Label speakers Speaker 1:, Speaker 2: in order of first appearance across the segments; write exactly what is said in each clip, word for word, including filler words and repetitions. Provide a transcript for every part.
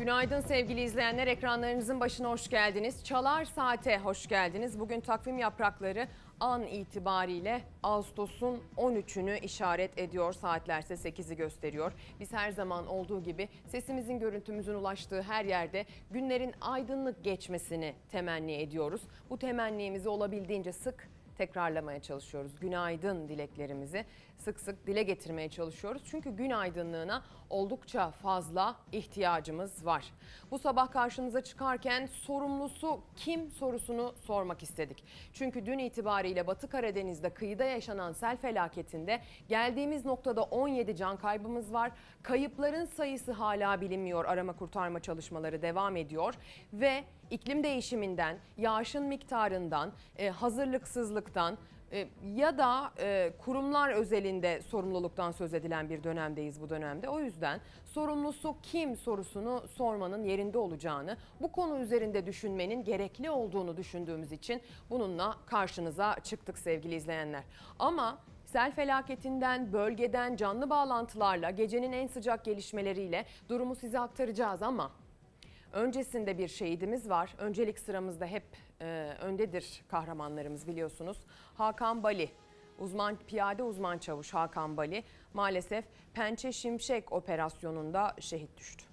Speaker 1: Günaydın sevgili izleyenler, ekranlarınızın başına hoş geldiniz. Çalar Saat'e hoş geldiniz. Bugün takvim yaprakları an itibariyle Ağustos'un on üçünü işaret ediyor. Saatlerse sekizi gösteriyor. Biz her zaman olduğu gibi sesimizin, görüntümüzün ulaştığı her yerde günlerin aydınlık geçmesini temenni ediyoruz. Bu temennimizi olabildiğince sık tekrarlamaya çalışıyoruz. Günaydın dileklerimizi sık sık dile getirmeye çalışıyoruz. Çünkü gün aydınlığına oldukça fazla ihtiyacımız var. Bu sabah karşınıza çıkarken sorumlusu kim sorusunu sormak istedik. Çünkü dün itibariyle Batı Karadeniz'de kıyıda yaşanan sel felaketinde geldiğimiz noktada on yedi can kaybımız var. Kayıpların sayısı hala bilinmiyor. Arama kurtarma çalışmaları devam ediyor ve iklim değişiminden, yağışın miktarından, e, hazırlıksızlıktan e, ya da e, kurumlar özelinde sorumluluktan söz edilen bir dönemdeyiz bu dönemde. O yüzden sorumlusu kim sorusunu sormanın yerinde olacağını, bu konu üzerinde düşünmenin gerekli olduğunu düşündüğümüz için bununla karşınıza çıktık sevgili izleyenler. Ama sel felaketinden, bölgeden canlı bağlantılarla, gecenin en sıcak gelişmeleriyle durumu size aktaracağız ama öncesinde bir şehidimiz var. Öncelik sıramızda hep e, öndedir kahramanlarımız biliyorsunuz. Hakan Bali, uzman piyade uzman çavuş Hakan Bali maalesef Pençe Şimşek operasyonunda şehit düştü.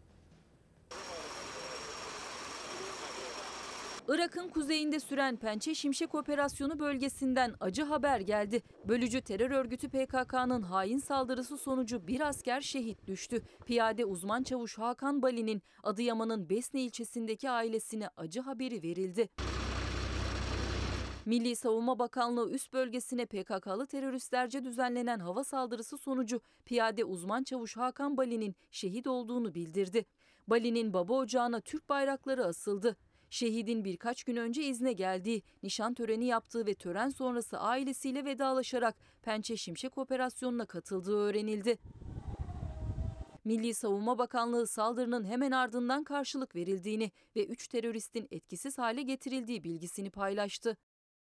Speaker 2: Irak'ın kuzeyinde süren Pençe Şimşek operasyonu bölgesinden acı haber geldi. Bölücü terör örgütü P K K'nın hain saldırısı sonucu bir asker şehit düştü. Piyade uzman çavuş Hakan Bali'nin Adıyaman'ın Besne ilçesindeki ailesine acı haberi verildi. Milli Savunma Bakanlığı üst bölgesine P K K'lı teröristlerce düzenlenen hava saldırısı sonucu piyade uzman çavuş Hakan Bali'nin şehit olduğunu bildirdi. Bali'nin baba ocağına Türk bayrakları asıldı. Şehidin birkaç gün önce izne geldiği, nişan töreni yaptığı ve tören sonrası ailesiyle vedalaşarak Pençe Şimşek operasyonuna katıldığı öğrenildi. Milli Savunma Bakanlığı saldırının hemen ardından karşılık verildiğini ve üç teröristin etkisiz hale getirildiği bilgisini paylaştı.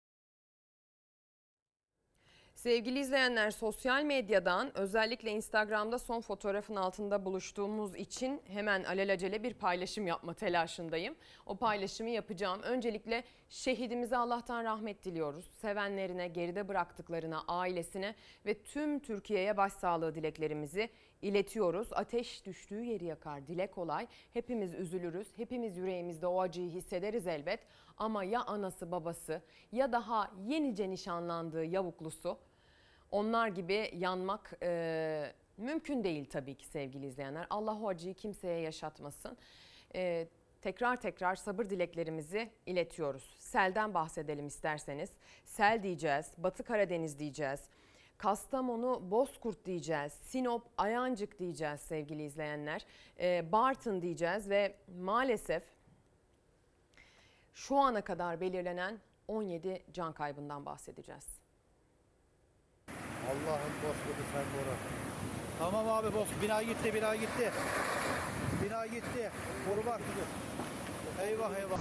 Speaker 1: Sevgili izleyenler, sosyal medyadan özellikle Instagram'da son fotoğrafın altında buluştuğumuz için hemen alelacele bir paylaşım yapma telaşındayım. O paylaşımı yapacağım. Öncelikle şehidimize Allah'tan rahmet diliyoruz. Sevenlerine, geride bıraktıklarına, ailesine ve tüm Türkiye'ye başsağlığı dileklerimizi iletiyoruz. Ateş düştüğü yeri yakar, dile kolay. Hepimiz üzülürüz, hepimiz yüreğimizde o acıyı hissederiz elbet. Ama ya anası babası ya daha yenice nişanlandığı yavuklusu, onlar gibi yanmak e, mümkün değil tabii ki sevgili izleyenler. Allah o acıyı kimseye yaşatmasın. E, tekrar tekrar sabır dileklerimizi iletiyoruz. Selden bahsedelim isterseniz. Sel diyeceğiz, Batı Karadeniz diyeceğiz. Kastamonu, Bozkurt diyeceğiz, Sinop, Ayancık diyeceğiz sevgili izleyenler. E, Bartın diyeceğiz ve maalesef şu ana kadar belirlenen on yedi can kaybından bahsedeceğiz.
Speaker 3: Allah'ım Bozkurt'u sen koru. Tamam abi Bozkurt. Bina gitti, bina gitti. Bina gitti. Koru bak. Eyvah eyvah.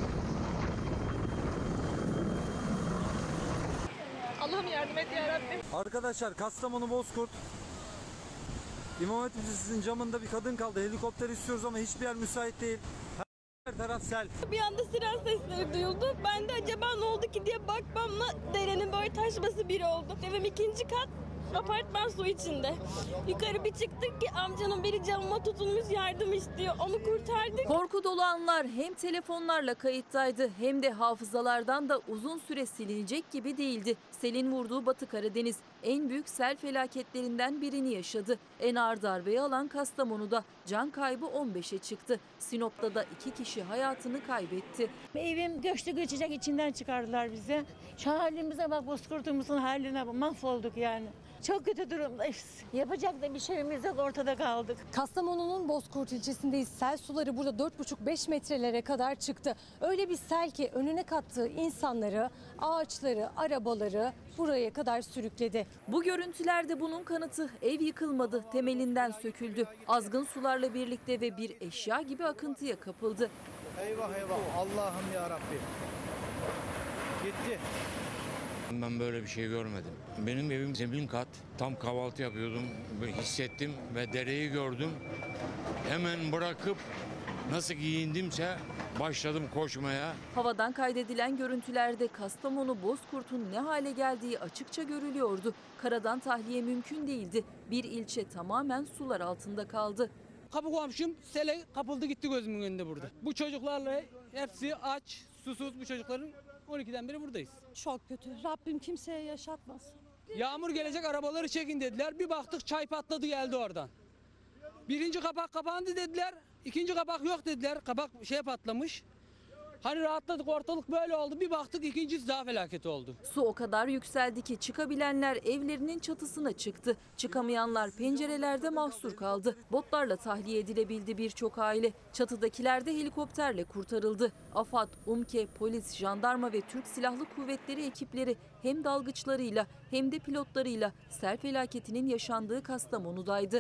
Speaker 4: Allah'ım yardım et ya Rabbim.
Speaker 5: Arkadaşlar Kastamonu Bozkurt İmam Hatip Lisesi'nin camında bir kadın kaldı. Helikopter istiyoruz ama hiçbir yer müsait değil. Her taraf sel.
Speaker 4: Bir anda siren sesleri duyuldu. Ben de acaba ne oldu ki diye bakmamla derenin böyle taşması biri oldu. Evim ikinci kat. Apartman su içinde. Yukarı bir çıktık ki amcanın biri camıma tutulmuş yardım istiyor. Onu kurtardık.
Speaker 2: Korku dolu anlar hem telefonlarla kayıttaydı hem de hafızalardan da uzun süre silinecek gibi değildi. Selin vurduğu Batı Karadeniz en büyük sel felaketlerinden birini yaşadı. En ağır darbeyi alan Kastamonu'da can kaybı on beşe çıktı. Sinop'ta da iki kişi hayatını kaybetti.
Speaker 6: Evim göçtü göçecek, içinden çıkardılar bizi. Şu halimize bak, Bozkurt'umuzun haline bak, mahvolduk yani. Çok kötü durumdayız. Yapacak da bir şeyimiz yok, ortada kaldık.
Speaker 7: Kastamonu'nun Bozkurt ilçesindeyiz. Sel suları burada dört buçuk beş metrelere kadar çıktı. Öyle bir sel ki önüne kattığı insanları, ağaçları, arabaları buraya kadar sürükledi.
Speaker 2: Bu görüntülerde bunun kanıtı. Ev yıkılmadı, temelinden söküldü. Azgın sularla birlikte ve bir eşya gibi akıntıya kapıldı.
Speaker 3: Eyvah eyvah. Allah'ım ya Rabbim. Gitti.
Speaker 8: Ben böyle bir şey görmedim. Benim evim zemin kat. Tam kahvaltı yapıyordum. Hissettim ve dereyi gördüm. Hemen bırakıp Nasıl giyindimse başladım koşmaya.
Speaker 2: Havadan kaydedilen görüntülerde Kastamonu Bozkurt'un ne hale geldiği açıkça görülüyordu. Karadan tahliye mümkün değildi. Bir ilçe tamamen sular altında kaldı.
Speaker 9: Kapı komşum sele kapıldı gitti gözümün önünde burada. Bu çocuklarla hepsi aç, susuz bu çocukların on ikiden beri buradayız.
Speaker 10: Çok kötü. Rabbim kimseye yaşatmasın.
Speaker 9: Yağmur gelecek arabaları çekin dediler. Bir baktık çay patladı geldi oradan. Birinci kapak kapandı dediler. İkinci kapak yok dediler. Kapak şey patlamış. Hani rahatladık ortalık böyle oldu. Bir baktık ikincisi daha felaket oldu.
Speaker 2: Su o kadar yükseldi ki çıkabilenler evlerinin çatısına çıktı. Çıkamayanlar pencerelerde mahsur kaldı. Botlarla tahliye edilebildi birçok aile. Çatıdakiler de helikopterle kurtarıldı. AFAD, UMKE, polis, jandarma ve Türk Silahlı Kuvvetleri ekipleri hem dalgıçlarıyla hem de pilotlarıyla sel felaketinin yaşandığı Kastamonu'daydı.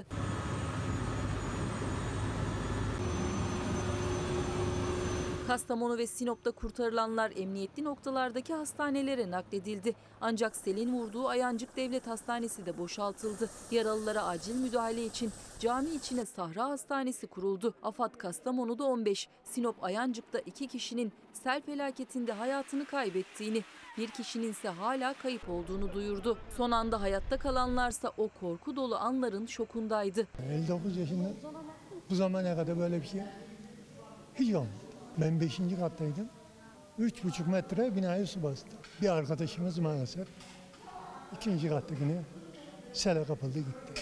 Speaker 2: Kastamonu ve Sinop'ta kurtarılanlar emniyetli noktalardaki hastanelere nakledildi. Ancak selin vurduğu Ayancık Devlet Hastanesi de boşaltıldı. Yaralılara acil müdahale için cami içine Sahra Hastanesi kuruldu. AFAD Kastamonu'da on beş, Sinop Ayancık'ta iki kişinin sel felaketinde hayatını kaybettiğini, bir kişinin ise hala kayıp olduğunu duyurdu. Son anda hayatta kalanlarsa o korku dolu anların şokundaydı.
Speaker 11: elli dokuz yaşında bu zamana kadar böyle bir şey hiç olmadı. Ben beşinci kattaydım. Üç buçuk metre binayı su bastı. Bir arkadaşımız maalesef ikinci kattakine sele kapıldı gitti.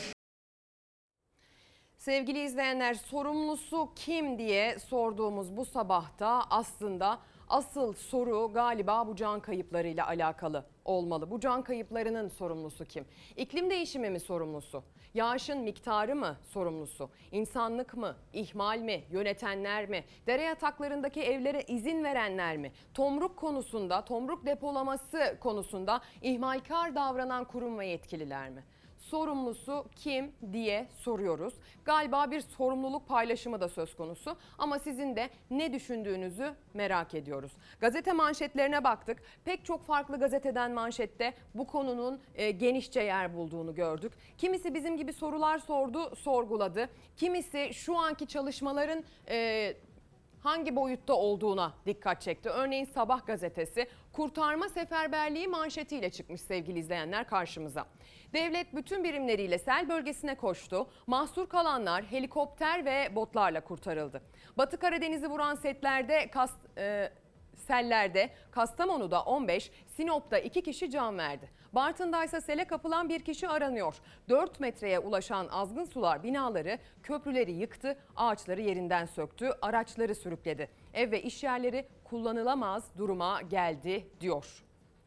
Speaker 1: Sevgili izleyenler, sorumlusu kim diye sorduğumuz bu sabahta aslında asıl soru galiba bu can kayıplarıyla alakalı olmalı. Bu can kayıplarının sorumlusu kim? İklim değişimi mi sorumlusu? Yağışın miktarı mı sorumlusu? İnsanlık mı? İhmal mi? Yönetenler mi? Dere yataklarındaki evlere izin verenler mi? Tomruk konusunda, tomruk depolaması konusunda ihmalkar davranan kurum ve yetkililer mi? Sorumlusu kim diye soruyoruz. Galiba bir sorumluluk paylaşımı da söz konusu ama sizin de ne düşündüğünüzü merak ediyoruz. Gazete manşetlerine baktık. Pek çok farklı gazeteden manşette bu konunun e, genişçe yer bulduğunu gördük. Kimisi bizim gibi sorular sordu, sorguladı. Kimisi şu anki çalışmaların e, hangi boyutta olduğuna dikkat çekti. Örneğin Sabah gazetesi kurtarma seferberliği manşetiyle çıkmış sevgili izleyenler karşımıza. Devlet bütün birimleriyle sel bölgesine koştu. Mahsur kalanlar helikopter ve botlarla kurtarıldı. Batı Karadeniz'i vuran setlerde, kas, e, sellerde Kastamonu'da on beş, Sinop'ta iki kişi can verdi. Bartın'da ise sele kapılan bir kişi aranıyor. dört metreye ulaşan azgın sular binaları, köprüleri yıktı, ağaçları yerinden söktü, araçları sürükledi. Ev ve iş yerleri kullanılamaz duruma geldi diyor.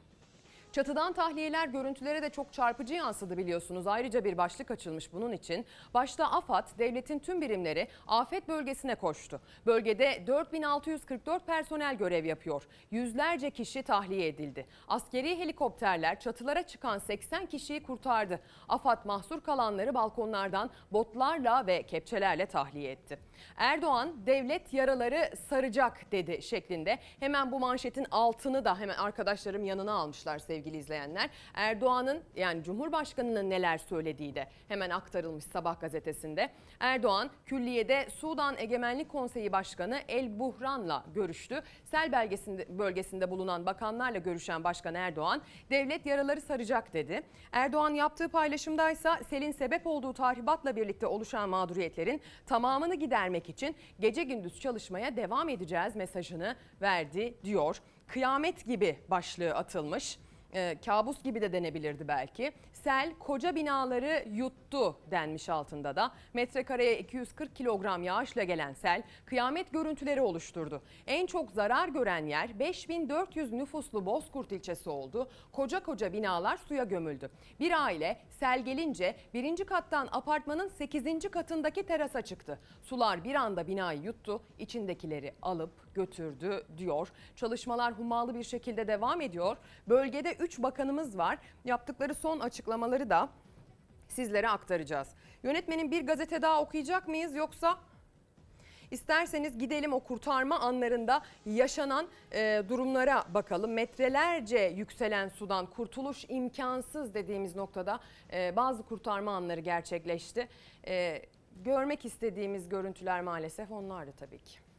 Speaker 1: Çatıdan tahliyeler görüntülere de çok çarpıcı yansıdı biliyorsunuz. Ayrıca bir başlık açılmış bunun için. Başta AFAD, devletin tüm birimleri afet bölgesine koştu. Bölgede dört bin altı yüz kırk dört personel görev yapıyor. Yüzlerce kişi tahliye edildi. Askeri helikopterler çatılara çıkan seksen kişiyi kurtardı. AFAD mahsur kalanları balkonlardan botlarla ve kepçelerle tahliye etti. Erdoğan devlet yaraları saracak dedi şeklinde. Hemen bu manşetin altını da hemen arkadaşlarım yanına almışlar sevgili izleyenler. Erdoğan'ın yani Cumhurbaşkanı'nın neler söylediği de hemen aktarılmış Sabah gazetesinde. Erdoğan külliyede Sudan Egemenlik Konseyi Başkanı El Buhran'la görüştü. Sel bölgesinde, bölgesinde bulunan bakanlarla görüşen Başkan Erdoğan devlet yaraları saracak dedi. Erdoğan yaptığı paylaşımdaysa selin sebep olduğu tahribatla birlikte oluşan mağduriyetlerin tamamını gidermek için gece gündüz çalışmaya devam edeceğiz mesajını verdi diyor. Kıyamet gibi başlığı atılmış. E, kabus gibi de denebilirdi belki. Sel koca binaları yuttu denmiş altında da. Metrekareye iki yüz kırk kilogram yağışla gelen sel kıyamet görüntüleri oluşturdu. En çok zarar gören yer beş bin dört yüz nüfuslu Bozkurt ilçesi oldu. Koca koca binalar suya gömüldü. Bir aile sel gelince birinci kattan apartmanın sekizinci katındaki terasa çıktı. Sular bir anda binayı yuttu, içindekileri alıp götürdü diyor. Çalışmalar hummalı bir şekilde devam ediyor. Bölgede üç bakanımız var. Yaptıkları son açıklamaları da sizlere aktaracağız. Yönetmenin bir gazete daha okuyacak mıyız yoksa? İsterseniz gidelim o kurtarma anlarında yaşanan e, durumlara bakalım. Metrelerce yükselen sudan kurtuluş imkansız dediğimiz noktada e, bazı kurtarma anları gerçekleşti. E, görmek istediğimiz görüntüler maalesef onlardı tabii ki.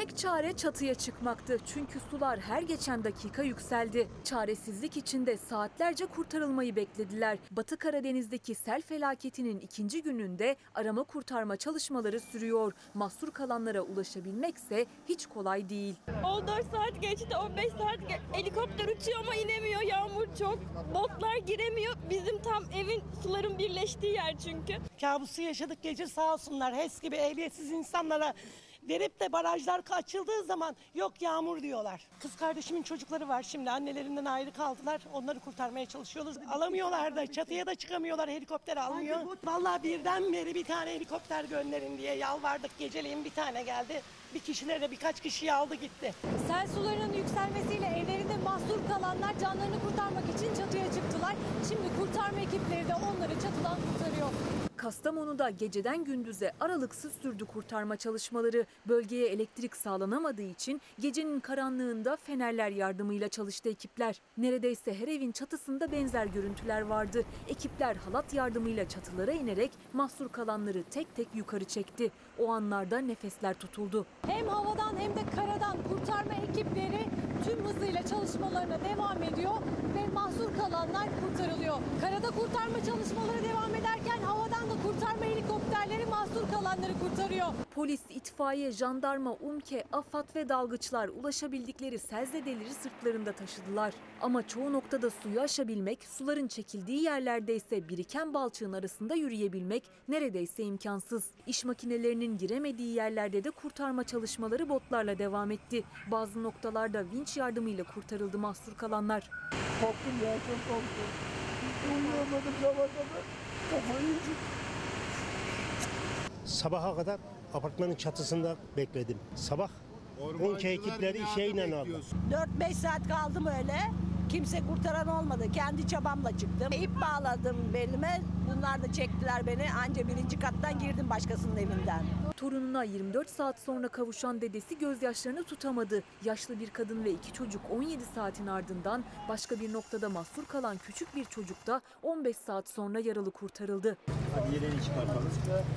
Speaker 2: Tek çare çatıya çıkmaktı çünkü sular her geçen dakika yükseldi. Çaresizlik içinde saatlerce kurtarılmayı beklediler. Batı Karadeniz'deki sel felaketinin ikinci gününde arama kurtarma çalışmaları sürüyor. Mahsur kalanlara ulaşabilmekse hiç kolay değil.
Speaker 4: on dört saat geçti, on beş saat ge- helikopter uçuyor ama inemiyor. Yağmur çok, botlar giremiyor. Bizim tam evin suların birleştiği yer çünkü.
Speaker 12: Kabusu yaşadık gece, sağ olsunlar. H E S gibi ehliyetsiz insanlara verip de barajlar açıldığı zaman yok yağmur diyorlar. Kız kardeşimin çocukları var şimdi, annelerinden ayrı kaldılar. Onları kurtarmaya çalışıyoruz. Alamıyorlar da, çatıya da çıkamıyorlar, helikopter almıyor. Vallahi birden beri bir tane helikopter gönderin diye yalvardık. Geceleyin bir tane geldi. Bir kişilere birkaç kişiyi aldı gitti.
Speaker 7: Sel sularının yükselmesiyle evlerinde mahsur kalanlar canlarını kurtarmak için çatıya çıktılar. Şimdi kurtarma ekipleri de onları çatıdan kurtarıyor.
Speaker 2: Kastamonu'da geceden gündüze aralıksız sürdü kurtarma çalışmaları. Bölgeye elektrik sağlanamadığı için gecenin karanlığında fenerler yardımıyla çalıştı ekipler. Neredeyse her evin çatısında benzer görüntüler vardı. Ekipler halat yardımıyla çatılara inerek mahsur kalanları tek tek yukarı çekti. O anlarda nefesler tutuldu.
Speaker 7: Hem havadan hem de karadan kurtarma ekipleri tüm hızıyla çalışmalarına devam ediyor ve mahsur kalanlar kurtarılıyor. Karada kurtarma çalışmaları devam ederken havadan da kurtarma helikopterleri mahsur kalanları kurtarıyor.
Speaker 2: Polis, itfaiye, jandarma, UMKE, AFAD ve dalgıçlar ulaşabildikleri selzedeleri sırtlarında taşıdılar. Ama çoğu noktada suyu aşabilmek, suların çekildiği yerlerde ise biriken balçığın arasında yürüyebilmek neredeyse imkansız. İş makinelerinin giremediği yerlerde de kurtarma çalışmaları botlarla devam etti. Bazı noktalarda vinç yardımıyla kurtarıldı mahsur kalanlar.
Speaker 11: Korktum ya, çok korktum. Uyuyamadım sabaha kadar. Kafayı yedim.
Speaker 13: Sabaha kadar apartmanın çatısında bekledim. Sabah UMKE ekipleri şeyle aldı.
Speaker 12: dört beş saat kaldım öyle. Kimse kurtaran olmadı. Kendi çabamla çıktım. İp bağladım belime. Bunlar da çektiler beni. Anca birinci kattan girdim başkasının evinden.
Speaker 2: Torununa yirmi dört saat sonra kavuşan dedesi gözyaşlarını tutamadı. Yaşlı bir kadın ve iki çocuk on yedi saatin ardından başka bir noktada mahsur kalan küçük bir çocuk da on beş saat sonra yaralı kurtarıldı.
Speaker 3: Hadi yeleğini çıkartalım.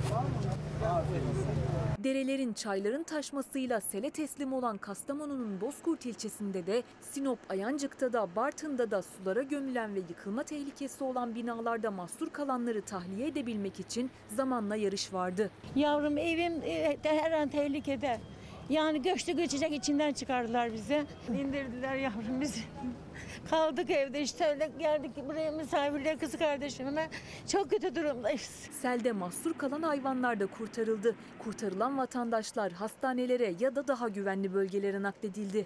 Speaker 2: Derelerin, çayların taşmasıyla sele teslim olan Kastamonu'nun Bozkurt ilçesinde de, Sinop Ayancık'ta da, Bartın'da da sulara gömülen ve yıkılma tehlikesi olan binalarda mahsur kalanları tahliye edebilmek için zamanla yarış vardı.
Speaker 6: Yavrum evim e, her an tehlikede. Yani göçtü göçecek içinden çıkardılar bizi. İndirdiler yavrum bizi. Kaldık evde işte öyle geldik buraya misafirliğe kız kardeşime. Çok kötü durumdayız.
Speaker 2: Selde mahsur kalan hayvanlar da kurtarıldı. Kurtarılan vatandaşlar hastanelere ya da daha güvenli bölgelere nakledildi.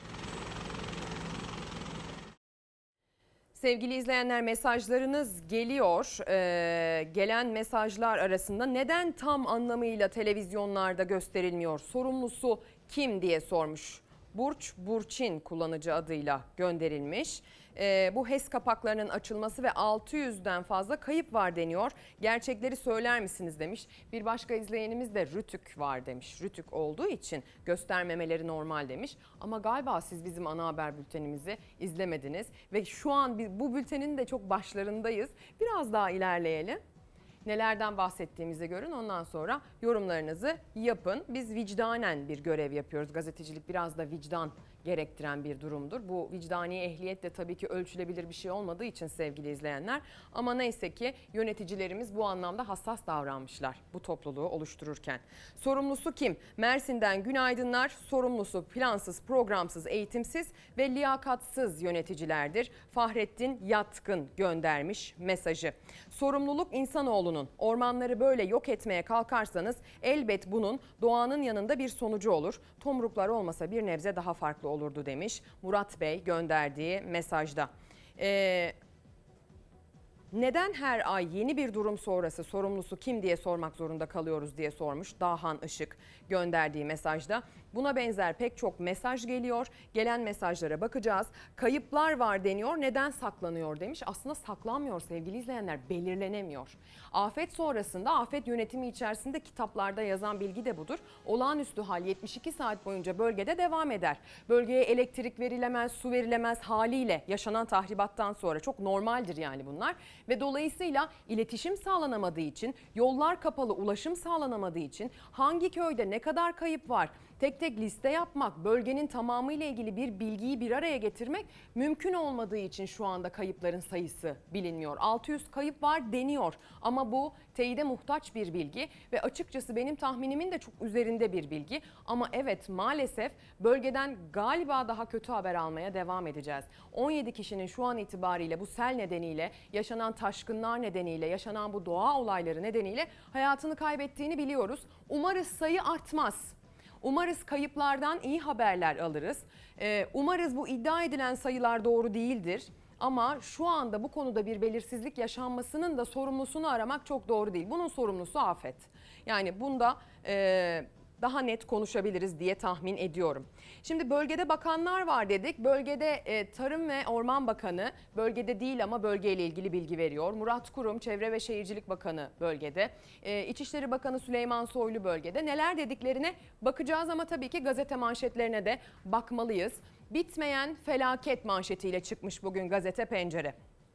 Speaker 1: Sevgili izleyenler, mesajlarınız geliyor. Ee, gelen mesajlar arasında neden tam anlamıyla televizyonlarda gösterilmiyor? Sorumlusu kim diye sormuş. Burç Burçin kullanıcı adıyla gönderilmiş. Ee, bu H E S kapaklarının açılması ve altı yüzden fazla kayıp var deniyor. Gerçekleri söyler misiniz demiş. Bir başka izleyenimiz de Rütük var demiş. Rütük olduğu için göstermemeleri normal demiş. Ama galiba siz bizim ana haber bültenimizi izlemediniz. Ve şu an bu bültenin de çok başlarındayız. Biraz daha ilerleyelim. Nelerden bahsettiğimizi görün, ondan sonra yorumlarınızı yapın. Biz vicdanen bir görev yapıyoruz. Gazetecilik biraz da vicdan gerektiren bir durumdur. Bu vicdani ehliyet de tabii ki ölçülebilir bir şey olmadığı için sevgili izleyenler. Ama neyse ki yöneticilerimiz bu anlamda hassas davranmışlar bu topluluğu oluştururken. Sorumlusu kim? Mersin'den günaydınlar. Sorumlusu plansız, programsız, eğitimsiz ve liyakatsız yöneticilerdir. Fahrettin Yatkın göndermiş mesajı. Sorumluluk insanoğlunun. Ormanları böyle yok etmeye kalkarsanız elbet bunun doğanın yanında bir sonucu olur. Tomruklar olmasa bir nebze daha farklı olurdu demiş Murat Bey gönderdiği mesajda. Ee, neden her ay yeni bir durum sonrası sorumlusu kim diye sormak zorunda kalıyoruz diye sormuş Dahan Işık gönderdiği mesajda. Buna benzer pek çok mesaj geliyor. Gelen mesajlara bakacağız. Kayıplar var deniyor. Neden saklanıyor demiş. Aslında saklanmıyor sevgili izleyenler. Belirlenemiyor. Afet sonrasında afet yönetimi içerisinde kitaplarda yazan bilgi de budur. Olağanüstü hal yetmiş iki saat boyunca bölgede devam eder. Bölgeye elektrik verilemez, su verilemez haliyle yaşanan tahribattan sonra çok normaldir yani bunlar. Ve dolayısıyla iletişim sağlanamadığı için, yollar kapalı, ulaşım sağlanamadığı için hangi köyde ne kadar kayıp var, tek tek liste yapmak, bölgenin tamamıyla ilgili bir bilgiyi bir araya getirmek mümkün olmadığı için şu anda kayıpların sayısı bilinmiyor. altı yüz kayıp var deniyor ama bu teyide muhtaç bir bilgi ve açıkçası benim tahminimin de çok üzerinde bir bilgi. Ama evet, maalesef bölgeden galiba daha kötü haber almaya devam edeceğiz. on yedi kişinin şu an itibariyle bu sel nedeniyle, yaşanan taşkınlar nedeniyle, yaşanan bu doğa olayları nedeniyle hayatını kaybettiğini biliyoruz. Umarız sayı artmaz. Umarız kayıplardan iyi haberler alırız. Ee, umarız bu iddia edilen sayılar doğru değildir. Ama şu anda bu konuda bir belirsizlik yaşanmasının da sorumlusunu aramak çok doğru değil. Bunun sorumlusu afet. Yani bunda e, daha net konuşabiliriz diye tahmin ediyorum. Şimdi bölgede bakanlar var dedik. Bölgede e, Tarım ve Orman Bakanı bölgede değil ama bölgeyle ilgili bilgi veriyor. Murat Kurum, Çevre ve Şehircilik Bakanı bölgede. E, İçişleri Bakanı Süleyman Soylu bölgede. Neler dediklerine bakacağız ama tabii ki gazete manşetlerine de bakmalıyız. Bitmeyen felaket manşetiyle çıkmış bugün gazete Pencere.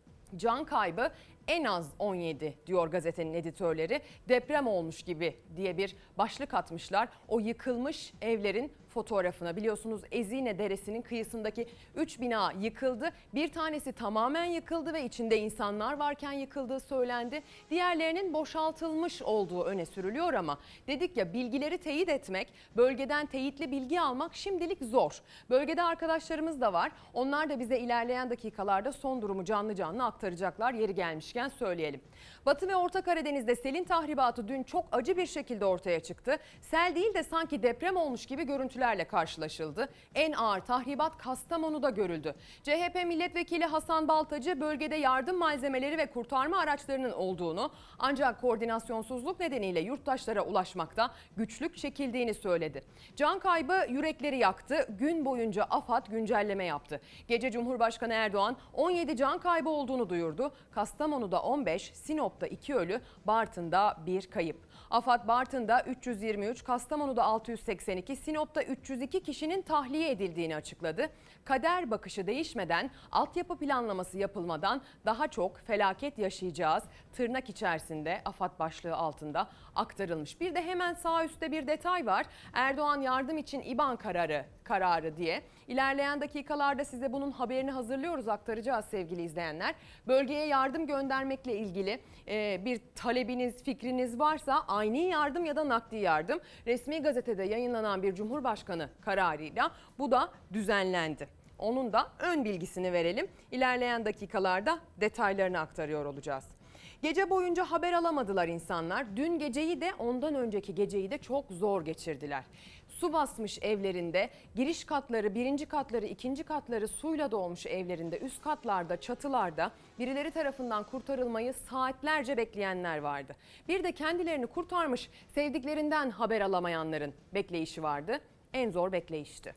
Speaker 1: Can kaybı en az on yedi diyor gazetenin editörleri. Deprem olmuş gibi diye bir başlık atmışlar. O yıkılmış evlerin fotoğrafına. Biliyorsunuz Ezine Deresi'nin kıyısındaki üç bina yıkıldı. Bir tanesi tamamen yıkıldı ve içinde insanlar varken yıkıldığı söylendi. Diğerlerinin boşaltılmış olduğu öne sürülüyor ama dedik ya, bilgileri teyit etmek, bölgeden teyitli bilgi almak şimdilik zor. Bölgede arkadaşlarımız da var. Onlar da bize ilerleyen dakikalarda son durumu canlı canlı aktaracaklar. Yeri gelmişken söyleyelim. Batı ve Orta Karadeniz'de selin tahribatı dün çok acı bir şekilde ortaya çıktı. Sel değil de sanki deprem olmuş gibi görüntülerle karşılaşıldı. En ağır tahribat Kastamonu'da görüldü. C H P milletvekili Hasan Baltacı bölgede yardım malzemeleri ve kurtarma araçlarının olduğunu, ancak koordinasyonsuzluk nedeniyle yurttaşlara ulaşmakta güçlük çekildiğini söyledi. Can kaybı yürekleri yaktı. Gün boyunca AFAD güncelleme yaptı. Gece Cumhurbaşkanı Erdoğan on yedi can kaybı olduğunu duyurdu. Kastamonu'da on beş, Sinop'ta iki ölü, Bartın'da bir kayıp. AFAD Bartın'da üç yüz yirmi üç, Kastamonu'da altı yüz seksen iki, Sinop'ta üç yüz iki kişinin tahliye edildiğini açıkladı. Kader bakışı değişmeden, altyapı planlaması yapılmadan daha çok felaket yaşayacağız tırnak içerisinde AFAD başlığı altında aktarılmış. Bir de hemen sağ üstte bir detay var. Erdoğan yardım için İBAN kararı kararı diye. İlerleyen dakikalarda size bunun haberini hazırlıyoruz, aktaracağız sevgili izleyenler. Bölgeye yardım göndermekle ilgili e, bir talebiniz, fikriniz varsa ayni yardım ya da nakdi yardım, resmi gazetede yayınlanan bir Cumhurbaşkanı kararıyla bu da düzenlendi. Onun da ön bilgisini verelim. İlerleyen dakikalarda detaylarını aktarıyor olacağız. Gece boyunca haber alamadılar insanlar. Dün geceyi de ondan önceki geceyi de çok zor geçirdiler. Su basmış evlerinde, giriş katları, birinci katları, ikinci katları suyla dolmuş evlerinde, üst katlarda, çatılarda birileri tarafından kurtarılmayı saatlerce bekleyenler vardı. Bir de kendilerini kurtarmış, sevdiklerinden haber alamayanların bekleyişi vardı. En zor bekleyişti.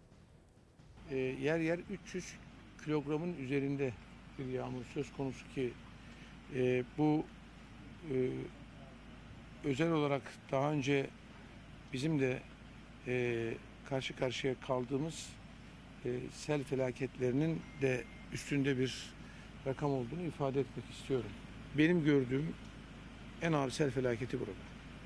Speaker 14: E, yer yer üç yüz kilogramın üzerinde bir yağmur söz konusu ki e, bu e, özel olarak daha önce bizim de e, karşı karşıya kaldığımız e, sel felaketlerinin de üstünde bir rakam olduğunu ifade etmek istiyorum. Benim gördüğüm en ağır sel felaketi burada.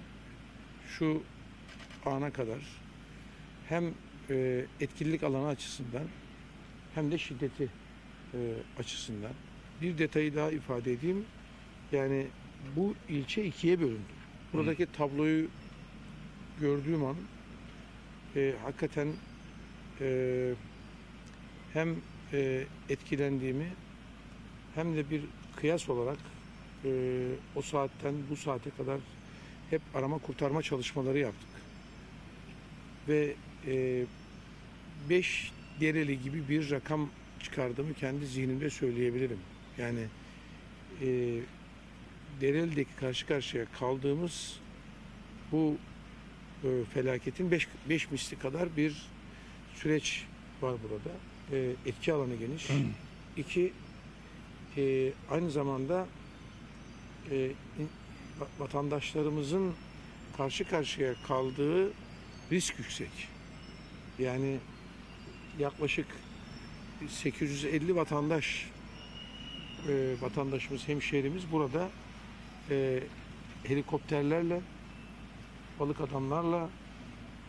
Speaker 14: Şu ana kadar hem e, etkililik alanı açısından hem de şiddeti e, açısından. Bir detayı daha ifade edeyim. Yani bu ilçe ikiye bölündü. Buradaki Hı. tabloyu gördüğüm an e, hakikaten e, hem e, etkilendiğimi hem de bir kıyas olarak e, o saatten bu saate kadar hep arama kurtarma çalışmaları yaptık. Ve e, beş dereli gibi bir rakam çıkardığımı kendi zihnimde söyleyebilirim. Yani e, Dereli'deki karşı karşıya kaldığımız bu e, felaketin beş misli kadar bir süreç var burada. E, etki alanı geniş. İki, e, aynı zamanda e, vatandaşlarımızın karşı karşıya kaldığı risk yüksek. Yani yaklaşık sekiz yüz elli vatandaş e, vatandaşımız, hemşehrimiz burada e, helikopterlerle, balık adamlarla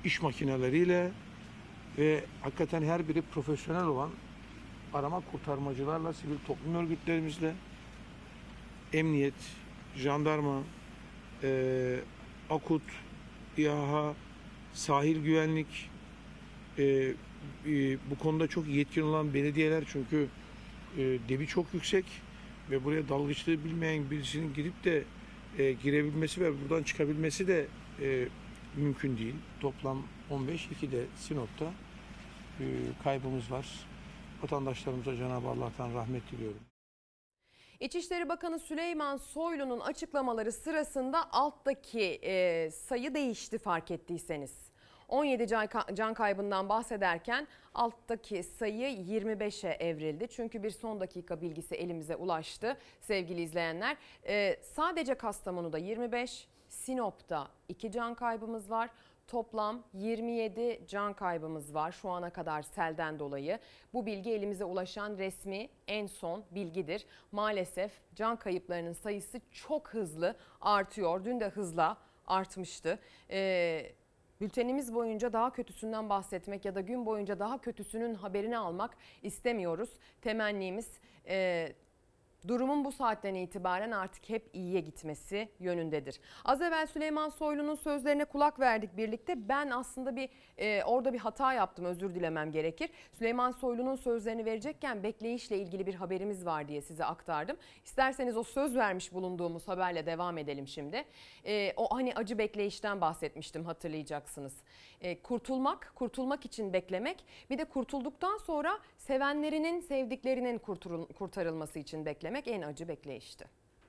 Speaker 14: iş makineleriyle ve hakikaten her biri profesyonel olan arama kurtarmacılarla, sivil toplum örgütlerimizle, emniyet, jandarma, e, AKUT, İHA, sahil güvenlik, e, e, bu konuda çok yetkin olan belediyeler, çünkü e, debi çok yüksek ve buraya dalgıçlığı bilmeyen birisinin girip de e, girebilmesi ve buradan çıkabilmesi de e, mümkün değil. Toplam on beş, iki de Sinop'ta e, kaybımız var. Vatandaşlarımıza Cenab-ı Allah'tan rahmet diliyorum.
Speaker 1: İçişleri Bakanı Süleyman Soylu'nun açıklamaları sırasında alttaki e, sayı değişti fark ettiyseniz. on yedi can kaybından bahsederken alttaki sayı yirmi beşe evrildi. Çünkü bir son dakika bilgisi elimize ulaştı sevgili izleyenler. E, sadece Kastamonu'da yirmi beş, Sinop'ta iki can kaybımız var. Toplam yirmi yedi can kaybımız var şu ana kadar selden dolayı. Bu bilgi elimize ulaşan resmi en son bilgidir. Maalesef can kayıplarının sayısı çok hızlı artıyor. Dün de hızla artmıştı. Ee, bültenimiz boyunca daha kötüsünden bahsetmek ya da gün boyunca daha kötüsünün haberini almak istemiyoruz. Temennimiz e, durumun bu saatten itibaren artık hep iyiye gitmesi yönündedir. Az evvel Süleyman Soylu'nun sözlerine kulak verdik birlikte. Ben aslında bir e, orada bir hata yaptım, özür dilemem gerekir. Süleyman Soylu'nun sözlerini verecekken bekleyişle ilgili bir haberimiz var diye size aktardım. İsterseniz o söz vermiş bulunduğumuz haberle devam edelim şimdi. E, o hani acı bekleyişten bahsetmiştim, hatırlayacaksınız. E, kurtulmak, kurtulmak için beklemek, bir de kurtulduktan sonra sevenlerinin, sevdiklerinin kurtarılması için beklemek en acı bekleyişti.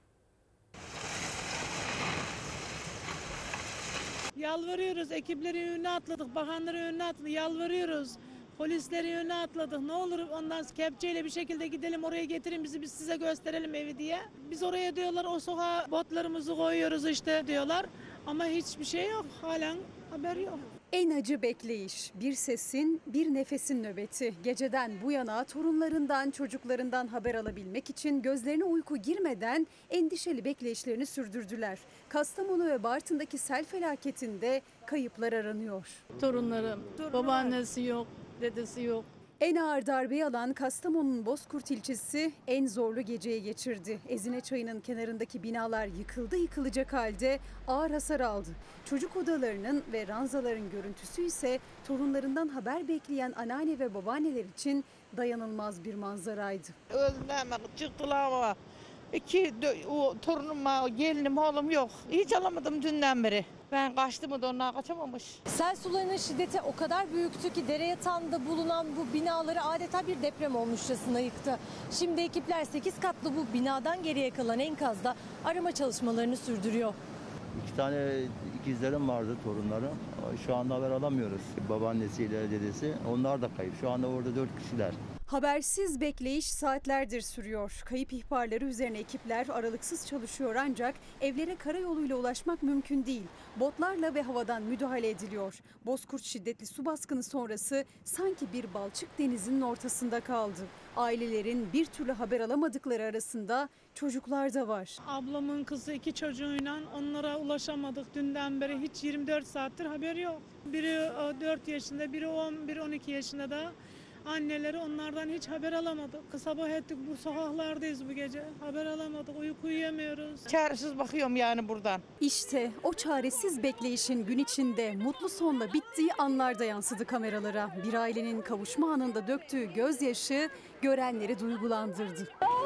Speaker 15: Yalvarıyoruz, ekipleri önüne atladık, bakanları önüne atladık, yalvarıyoruz. Polisleri önüne atladık. Ne olur ondan kepçeyle bir şekilde gidelim, oraya getirin bizi, biz size gösterelim evi diye. Biz oraya diyorlar, o sokağa botlarımızı koyuyoruz işte diyorlar. Ama hiçbir şey yok, halen haber yok.
Speaker 7: En acı bekleyiş, bir sesin, bir nefesin nöbeti. Geceden bu yana torunlarından, çocuklarından haber alabilmek için gözlerine uyku girmeden endişeli bekleyişlerini sürdürdüler. Kastamonu ve Bartın'daki sel felaketinde kayıplar aranıyor.
Speaker 10: Torunlarım, babaannesi yok, dedesi yok.
Speaker 7: En ağır darbeyi alan Kastamonu'nun Bozkurt ilçesi en zorlu geceyi geçirdi. Ezine Çayı'nın kenarındaki binalar yıkıldı yıkılacak halde ağır hasar aldı. Çocuk odalarının ve ranzaların görüntüsü ise torunlarından haber bekleyen anneanne ve babaanneler için dayanılmaz bir manzaraydı.
Speaker 16: Özlem çıktılar ama iki o, torunum var, gelinim oğlum yok. Hiç alamadım dünden beri. Ben kaçtım da onlar kaçamamış.
Speaker 7: Sel sularının şiddeti o kadar büyüktü ki dere yatağında bulunan bu binaları adeta bir deprem olmuşçasına yıktı. Şimdi ekipler sekiz katlı bu binadan geriye kalan enkazda arama çalışmalarını sürdürüyor.
Speaker 17: İki tane ikizlerim vardı, torunlarım. Şu anda haber alamıyoruz. Babaannesiyle dedesi. Onlar da kayıp. Şu anda orada dört kişiler.
Speaker 7: Habersiz bekleyiş saatlerdir sürüyor. Kayıp ihbarları üzerine ekipler aralıksız çalışıyor ancak evlere karayoluyla ulaşmak mümkün değil. Botlarla ve havadan müdahale ediliyor. Bozkurt şiddetli su baskını sonrası sanki bir balçık denizinin ortasında kaldı. Ailelerin bir türlü haber alamadıkları arasında çocuklar da var.
Speaker 15: Ablamın kızı iki çocuğuyla onlara ulaşamadık dünden beri, hiç yirmi dört saattir haber yok. Biri dört yaşında, biri on bir on iki yaşında da. Anneleri, onlardan hiç haber alamadık. Sabah ettik, bu sokaklardayız bu gece. Haber alamadık, uyku uyuyamıyoruz.
Speaker 16: Çaresiz bakıyorum yani buradan.
Speaker 7: İşte o çaresiz bekleyişin gün içinde mutlu sonla bittiği anlarda yansıdı kameralara. Bir ailenin kavuşma anında döktüğü gözyaşı görenleri duygulandırdı.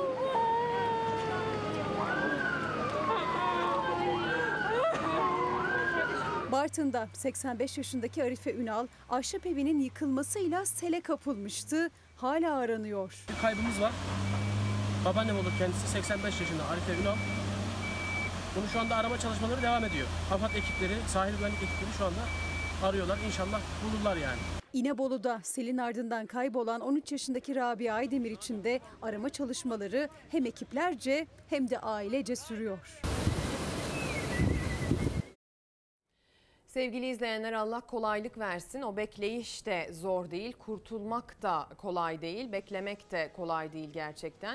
Speaker 7: Bartın'da seksen beş yaşındaki Arife Ünal, ahşap evinin yıkılmasıyla sele kapılmıştı. Hala aranıyor.
Speaker 18: Bir kaybımız var. Babaannem olur kendisi, seksen beş yaşında Arife Ünal. Bunu şu anda arama çalışmaları devam ediyor. AFAD ekipleri, sahil güvenlik ekipleri şu anda arıyorlar. İnşallah bulurlar yani.
Speaker 7: İnebolu'da selin ardından kaybolan on üç yaşındaki Rabia Aydemir için de arama çalışmaları hem ekiplerce hem de ailece sürüyor.
Speaker 1: Sevgili izleyenler, Allah kolaylık versin. O bekleyiş de zor değil, kurtulmak da kolay değil, beklemek de kolay değil gerçekten.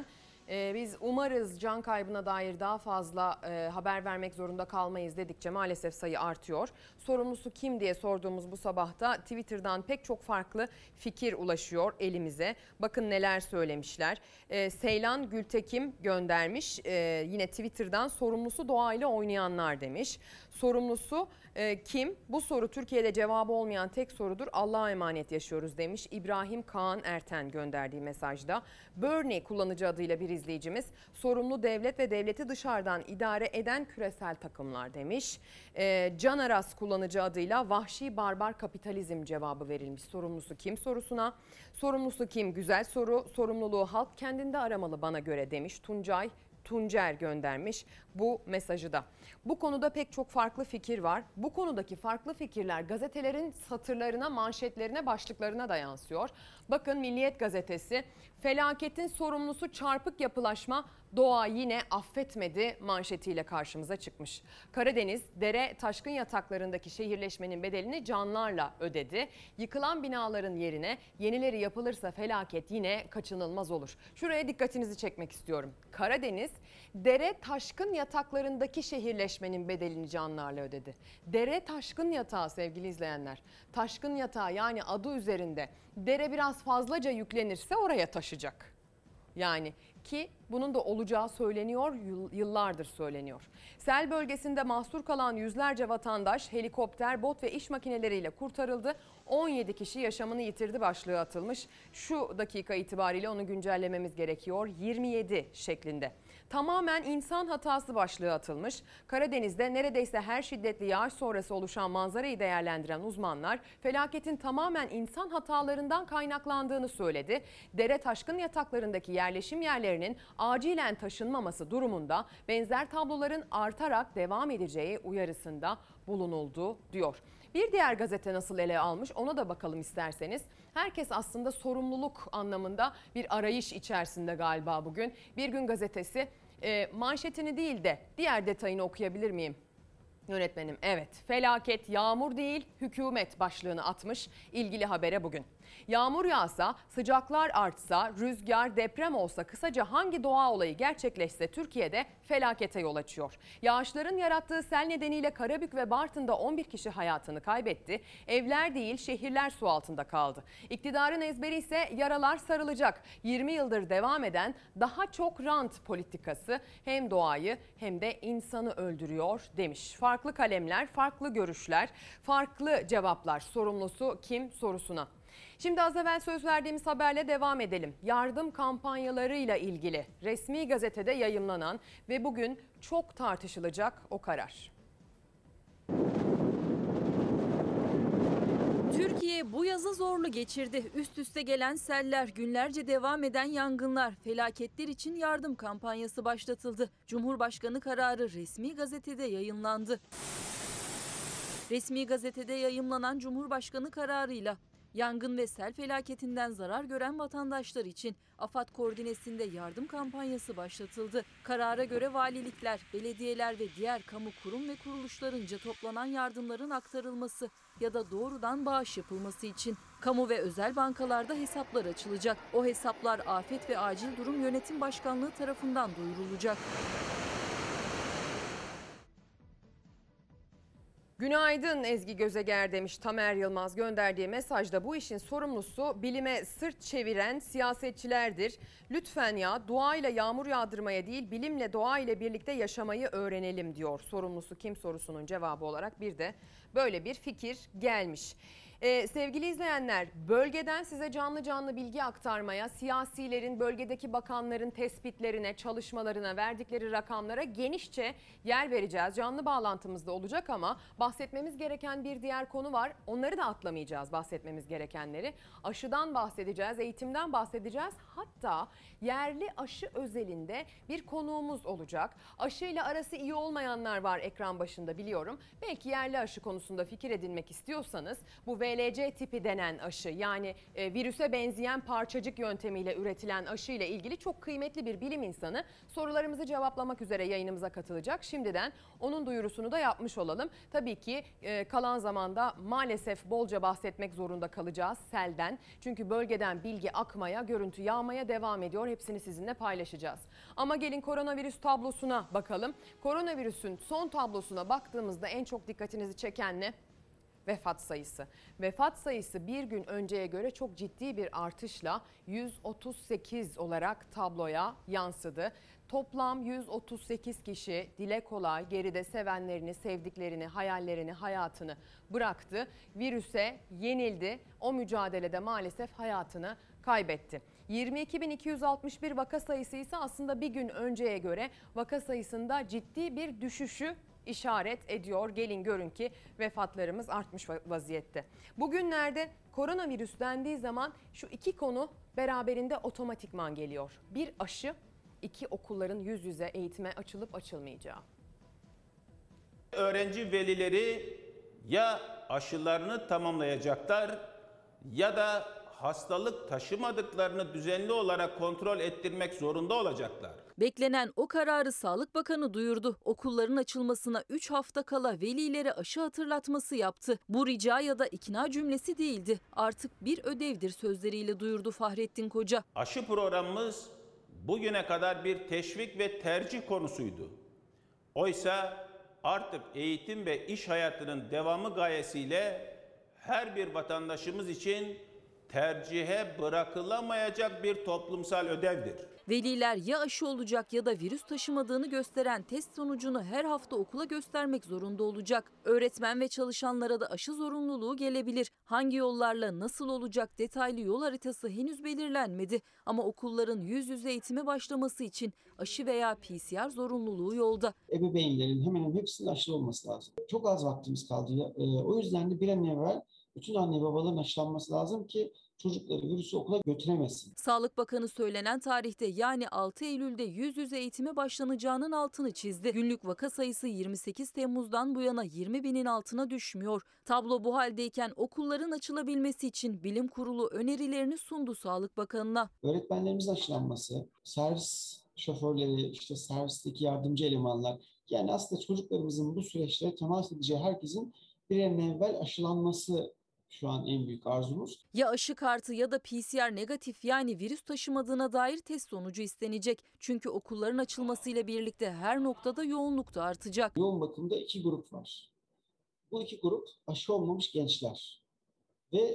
Speaker 1: Ee, biz umarız can kaybına dair daha fazla e, haber vermek zorunda kalmayız dedikçe maalesef sayı artıyor. Sorumlusu kim diye sorduğumuz bu sabahta Twitter'dan pek çok farklı fikir ulaşıyor elimize. Bakın neler söylemişler. Ee, Seylan Gültekim göndermiş ee, yine Twitter'dan, sorumlusu doğayla oynayanlar demiş. Sorumlusu e, kim? Bu soru Türkiye'de cevabı olmayan tek sorudur. Allah'a emanet yaşıyoruz demiş İbrahim Kaan Erten gönderdiği mesajda. Bernie kullanıcı adıyla bir izleyicimiz, sorumlu devlet ve devleti dışarıdan idare eden küresel takımlar demiş. E, Can Aras kullanıcı adıyla vahşi barbar kapitalizm cevabı verilmiş sorumlusu kim sorusuna. Sorumlusu kim? Güzel soru. Sorumluluğu halk kendinde aramalı bana göre demiş Tuncay Tuncer göndermiş bu mesajı da. Bu konuda pek çok farklı fikir var. Bu konudaki farklı fikirler gazetelerin satırlarına, manşetlerine, başlıklarına da yansıyor. Bakın Milliyet gazetesi, felaketin sorumlusu çarpık yapılaşma, doğa yine affetmedi manşetiyle karşımıza çıkmış. Karadeniz, dere taşkın yataklarındaki şehirleşmenin bedelini canlarla ödedi. Yıkılan binaların yerine yenileri yapılırsa felaket yine kaçınılmaz olur. Şuraya dikkatinizi çekmek istiyorum. Karadeniz, dere taşkın yataklarındaki şehirleşmenin bedelini canlarla ödedi. Dere taşkın yatağı sevgili izleyenler. Taşkın yatağı, yani adı üzerinde, dere biraz fazlaca yüklenirse oraya taşacak. Yani ki bunun da olacağı söyleniyor, yıllardır söyleniyor. Sel bölgesinde mahsur kalan yüzlerce vatandaş helikopter, bot ve iş makineleriyle kurtarıldı. on yedi kişi yaşamını yitirdi başlığı atılmış. Şu dakika itibariyle onu güncellememiz gerekiyor. yirmi yedi şeklinde. Tamamen insan hatası başlığı atılmış. Karadeniz'de neredeyse her şiddetli yağış sonrası oluşan manzarayı değerlendiren uzmanlar felaketin tamamen insan hatalarından kaynaklandığını söyledi. Dere taşkın yataklarındaki yerleşim yerlerinin acilen taşınmaması durumunda benzer tabloların artarak devam edeceği uyarısında bulunuldu diyor. Bir diğer gazete nasıl ele almış ona da bakalım isterseniz. Herkes aslında sorumluluk anlamında bir arayış içerisinde galiba bugün. Bir Gün gazetesi e, manşetini değil de diğer detayını okuyabilir miyim? Yönetmenim, evet, felaket yağmur değil hükümet başlığını atmış ilgili habere bugün. Yağmur yağsa, sıcaklar artsa, rüzgar, deprem olsa, kısaca hangi doğa olayı gerçekleşse Türkiye'de felakete yol açıyor. Yağışların yarattığı sel nedeniyle Karabük ve Bartın'da on bir kişi hayatını kaybetti. Evler değil şehirler su altında kaldı. İktidarın ezberi ise yaralar sarılacak. yirmi yıldır devam eden daha çok rant politikası hem doğayı hem de insanı öldürüyor demiş. Farklı kalemler, farklı görüşler, farklı cevaplar. Sorumlusu kim sorusuna. Şimdi az evvel söz verdiğimiz haberle devam edelim. Yardım kampanyalarıyla ilgili resmi gazetede yayımlanan ve bugün çok tartışılacak o karar.
Speaker 2: Türkiye bu yazı zorlu geçirdi. Üst üste gelen seller, günlerce devam eden yangınlar, felaketler için yardım kampanyası başlatıldı. Cumhurbaşkanı kararı resmi gazetede yayınlandı. Resmi gazetede yayımlanan Cumhurbaşkanı kararıyla yangın ve sel felaketinden zarar gören vatandaşlar için AFAD koordinesinde yardım kampanyası başlatıldı. Karara göre valilikler, belediyeler ve diğer kamu kurum ve kuruluşlarınca toplanan yardımların aktarılması ya da doğrudan bağış yapılması için kamu ve özel bankalarda hesaplar açılacak. O hesaplar Afet ve Acil Durum Yönetim Başkanlığı tarafından duyurulacak.
Speaker 1: Günaydın Ezgi Gözeger demiş Tamer Yılmaz gönderdiği mesajda. Bu işin sorumlusu bilime sırt çeviren siyasetçilerdir. Lütfen ya duayla yağmur yağdırmaya değil bilimle doğayla birlikte yaşamayı öğrenelim diyor. Sorumlusu kim sorusunun cevabı olarak bir de böyle bir fikir gelmiş. Ee, sevgili izleyenler, bölgeden size canlı canlı bilgi aktarmaya, siyasilerin, bölgedeki bakanların tespitlerine, çalışmalarına, verdikleri rakamlara genişçe yer vereceğiz. Canlı bağlantımızda olacak ama bahsetmemiz gereken bir diğer konu var. Onları da atlamayacağız, bahsetmemiz gerekenleri. Aşıdan bahsedeceğiz, eğitimden bahsedeceğiz. Hatta yerli aşı özelinde bir konuğumuz olacak. Aşıyla arası iyi olmayanlar var ekran başında biliyorum. Belki yerli aşı konusunda fikir edinmek istiyorsanız bu V V L C tipi denen aşı, yani e, virüse benzeyen parçacık yöntemiyle üretilen aşı ile ilgili çok kıymetli bir bilim insanı sorularımızı cevaplamak üzere yayınımıza katılacak. Şimdiden onun duyurusunu da yapmış olalım. Tabii ki e, kalan zamanda maalesef bolca bahsetmek zorunda kalacağız selden. Çünkü bölgeden bilgi akmaya, görüntü yağmaya devam ediyor. Hepsini sizinle paylaşacağız. Ama gelin koronavirüs tablosuna bakalım. Koronavirüsün son tablosuna baktığımızda en çok dikkatinizi çeken ne? Vefat sayısı. Vefat sayısı bir gün önceye göre çok ciddi bir artışla yüz otuz sekiz olarak tabloya yansıdı. Toplam yüz otuz sekiz kişi dile kolay geride sevenlerini, sevdiklerini, hayallerini, hayatını bıraktı. Virüse yenildi. O mücadelede maalesef hayatını kaybetti. yirmi iki bin iki yüz altmış bir vaka sayısı ise aslında bir gün önceye göre vaka sayısında ciddi bir düşüşü işaret ediyor. Gelin görün ki vefatlarımız artmış vaziyette. Bugünlerde koronavirüs dendiği zaman şu iki konu beraberinde otomatikman geliyor. Bir aşı, iki okulların yüz yüze eğitime açılıp açılmayacağı.
Speaker 19: Öğrenci velileri ya aşılarını tamamlayacaklar ya da hastalık taşımadıklarını düzenli olarak kontrol ettirmek zorunda olacaklar.
Speaker 2: Beklenen o kararı Sağlık Bakanı duyurdu. Okulların açılmasına üç hafta kala velilere aşı hatırlatması yaptı. Bu rica ya da ikna cümlesi değildi. Artık bir ödevdir sözleriyle duyurdu Fahrettin Koca.
Speaker 19: Aşı programımız bugüne kadar bir teşvik ve tercih konusuydu. Oysa artık eğitim ve iş hayatının devamı gayesiyle her bir vatandaşımız için tercihe bırakılamayacak bir toplumsal ödevdir.
Speaker 2: Veliler ya aşı olacak ya da virüs taşımadığını gösteren test sonucunu her hafta okula göstermek zorunda olacak. Öğretmen ve çalışanlara da aşı zorunluluğu gelebilir. Hangi yollarla nasıl olacak detaylı yol haritası henüz belirlenmedi. Ama okulların yüz yüze eğitime başlaması için aşı veya P C R zorunluluğu yolda.
Speaker 20: Ebeveynlerin hemen hemen hepsinin aşılı olması lazım. Çok az vaktimiz kaldı. O yüzden de bir an evvel bütün anne babaların aşılanması lazım ki çocukları virüsü okula götüremesin.
Speaker 2: Sağlık Bakanı söylenen tarihte yani altı Eylül'de yüz yüze eğitime başlanacağının altını çizdi. Günlük vaka sayısı yirmi sekiz Temmuz'dan bu yana yirmi binin altına düşmüyor. Tablo bu haldeyken okulların açılabilmesi için Bilim Kurulu önerilerini sundu Sağlık Bakanı'na.
Speaker 20: Öğretmenlerimizin aşılanması, servis şoförleri, işte servisteki yardımcı elemanlar, yani aslında çocuklarımızın bu süreçte temas edeceği herkesin bir an evvel aşılanması şu an en büyük arzumuz.
Speaker 2: Ya aşı kartı ya da P C R negatif yani virüs taşımadığına dair test sonucu istenecek. Çünkü okulların açılmasıyla birlikte her noktada yoğunluk da artacak.
Speaker 20: Yoğun bakımda iki grup var. Bu iki grup aşı olmamış gençler ve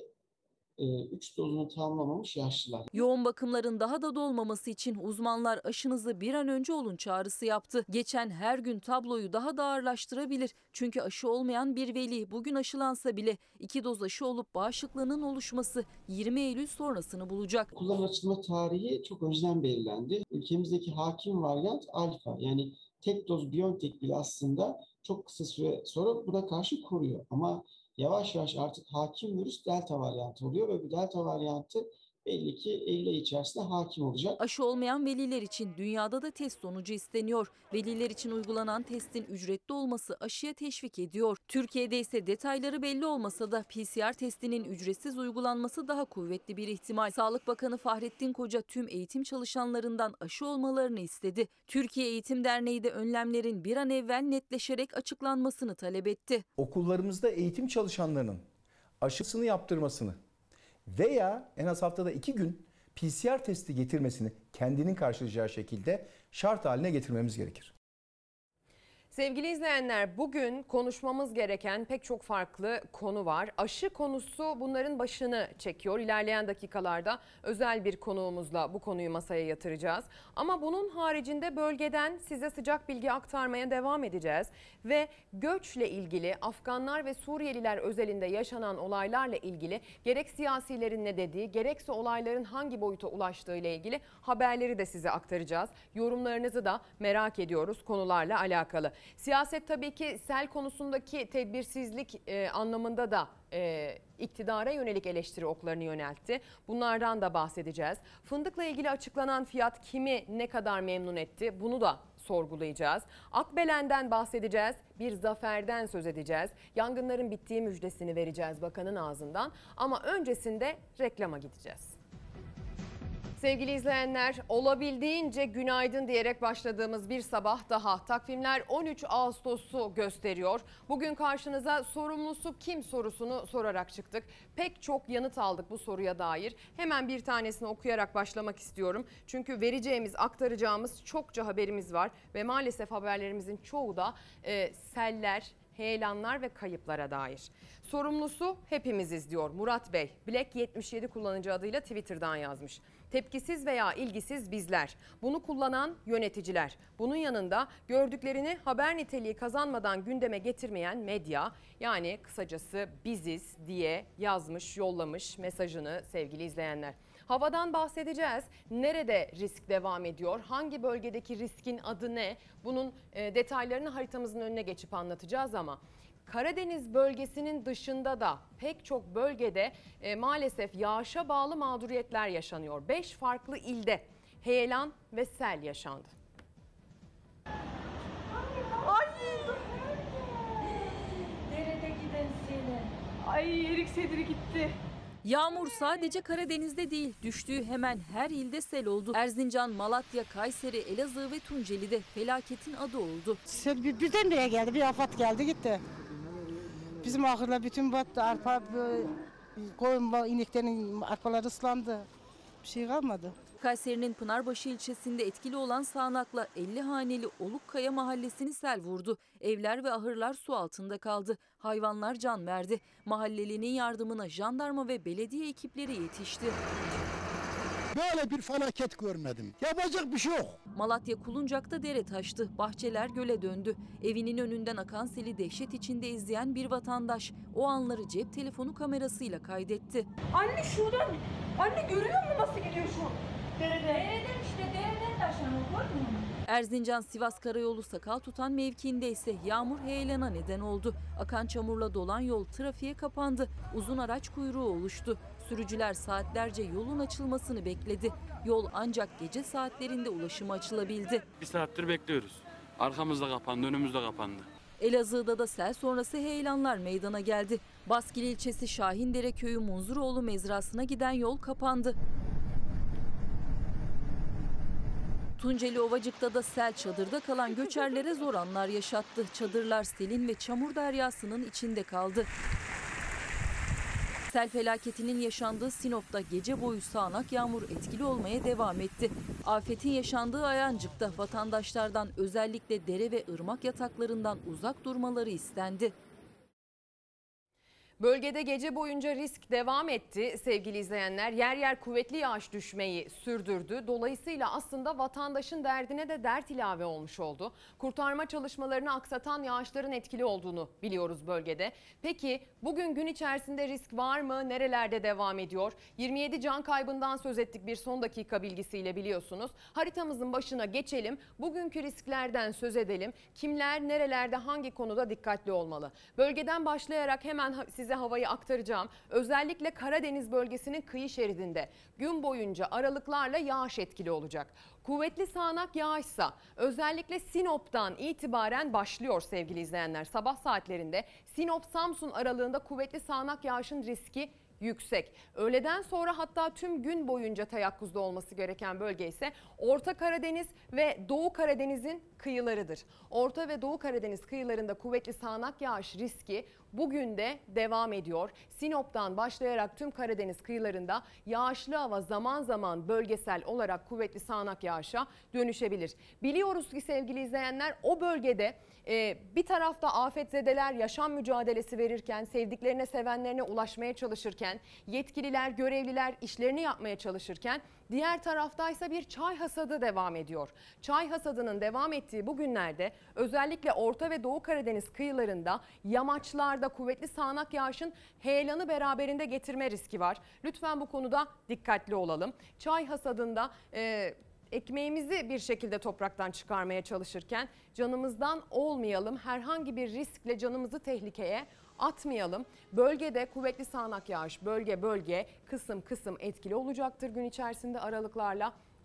Speaker 20: üç dozunu tamamlamamış yaşlılar.
Speaker 2: Yoğun bakımların daha da dolmaması için uzmanlar aşınızı bir an önce olun çağrısı yaptı. Geçen her gün tabloyu daha da ağırlaştırabilir. Çünkü aşı olmayan bir veli bugün aşılansa bile iki doz aşı olup bağışıklığının oluşması yirmi Eylül sonrasını bulacak.
Speaker 20: Okulların açılma tarihi çok önceden belirlendi. Ülkemizdeki hakim varyant alfa, yani tek doz BioNTech bile aslında çok kısa süre sonra buna karşı koruyor. Ama yavaş yavaş artık hakim virüs delta varyantı oluyor ve bu delta varyantı belli ki Eylül ayı içerisinde hakim olacak.
Speaker 2: Aşı olmayan veliler için dünyada da test sonucu isteniyor. Veliler için uygulanan testin ücretli olması aşıya teşvik ediyor. Türkiye'de ise detayları belli olmasa da P C R testinin ücretsiz uygulanması daha kuvvetli bir ihtimal. Sağlık Bakanı Fahrettin Koca tüm eğitim çalışanlarından aşı olmalarını istedi. Türkiye Eğitim Derneği de önlemlerin bir an evvel netleşerek açıklanmasını talep etti.
Speaker 21: Okullarımızda eğitim çalışanlarının aşısını yaptırmasını veya en az haftada iki gün P C R testi getirmesini kendinin karşılayacağı şekilde şart haline getirmemiz gerekir.
Speaker 1: Sevgili izleyenler, bugün konuşmamız gereken pek çok farklı konu var. Aşı konusu bunların başını çekiyor. İlerleyen dakikalarda özel bir konuğumuzla bu konuyu masaya yatıracağız. Ama bunun haricinde bölgeden size sıcak bilgi aktarmaya devam edeceğiz. Ve göçle ilgili, Afganlar ve Suriyeliler özelinde yaşanan olaylarla ilgili gerek siyasilerin ne dediği, gerekse olayların hangi boyuta ulaştığı ile ilgili haberleri de size aktaracağız. Yorumlarınızı da merak ediyoruz konularla alakalı. Siyaset tabii ki sel konusundaki tedbirsizlik e, anlamında da e, iktidara yönelik eleştiri oklarını yöneltti. Bunlardan da bahsedeceğiz. Fındıkla ilgili açıklanan fiyat kimi ne kadar memnun etti? Bunu da sorgulayacağız. Akbelen'den bahsedeceğiz. Bir zaferden söz edeceğiz. Yangınların bittiği müjdesini vereceğiz bakanın ağzından. Ama öncesinde reklama gideceğiz. Sevgili izleyenler, olabildiğince günaydın diyerek başladığımız bir sabah daha. Takvimler on üç Ağustos'u gösteriyor. Bugün karşınıza sorumlusu kim sorusunu sorarak çıktık. Pek çok yanıt aldık bu soruya dair. Hemen bir tanesini okuyarak başlamak istiyorum. Çünkü vereceğimiz, aktaracağımız çokça haberimiz var. Ve maalesef haberlerimizin çoğu da e, seller, heyelanlar ve kayıplara dair. Sorumlusu hepimiziz diyor Murat Bey. Black yetmiş yedi kullanıcı adıyla Twitter'dan yazmış. Tepkisiz veya ilgisiz bizler. Bunu kullanan yöneticiler. Bunun yanında gördüklerini haber niteliği kazanmadan gündeme getirmeyen medya, yani kısacası biziz diye yazmış, yollamış mesajını sevgili izleyenler. Havadan bahsedeceğiz. Nerede risk devam ediyor? Hangi bölgedeki riskin adı ne? Bunun e, detaylarını haritamızın önüne geçip anlatacağız ama Karadeniz bölgesinin dışında da pek çok bölgede e, maalesef yağışa bağlı mağduriyetler yaşanıyor. beş farklı ilde heyelan ve sel yaşandı.
Speaker 4: Ay! Derede giden seni. Ay erik sedri gitti.
Speaker 2: Yağmur sadece Karadeniz'de değil, düştüğü hemen her ilde sel oldu. Erzincan, Malatya, Kayseri, Elazığ ve Tunceli'de felaketin adı oldu.
Speaker 5: Sel bir, birden neye geldi? Bir afat geldi gitti. Bizim ahırla bütün battı. Arpa, koyun, ineklerin arpaları ıslandı. Bir şey kalmadı.
Speaker 2: Kayseri'nin Pınarbaşı ilçesinde etkili olan sağanakla elli haneli Olukkaya mahallesini sel vurdu. Evler ve ahırlar su altında kaldı. Hayvanlar can verdi. Mahallelinin yardımına jandarma ve belediye ekipleri yetişti.
Speaker 22: Böyle bir felaket görmedim. Yapacak bir şey yok.
Speaker 2: Malatya Kuluncak'ta dere taştı. Bahçeler göle döndü. Evinin önünden akan seli dehşet içinde izleyen bir vatandaş o anları cep telefonu kamerasıyla kaydetti.
Speaker 4: Anne şuradan, anne görüyor musun nasıl gidiyor şu? Derede. Dereden işte dereden taşan o gördün mü?
Speaker 2: Erzincan Sivas Karayolu sakal tutan mevkiinde ise yağmur heyelana neden oldu. Akan çamurla dolan yol trafiğe kapandı. Uzun araç kuyruğu oluştu. Sürücüler saatlerce yolun açılmasını bekledi. Yol ancak gece saatlerinde ulaşıma açılabildi.
Speaker 23: Bir saattir bekliyoruz. Arkamızda kapandı, önümüzde kapandı.
Speaker 2: Elazığ'da da sel sonrası heyelanlar meydana geldi. Baskil ilçesi Şahindere köyü Munzuroğlu mezrasına giden yol kapandı. Tunceli Ovacık'ta da sel çadırda kalan göçerlere zor anlar yaşattı. Çadırlar selin ve çamur deryasının içinde kaldı. Sel felaketinin yaşandığı Sinop'ta gece boyu sağanak yağmur etkili olmaya devam etti. Afetin yaşandığı Ayancık'ta vatandaşlardan özellikle dere ve ırmak yataklarından uzak durmaları istendi.
Speaker 1: Bölgede gece boyunca risk devam etti sevgili izleyenler. Yer yer kuvvetli yağış düşmeyi sürdürdü. Dolayısıyla aslında vatandaşın derdine de dert ilave olmuş oldu. Kurtarma çalışmalarını aksatan yağışların etkili olduğunu biliyoruz bölgede. Peki bugün gün içerisinde risk var mı? Nerelerde devam ediyor? yirmi yedi can kaybından söz ettik bir son dakika bilgisiyle biliyorsunuz. Haritamızın başına geçelim. Bugünkü risklerden söz edelim. Kimler nerelerde hangi konuda dikkatli olmalı? Bölgeden başlayarak hemen size Size havayı aktaracağım. Özellikle Karadeniz bölgesinin kıyı şeridinde gün boyunca aralıklarla yağış etkili olacak. Kuvvetli sağanak yağışsa özellikle Sinop'tan itibaren başlıyor sevgili izleyenler. Sabah saatlerinde Sinop-Samsun aralığında kuvvetli sağanak yağışın riski yüksek. Öğleden sonra hatta tüm gün boyunca teyakkuzda olması gereken bölge ise Orta Karadeniz ve Doğu Karadeniz'in kıyılarıdır. Orta ve Doğu Karadeniz kıyılarında kuvvetli sağanak yağış riski bugün de devam ediyor. Sinop'tan başlayarak tüm Karadeniz kıyılarında yağışlı hava zaman zaman bölgesel olarak kuvvetli sağanak yağışa dönüşebilir. Biliyoruz ki sevgili izleyenler o bölgede e, bir tarafta afetzedeler yaşam mücadelesi verirken, sevdiklerine sevenlerine ulaşmaya çalışırken, yetkililer, görevliler işlerini yapmaya çalışırken diğer taraftaysa bir çay hasadı devam ediyor. Çay hasadının devam ettiği bu günlerde özellikle Orta ve Doğu Karadeniz kıyılarında yamaçlarda kuvvetli sağanak yağışın heyelanı beraberinde getirme riski var. Lütfen bu konuda dikkatli olalım. Çay hasadında e, ekmeğimizi bir şekilde topraktan çıkarmaya çalışırken canımızdan olmayalım, herhangi bir riskle canımızı tehlikeye atmayalım. Bölgede kuvvetli sağanak yağış bölge bölge kısım kısım etkili olacaktır gün içerisinde aralıklarla.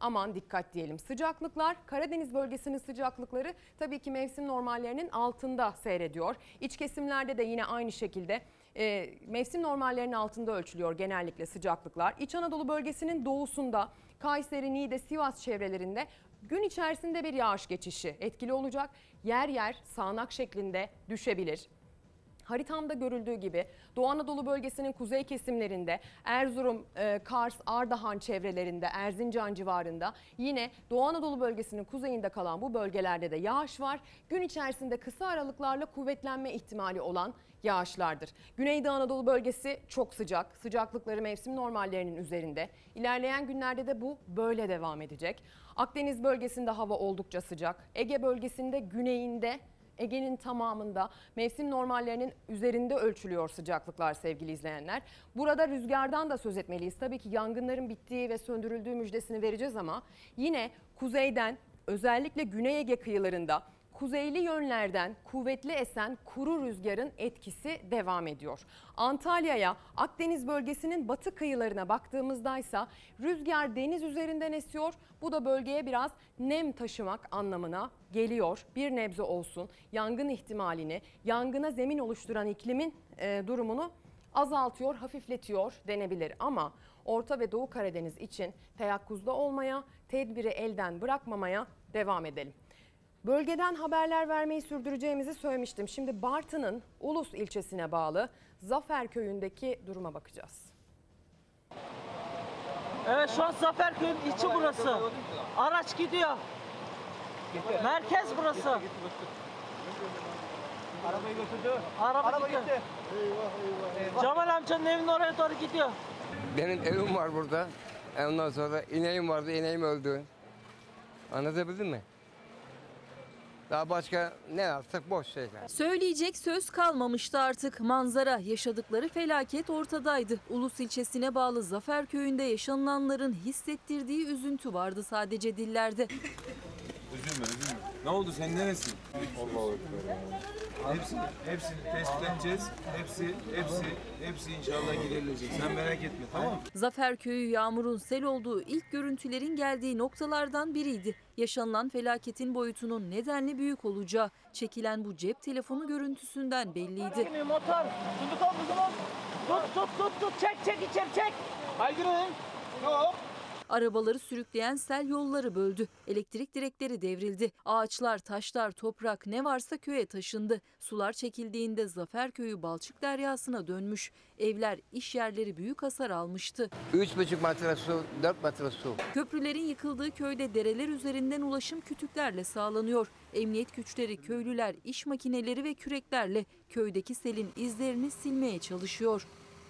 Speaker 1: aman dikkat diyelim. Sıcaklıklar, Karadeniz bölgesinin sıcaklıkları tabii ki mevsim normallerinin altında seyrediyor. İç kesimlerde de yine aynı şekilde e, mevsim normallerinin altında ölçülüyor genellikle sıcaklıklar. İç Anadolu bölgesinin doğusunda, Kayseri, Niğde, Sivas çevrelerinde gün içerisinde bir yağış geçişi etkili olacak. Yer yer sağanak şeklinde düşebilir. Haritamda görüldüğü gibi Doğu Anadolu bölgesinin kuzey kesimlerinde, Erzurum, Kars, Ardahan çevrelerinde, Erzincan civarında, yine Doğu Anadolu bölgesinin kuzeyinde kalan bu bölgelerde de yağış var. Gün içerisinde kısa aralıklarla kuvvetlenme ihtimali olan yağışlardır. Güneydoğu Anadolu bölgesi çok sıcak. Sıcaklıkları mevsim normallerinin üzerinde. İlerleyen günlerde de bu böyle devam edecek. Akdeniz bölgesinde hava oldukça sıcak. Ege bölgesinde güneyinde, Ege'nin tamamında mevsim normallerinin üzerinde ölçülüyor sıcaklıklar sevgili izleyenler. Burada rüzgardan da söz etmeliyiz. Tabii ki yangınların bittiği ve söndürüldüğü müjdesini vereceğiz ama yine kuzeyden, özellikle Güney Ege kıyılarında kuzeyli yönlerden kuvvetli esen kuru rüzgarın etkisi devam ediyor. Antalya'ya, Akdeniz bölgesinin batı kıyılarına baktığımızdaysa rüzgar deniz üzerinden esiyor. Bu da bölgeye biraz nem taşımak anlamına geliyor. Bir nebze olsun yangın ihtimalini, yangına zemin oluşturan iklimin e, durumunu azaltıyor, hafifletiyor denebilir. Ama Orta ve Doğu Karadeniz için teyakkuzda olmaya, tedbiri elden bırakmamaya devam edelim. Bölgeden haberler vermeyi sürdüreceğimizi söylemiştim. Şimdi Bartın'ın Ulus ilçesine bağlı Zafer Köyü'ndeki duruma bakacağız.
Speaker 8: Evet, şu an Zafer Köyü'nün içi burası. Araç gidiyor. Merkez burası.
Speaker 3: Arabayı götürdü.
Speaker 8: Araba,
Speaker 3: Araba
Speaker 8: gidiyor.
Speaker 3: gitti.
Speaker 8: Cemal amcanın evinin oraya doğru gidiyor.
Speaker 9: Benim evim var burada. Ondan sonra ineğim vardı, ineğim öldü. Anlatabildim mi? Daha başka ne yapsak boş şeyler.
Speaker 2: Söyleyecek söz kalmamıştı artık. Manzara, yaşadıkları felaket ortadaydı. Ulus ilçesine bağlı Zafer Köyü'nde yaşanılanların hissettirdiği üzüntü vardı sadece dillerde.
Speaker 11: Üzülme, üzülme. Ne oldu, sen neresin? Allah'a Hepsini, hepsini tespit edeceğiz. Hepsi, hepsi, hepsi inşallah giderilecek. Sen merak etme, tamam mı?
Speaker 2: Zafer Köyü yağmurun sel olduğu ilk görüntülerin geldiği noktalardan biriydi. Yaşanılan felaketin boyutunun nedenli büyük olacağı çekilen bu cep telefonu görüntüsünden belliydi.
Speaker 8: Motor, tuttuk o zaman. Tut, tut, tut, tut, çek, çek, içeri çek. Aygırın. Yok.
Speaker 2: Arabaları sürükleyen sel yolları böldü. Elektrik direkleri devrildi. Ağaçlar, taşlar, toprak ne varsa köye taşındı. Sular çekildiğinde Zafer Köyü balçık deryasına dönmüş. Evler, iş yerleri büyük hasar almıştı.
Speaker 9: Üç buçuk metre su, dört metre su.
Speaker 2: Köprülerin yıkıldığı köyde dereler üzerinden ulaşım kütüklerle sağlanıyor. Emniyet güçleri, köylüler, iş makineleri ve küreklerle köydeki selin izlerini silmeye çalışıyor.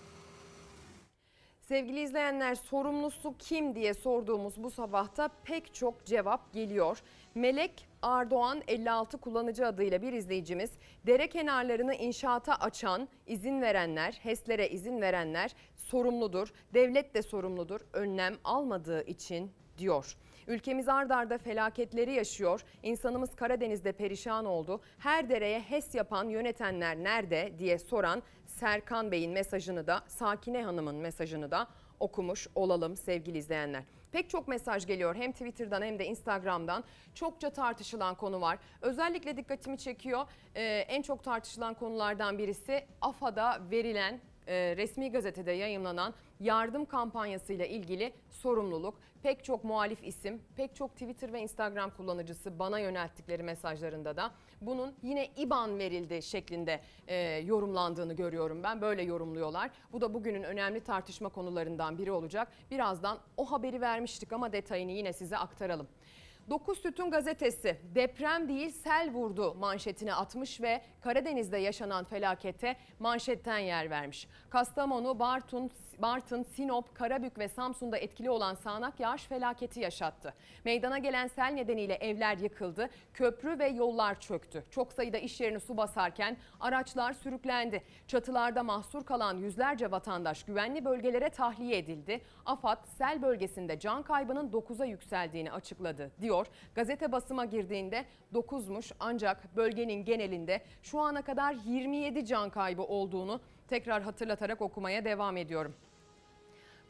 Speaker 1: Sevgili izleyenler, sorumlusu kim diye sorduğumuz bu sabahta pek çok cevap geliyor. Melek Ardoğan elli altı kullanıcı adıyla bir izleyicimiz, dere kenarlarını inşaata açan, izin verenler, HES'lere izin verenler sorumludur. Devlet de sorumludur önlem almadığı için diyor. Ülkemiz ard arda felaketleri yaşıyor. İnsanımız Karadeniz'de perişan oldu. Her dereye HES yapan yönetenler nerede diye soran Serkan Bey'in mesajını da, Sakine Hanım'ın mesajını da okumuş olalım sevgili izleyenler. Pek çok mesaj geliyor hem Twitter'dan hem de Instagram'dan. Çokça tartışılan konu var. Özellikle dikkatimi çekiyor. Ee, en çok tartışılan konulardan birisi AFAD'a verilen, e, resmi gazetede yayımlanan yardım kampanyasıyla ilgili sorumluluk. Pek çok muhalif isim, pek çok Twitter ve Instagram kullanıcısı bana yönelttikleri mesajlarında da bunun yine İ B A N verildi şeklinde e, yorumlandığını görüyorum ben. Böyle yorumluyorlar. Bu da bugünün önemli tartışma konularından biri olacak. Birazdan o haberi vermiştik ama detayını yine size aktaralım. Dokuz Sütun gazetesi deprem değil sel vurdu manşetini atmış ve Karadeniz'de yaşanan felakete manşetten yer vermiş. Kastamonu, Bartın, Bartın, Sinop, Karabük ve Samsun'da etkili olan sağanak yağış felaketi yaşattı. Meydana gelen sel nedeniyle evler yıkıldı, köprü ve yollar çöktü. Çok sayıda iş yerini su basarken araçlar sürüklendi. Çatılarda mahsur kalan yüzlerce vatandaş güvenli bölgelere tahliye edildi. AFAD sel bölgesinde can kaybının dokuza yükseldiğini açıkladı diyor. Gazete basıma girdiğinde dokuzmuş ancak bölgenin genelinde şu ana kadar yirmi yedi can kaybı olduğunu tekrar hatırlatarak okumaya devam ediyorum.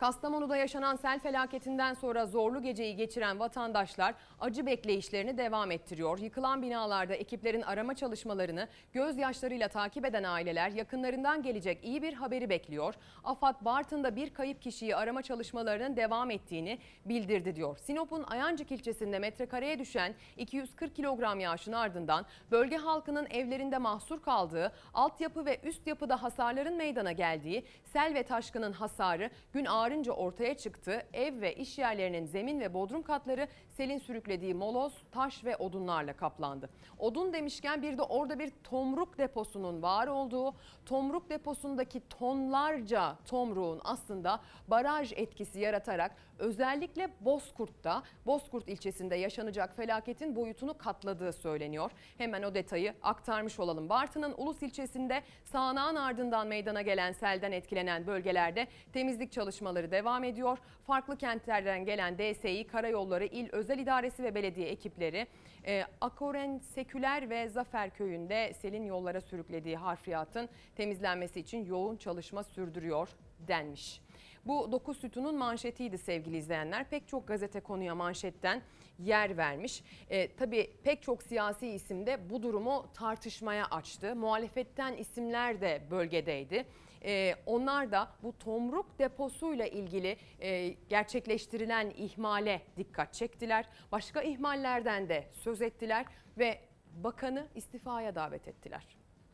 Speaker 1: Kastamonu'da yaşanan sel felaketinden sonra zorlu geceyi geçiren vatandaşlar acı bekleyişlerini devam ettiriyor. Yıkılan binalarda ekiplerin arama çalışmalarını gözyaşlarıyla takip eden aileler yakınlarından gelecek iyi bir haberi bekliyor. AFAD Bartın'da bir kayıp kişiyi arama çalışmalarının devam ettiğini bildirdi diyor. Sinop'un Ayancık ilçesinde metrekareye düşen iki yüz kırk kilogram yağışın ardından bölge halkının evlerinde mahsur kaldığı, altyapı ve üst yapıda hasarların meydana geldiği, sel ve taşkının hasarı gün ağarınca ortaya çıktı. Ev ve iş yerlerinin zemin ve bodrum katları selin sürüklediği moloz, taş ve odunlarla kaplandı. Odun demişken bir de orada bir tomruk deposunun var olduğu, tomruk deposundaki tonlarca tomruğun aslında baraj etkisi yaratarak özellikle Bozkurt'ta, Bozkurt ilçesinde yaşanacak felaketin boyutunu katladığı söyleniyor. Hemen o detayı aktarmış olalım. Bartın'ın Ulus ilçesinde sağanağın ardından meydana gelen selden etkilenen bölgelerde temizlik çalışmaları devam ediyor. Farklı kentlerden gelen D S İ, Karayolları İl Özel İdaresi ve belediye ekipleri e, Akoren, Seküler ve Zafer Köyü'nde selin yollara sürüklediği harfiyatın temizlenmesi için yoğun çalışma sürdürüyor denmiş. Bu dokuz sütunun manşetiydi sevgili izleyenler. Pek çok gazete konuya manşetten yer vermiş. E, tabii pek çok siyasi isim de bu durumu tartışmaya açtı. Muhalefetten isimler de bölgedeydi. E, onlar da bu tomruk deposuyla ilgili e, gerçekleştirilen ihmale dikkat çektiler. Başka ihmallerden de söz ettiler ve bakanı istifaya davet ettiler.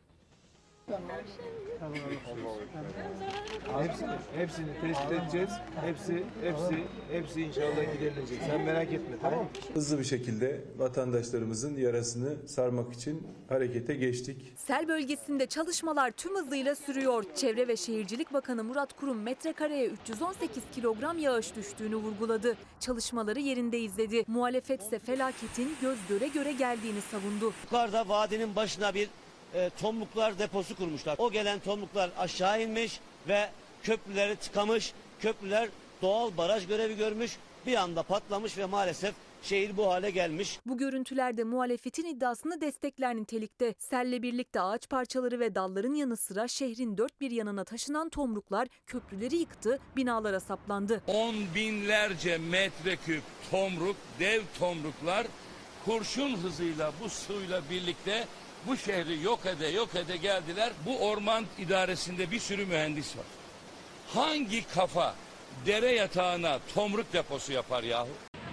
Speaker 11: Hepsini, hepsini tespit edeceğiz. Hepsi, hepsi, hepsi inşallah giderilecek. Sen merak etme, tamam mı?
Speaker 6: Hızlı bir şekilde vatandaşlarımızın yarasını sarmak için harekete geçtik.
Speaker 2: Sel bölgesinde çalışmalar tüm hızıyla sürüyor. Çevre ve Şehircilik Bakanı Murat Kurum metrekareye üç yüz on sekiz kilogram yağış düştüğünü vurguladı. Çalışmaları yerinde izledi. Muhalefet ise felaketin göz göre göre geldiğini savundu.
Speaker 12: Yukarıda vadinin başına bir e, tomruklar deposu kurmuşlar. O gelen tomruklar aşağı inmiş ve köprüleri tıkamış. Köprüler doğal baraj görevi görmüş. Bir anda patlamış ve maalesef şehir bu hale gelmiş.
Speaker 2: Bu görüntülerde muhalefetin iddiasını destekler nitelikte. Selle birlikte ağaç parçaları ve dalların yanı sıra şehrin dört bir yanına taşınan tomruklar köprüleri yıktı, binalara saplandı.
Speaker 13: On binlerce metreküp tomruk, dev tomruklar kurşun hızıyla bu suyla birlikte bu şehri yok ede yok ede geldiler. Bu orman idaresinde bir sürü mühendis var. Hangi kafa dere yatağına tomruk deposu yapar yahu?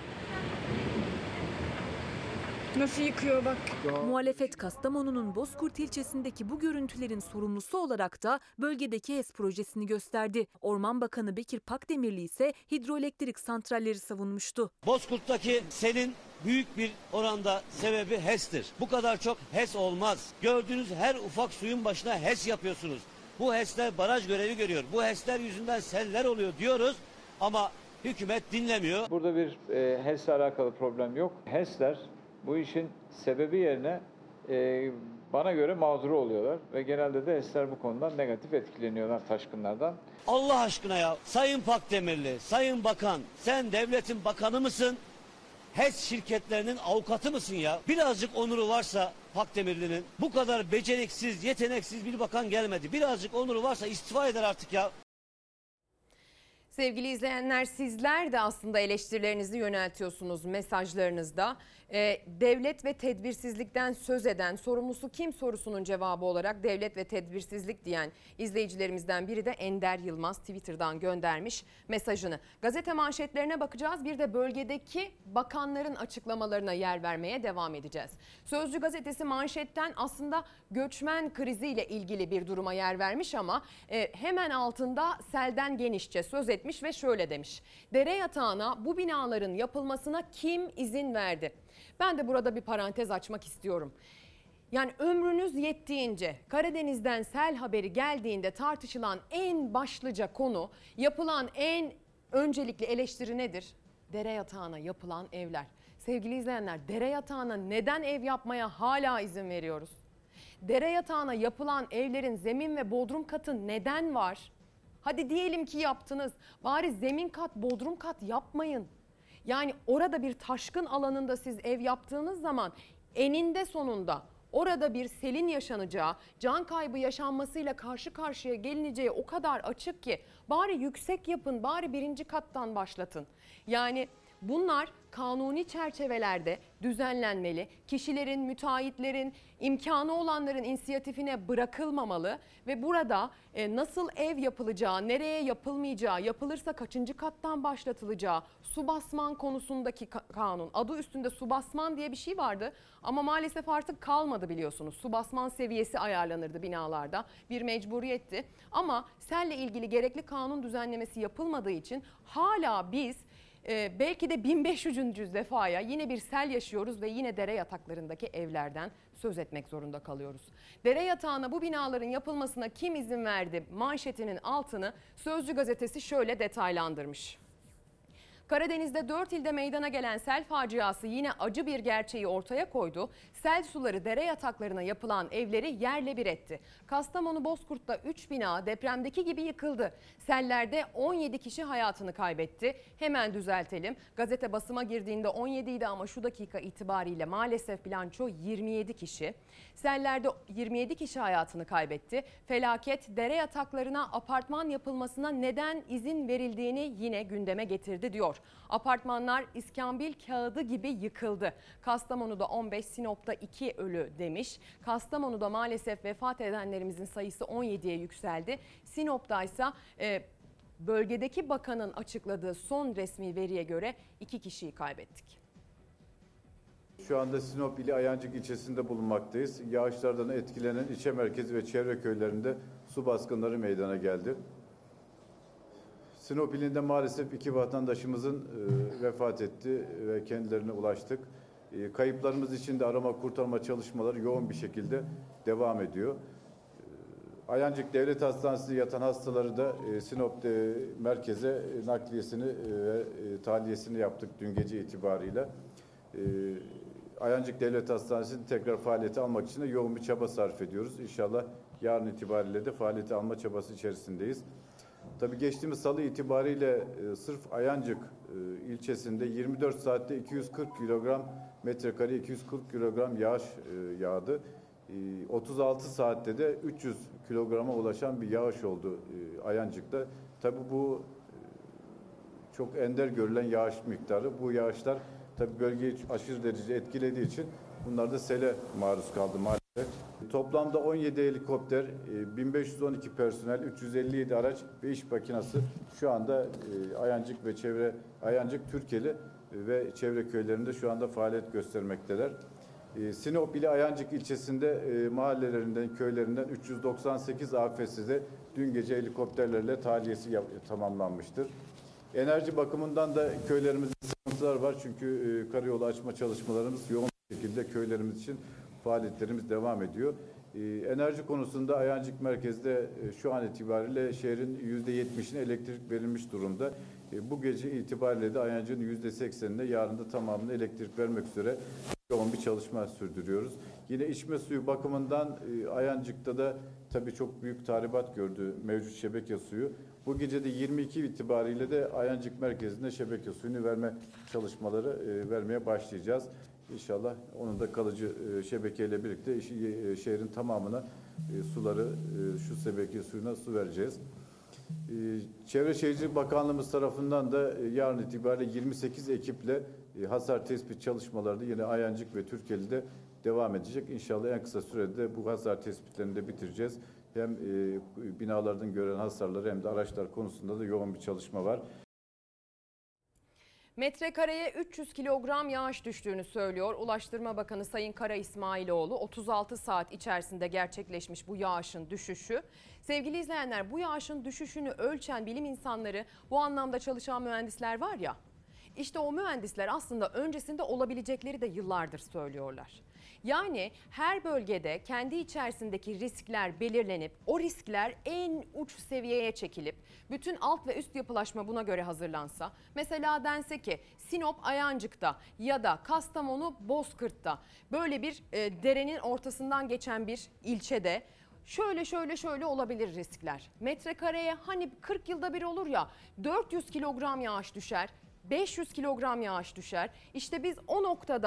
Speaker 2: Nasıl yıkıyor bak. Muhalefet Kastamonu'nun Bozkurt ilçesindeki bu görüntülerin sorumlusu olarak da bölgedeki HES projesini gösterdi. Orman Bakanı Bekir Pakdemirli ise hidroelektrik santralleri savunmuştu.
Speaker 12: Bozkurt'taki selin büyük bir oranda sebebi HES'tir. Bu kadar çok HES olmaz. Gördüğünüz her ufak suyun başına HES yapıyorsunuz. Bu HES'ler baraj görevi görüyor. Bu HES'ler yüzünden seller oluyor diyoruz ama hükümet dinlemiyor.
Speaker 24: Burada bir e, HES'le alakalı problem yok. HES'ler bu işin sebebi yerine e, bana göre mağduru oluyorlar ve genelde de HES'ler bu konudan negatif etkileniyorlar taşkınlardan.
Speaker 12: Allah aşkına ya Sayın Pakdemirli, Sayın Bakan sen devletin bakanı mısın? HES şirketlerinin avukatı mısın ya? Birazcık onuru varsa Pakdemirli'nin bu kadar beceriksiz, yeteneksiz bir bakan gelmedi. Birazcık onuru varsa istifa eder artık ya.
Speaker 1: Sevgili izleyenler, sizler de aslında eleştirilerinizi yöneltiyorsunuz mesajlarınızda. Ee, devlet ve tedbirsizlikten söz eden, sorumlusu kim sorusunun cevabı olarak devlet ve tedbirsizlik diyen izleyicilerimizden biri de Ender Yılmaz Twitter'dan göndermiş mesajını. Gazete manşetlerine bakacağız, bir de bölgedeki bakanların açıklamalarına yer vermeye devam edeceğiz. Sözcü gazetesi manşetten aslında göçmen kriziyle ilgili bir duruma yer vermiş ama e, hemen altında selden genişçe söz etmiş ve şöyle demiş. Dere yatağına bu binaların yapılmasına kim izin verdi? Ben de burada bir parantez açmak istiyorum. Yani ömrünüz yettiğince Karadeniz'den sel haberi geldiğinde tartışılan en başlıca konu, yapılan en öncelikli eleştiri nedir? Dere yatağına yapılan evler. Sevgili izleyenler, dere yatağına neden ev yapmaya hala izin veriyoruz? Dere yatağına yapılan evlerin zemin ve bodrum katı neden var? Hadi diyelim ki yaptınız. Bari zemin kat, bodrum kat yapmayın. Yani orada bir taşkın alanında siz ev yaptığınız zaman eninde sonunda orada bir selin yaşanacağı, can kaybı yaşanmasıyla karşı karşıya gelineceği o kadar açık ki bari yüksek yapın, bari birinci kattan başlatın. Yani bunlar kanuni çerçevelerde düzenlenmeli. Kişilerin, müteahhitlerin, imkanı olanların inisiyatifine bırakılmamalı ve burada e, nasıl ev yapılacağı, nereye yapılmayacağı, yapılırsa kaçıncı kattan başlatılacağı, su basman konusundaki ka- kanun. Adı üstünde su basman diye bir şey vardı ama maalesef artık kalmadı biliyorsunuz. Su basman seviyesi ayarlanırdı binalarda. Bir mecburiyetti ama selle ilgili gerekli kanun düzenlemesi yapılmadığı için hala biz Ee, belki de bin beş yüzüncü defaya yine bir sel yaşıyoruz ve yine dere yataklarındaki evlerden söz etmek zorunda kalıyoruz. Dere yatağına bu binaların yapılmasına kim izin verdi manşetinin altını Sözcü gazetesi şöyle detaylandırmış. Karadeniz'de dört ilde meydana gelen sel faciası yine acı bir gerçeği ortaya koydu. Sel suları dere yataklarına yapılan evleri yerle bir etti. Kastamonu Bozkurt'ta üç bina depremdeki gibi yıkıldı. Sellerde on yedi kişi hayatını kaybetti. Hemen düzeltelim. Gazete basıma girdiğinde on yedi idi ama şu dakika itibariyle maalesef bilanço yirmi yedi kişi. Sellerde yirmi yedi kişi hayatını kaybetti. Felaket dere yataklarına apartman yapılmasına neden izin verildiğini yine gündeme getirdi diyor. Apartmanlar iskambil kağıdı gibi yıkıldı. Kastamonu'da on beş, Sinop'ta iki ölü demiş. Kastamonu'da maalesef vefat edenlerimizin sayısı on yediye yükseldi. Sinop'ta ise e, bölgedeki bakanın açıkladığı son resmi veriye göre iki kişiyi kaybettik.
Speaker 10: Şu anda Sinop ili Ayancık ilçesinde bulunmaktayız. Yağışlardan etkilenen ilçe merkezi ve çevre köylerinde su baskınları meydana geldi. Sinop ilinde maalesef iki vatandaşımızın e, vefat etti ve kendilerine ulaştık. E, kayıplarımız için de arama kurtarma çalışmaları yoğun bir şekilde devam ediyor. E, Ayancık Devlet Hastanesi'nde yatan hastaları da e, Sinop e, merkeze e, nakliyesini ve e, tahliyesini yaptık dün gece itibariyle. E, Ayancık Devlet Hastanesi'nin tekrar faaliyete almak için de yoğun bir çaba sarf ediyoruz. İnşallah yarın itibariyle de faaliyete alma çabası içerisindeyiz. Tabii geçtiğimiz salı itibariyle e, sırf Ayancık e, ilçesinde yirmi dört saatte iki yüz kırk kilogram metrekare iki yüz kırk kilogram yağış e, yağdı. E, otuz altı saatte de üç yüz kilograma ulaşan bir yağış oldu e, Ayancık'ta. Tabii bu e, çok ender görülen yağış miktarı. Bu yağışlar tabii bölgeyi aşırı derece etkilediği için bunlar da sele maruz kaldı maalesef. Toplamda on yedi helikopter, bin beş yüz on iki personel, üç yüz elli yedi araç ve iş makinesi şu anda Ayancık ve çevre Ayancık, Türkeli ve çevre köylerinde şu anda faaliyet göstermekteler. Sinop ili Ayancık ilçesinde mahallelerinden, köylerinden üç yüz doksan sekiz afetsize dün gece helikopterlerle tahliyesi tamamlanmıştır. Enerji bakımından da köylerimizde sıkıntılar var çünkü karayolu açma çalışmalarımız yoğun bir şekilde köylerimiz için faaliyetlerimiz devam ediyor. Ee, enerji konusunda Ayancık merkezde e, şu an itibariyle şehrin yüzde yetmişine elektrik verilmiş durumda. E, bu gece itibariyle de Ayancık'ın yüzde seksenine yarın da tamamını elektrik vermek üzere yoğun bir çalışma sürdürüyoruz. Yine içme suyu bakımından e, Ayancık'ta da tabii çok büyük tahribat gördü mevcut şebeke suyu. Bu gece de yirmi iki itibariyle de Ayancık merkezinde şebeke suyunu verme çalışmaları e, vermeye başlayacağız. İnşallah onun da kalıcı e, şebekeyle birlikte e, şehrin tamamına e, suları e, şu şebeke suyuna su vereceğiz. E, Çevre Şehircilik Bakanlığımız tarafından da e, yarın itibariyle yirmi sekiz ekiple e, hasar tespit çalışmaları da yine Ayancık ve Türkeli'de devam edecek. İnşallah en kısa sürede bu hasar tespitlerini de bitireceğiz. Hem e, binalardan gören hasarları hem de araçlar konusunda da yoğun bir çalışma var.
Speaker 1: Metrekareye üç yüz kilogram yağış düştüğünü söylüyor Ulaştırma Bakanı Sayın Kara İsmailoğlu. otuz altı saat içerisinde gerçekleşmiş bu yağışın düşüşü. Sevgili izleyenler, bu yağışın düşüşünü ölçen bilim insanları, bu anlamda çalışan mühendisler var ya, işte o mühendisler aslında öncesinde olabilecekleri de yıllardır söylüyorlar. Yani her bölgede kendi içerisindeki riskler belirlenip o riskler en uç seviyeye çekilip bütün alt ve üst yapılaşma buna göre hazırlansa, mesela dense ki Sinop Ayancık'ta ya da Kastamonu Bozkırt'ta böyle bir e, derenin ortasından geçen bir ilçede şöyle şöyle şöyle olabilir riskler. Metrekareye hani kırk yılda bir olur ya, dört yüz kilogram yağış düşer, beş yüz kilogram yağış düşer. İşte biz o noktada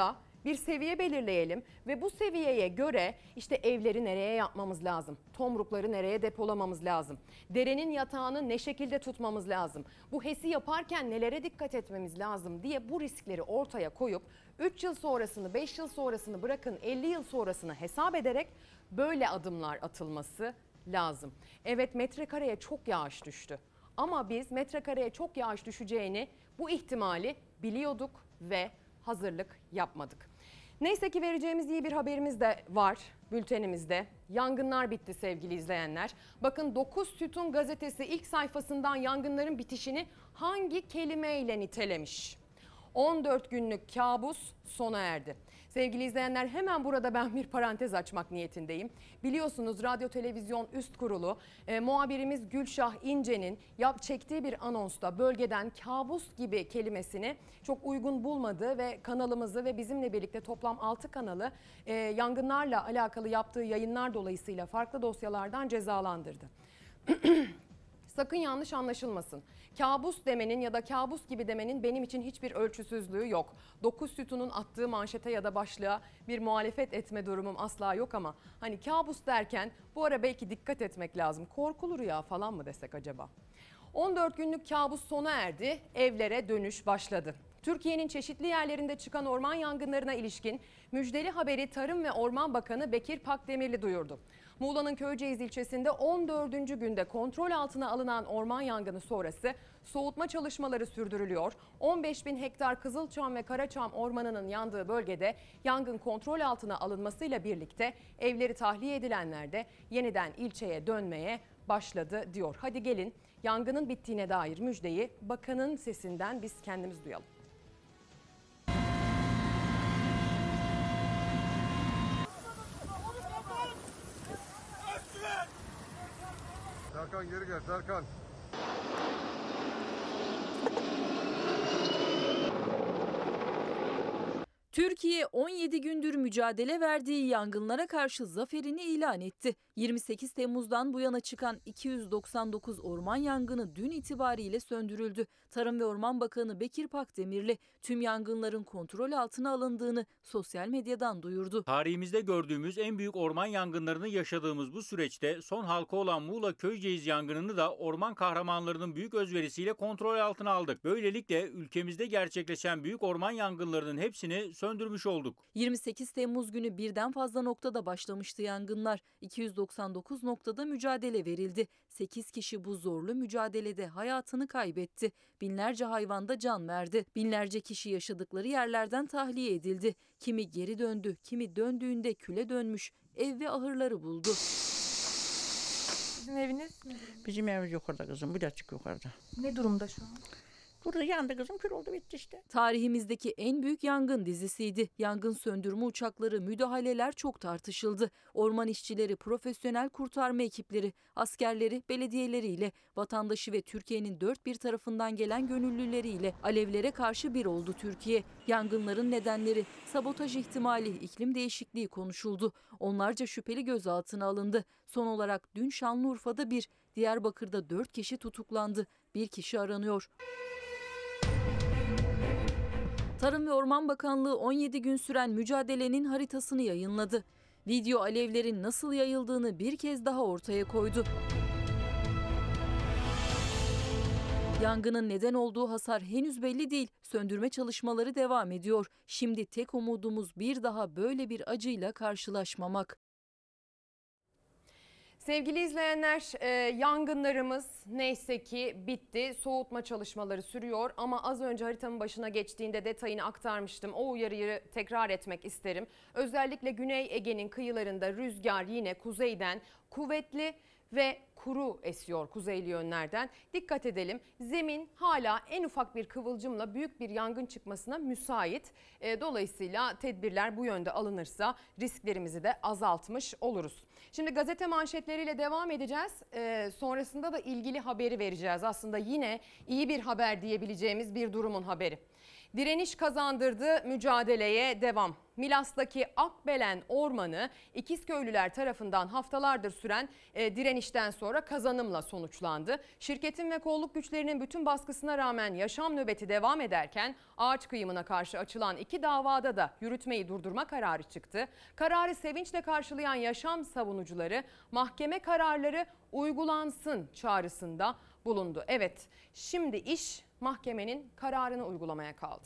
Speaker 1: Bir seviye belirleyelim ve bu seviyeye göre işte evleri nereye yapmamız lazım? Tomrukları nereye depolamamız lazım? Derenin yatağını ne şekilde tutmamız lazım? Bu HES'i yaparken nelere dikkat etmemiz lazım diye bu riskleri ortaya koyup üç yıl sonrasını, beş yıl sonrasını bırakın elli yıl sonrasını hesap ederek böyle adımlar atılması lazım. Evet, metrekareye çok yağış düştü. Ama biz metrekareye çok yağış düşeceğini, bu ihtimali biliyorduk ve hazırlık yapmadık. Neyse ki vereceğimiz iyi bir haberimiz de var bültenimizde. Yangınlar bitti sevgili izleyenler. Bakın dokuz Sütun gazetesi ilk sayfasından yangınların bitişini hangi kelimeyle nitelemiş? on dört günlük kabus sona erdi. Sevgili izleyenler, hemen burada ben bir parantez açmak niyetindeyim. Biliyorsunuz Radyo Televizyon Üst Kurulu e, muhabirimiz Gülşah İnce'nin yap çektiği bir anonsta bölgeden kabus gibi kelimesini çok uygun bulmadı ve kanalımızı ve bizimle birlikte toplam altı kanalı e, yangınlarla alakalı yaptığı yayınlar dolayısıyla farklı dosyalardan cezalandırdı. Sakın yanlış anlaşılmasın. Kabus demenin ya da kabus gibi demenin benim için hiçbir ölçüsüzlüğü yok. Dokuz Sütun'un attığı manşete ya da başlığa bir muhalefet etme durumum asla yok ama hani kabus derken bu ara belki dikkat etmek lazım. Korkulu rüya falan mı desek acaba? on dört günlük kabus sona erdi, evlere dönüş başladı. Türkiye'nin çeşitli yerlerinde çıkan orman yangınlarına ilişkin müjdeli haberi Tarım ve Orman Bakanı Bekir Pakdemirli duyurdu. Muğla'nın Köyceğiz ilçesinde on dördüncü günde kontrol altına alınan orman yangını sonrası soğutma çalışmaları sürdürülüyor. on beş bin hektar Kızılçam ve Karaçam ormanının yandığı bölgede yangın kontrol altına alınmasıyla birlikte evleri tahliye edilenler de yeniden ilçeye dönmeye başladı diyor. Hadi gelin yangının bittiğine dair müjdeyi bakanın sesinden biz kendimiz duyalım.
Speaker 14: Serkan geri gel Serkan.
Speaker 2: Türkiye on yedi gündür mücadele verdiği yangınlara karşı zaferini ilan etti. yirmi sekiz Temmuz'dan bu yana çıkan iki yüz doksan dokuz orman yangını dün itibariyle söndürüldü. Tarım ve Orman Bakanı Bekir Pakdemirli tüm yangınların kontrol altına alındığını sosyal medyadan duyurdu.
Speaker 15: Tarihimizde gördüğümüz en büyük orman yangınlarını yaşadığımız bu süreçte son halka olan Muğla Köyceğiz yangınını da orman kahramanlarının büyük özverisiyle kontrol altına aldık. Böylelikle ülkemizde gerçekleşen büyük orman yangınlarının hepsini söndürmüş olduk.
Speaker 2: yirmi sekiz Temmuz günü birden fazla noktada başlamıştı yangınlar. iki yüz doksan dokuz noktada mücadele verildi. sekiz kişi bu zorlu mücadelede hayatını kaybetti. Binlerce hayvan da can verdi. Binlerce kişi yaşadıkları yerlerden tahliye edildi. Kimi geri döndü, kimi döndüğünde küle dönmüş, ev ve ahırları buldu.
Speaker 16: Sizin eviniz mi?
Speaker 17: Bizim evimiz yukarıda kızım, birazcık yukarıda.
Speaker 16: Ne durumda şu an?
Speaker 17: Burada yandı kızım, kül oldu, bitti işte.
Speaker 2: Tarihimizdeki en büyük yangın dizisiydi. Yangın söndürme uçakları, müdahaleler çok tartışıldı. Orman işçileri, profesyonel kurtarma ekipleri, askerleri, belediyeleriyle, vatandaşı ve Türkiye'nin dört bir tarafından gelen gönüllüleriyle alevlere karşı bir oldu Türkiye. Yangınların nedenleri, sabotaj ihtimali, iklim değişikliği konuşuldu. Onlarca şüpheli gözaltına alındı. Son olarak dün Şanlıurfa'da bir, Diyarbakır'da dört kişi tutuklandı. Bir kişi aranıyor. Tarım ve Orman Bakanlığı on yedi gün süren mücadelenin haritasını yayınladı. Video alevlerin nasıl yayıldığını bir kez daha ortaya koydu. Yangının neden olduğu hasar henüz belli değil. Söndürme çalışmaları devam ediyor. Şimdi tek umudumuz bir daha böyle bir acıyla karşılaşmamak.
Speaker 1: Sevgili izleyenler, e, yangınlarımız neyse ki bitti. Soğutma çalışmaları sürüyor ama az önce haritamın başına geçtiğinde detayını aktarmıştım. O uyarıyı tekrar etmek isterim. Özellikle Güney Ege'nin kıyılarında rüzgar yine kuzeyden kuvvetli ve kuru esiyor kuzeyli yönlerden. Dikkat edelim. Zemin hala en ufak bir kıvılcımla büyük bir yangın çıkmasına müsait. E, dolayısıyla tedbirler bu yönde alınırsa risklerimizi de azaltmış oluruz. Şimdi gazete manşetleriyle devam edeceğiz. E, sonrasında da ilgili haberi vereceğiz. Aslında yine iyi bir haber diyebileceğimiz bir durumun haberi. Direniş kazandırdı, mücadeleye devam. Milas'taki Akbelen Ormanı İkizköylüler tarafından haftalardır süren e, direnişten sonra kazanımla sonuçlandı. Şirketin ve kolluk güçlerinin bütün baskısına rağmen yaşam nöbeti devam ederken ağaç kıyımına karşı açılan iki davada da yürütmeyi durdurma kararı çıktı. Kararı sevinçle karşılayan yaşam savunucuları mahkeme kararları uygulansın çağrısında bulundu. Evet, şimdi iş mahkemenin kararını uygulamaya kaldı.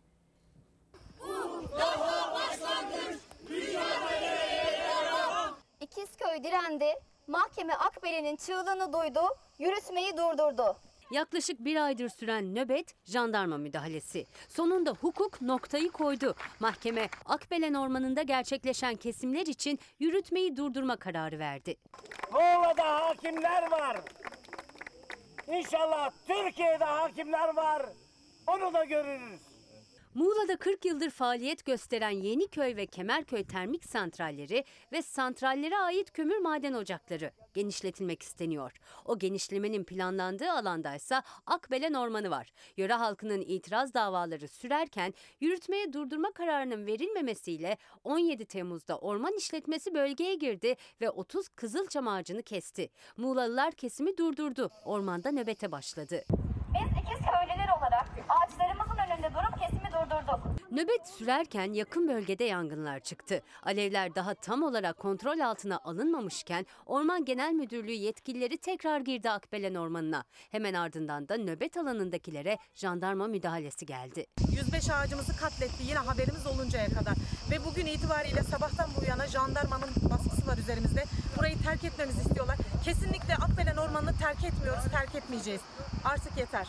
Speaker 7: İkizköy direndi, mahkeme Akbelen'in çığlığını duydu, yürütmeyi durdurdu.
Speaker 14: Yaklaşık bir aydır süren nöbet, jandarma müdahalesi. Sonunda hukuk noktayı koydu. Mahkeme Akbelen Ormanı'nda gerçekleşen kesimler için yürütmeyi durdurma kararı verdi.
Speaker 18: Muğla'da hakimler var. İnşallah Türkiye'de hakimler var. Onu da görürüz.
Speaker 14: Muğla'da kırk yıldır faaliyet gösteren Yeniköy ve Kemerköy termik santralleri ve santrallere ait kömür maden ocakları genişletilmek isteniyor. O genişlemenin planlandığı alandaysa Akbelen Ormanı var. Yöre halkının itiraz davaları sürerken yürütmeye durdurma kararının verilmemesiyle on yedi Temmuz'da orman işletmesi bölgeye girdi ve otuz kızılçam ağacını kesti. Muğlalılar kesimi durdurdu. Ormanda nöbete başladı.
Speaker 7: Biz İkizköylüler olarak ağaçlarımızın önünde durup kesimi durdurduk.
Speaker 14: Nöbet sürerken yakın bölgede yangınlar çıktı. Alevler daha tam olarak kontrol altına alınmamışken Orman Genel Müdürlüğü yetkilileri tekrar girdi Akbelen Ormanı'na. Hemen ardından da nöbet alanındakilere jandarma müdahalesi geldi.
Speaker 19: yüz beş ağacımızı katletti yine haberimiz oluncaya kadar. Ve bugün itibariyle sabahtan bu yana jandarmanın baskısı var üzerimizde. Burayı terk etmemizi istiyorlar. Kesinlikle Akbelen Ormanı'nı terk etmiyoruz, terk etmeyeceğiz. Artık yeter.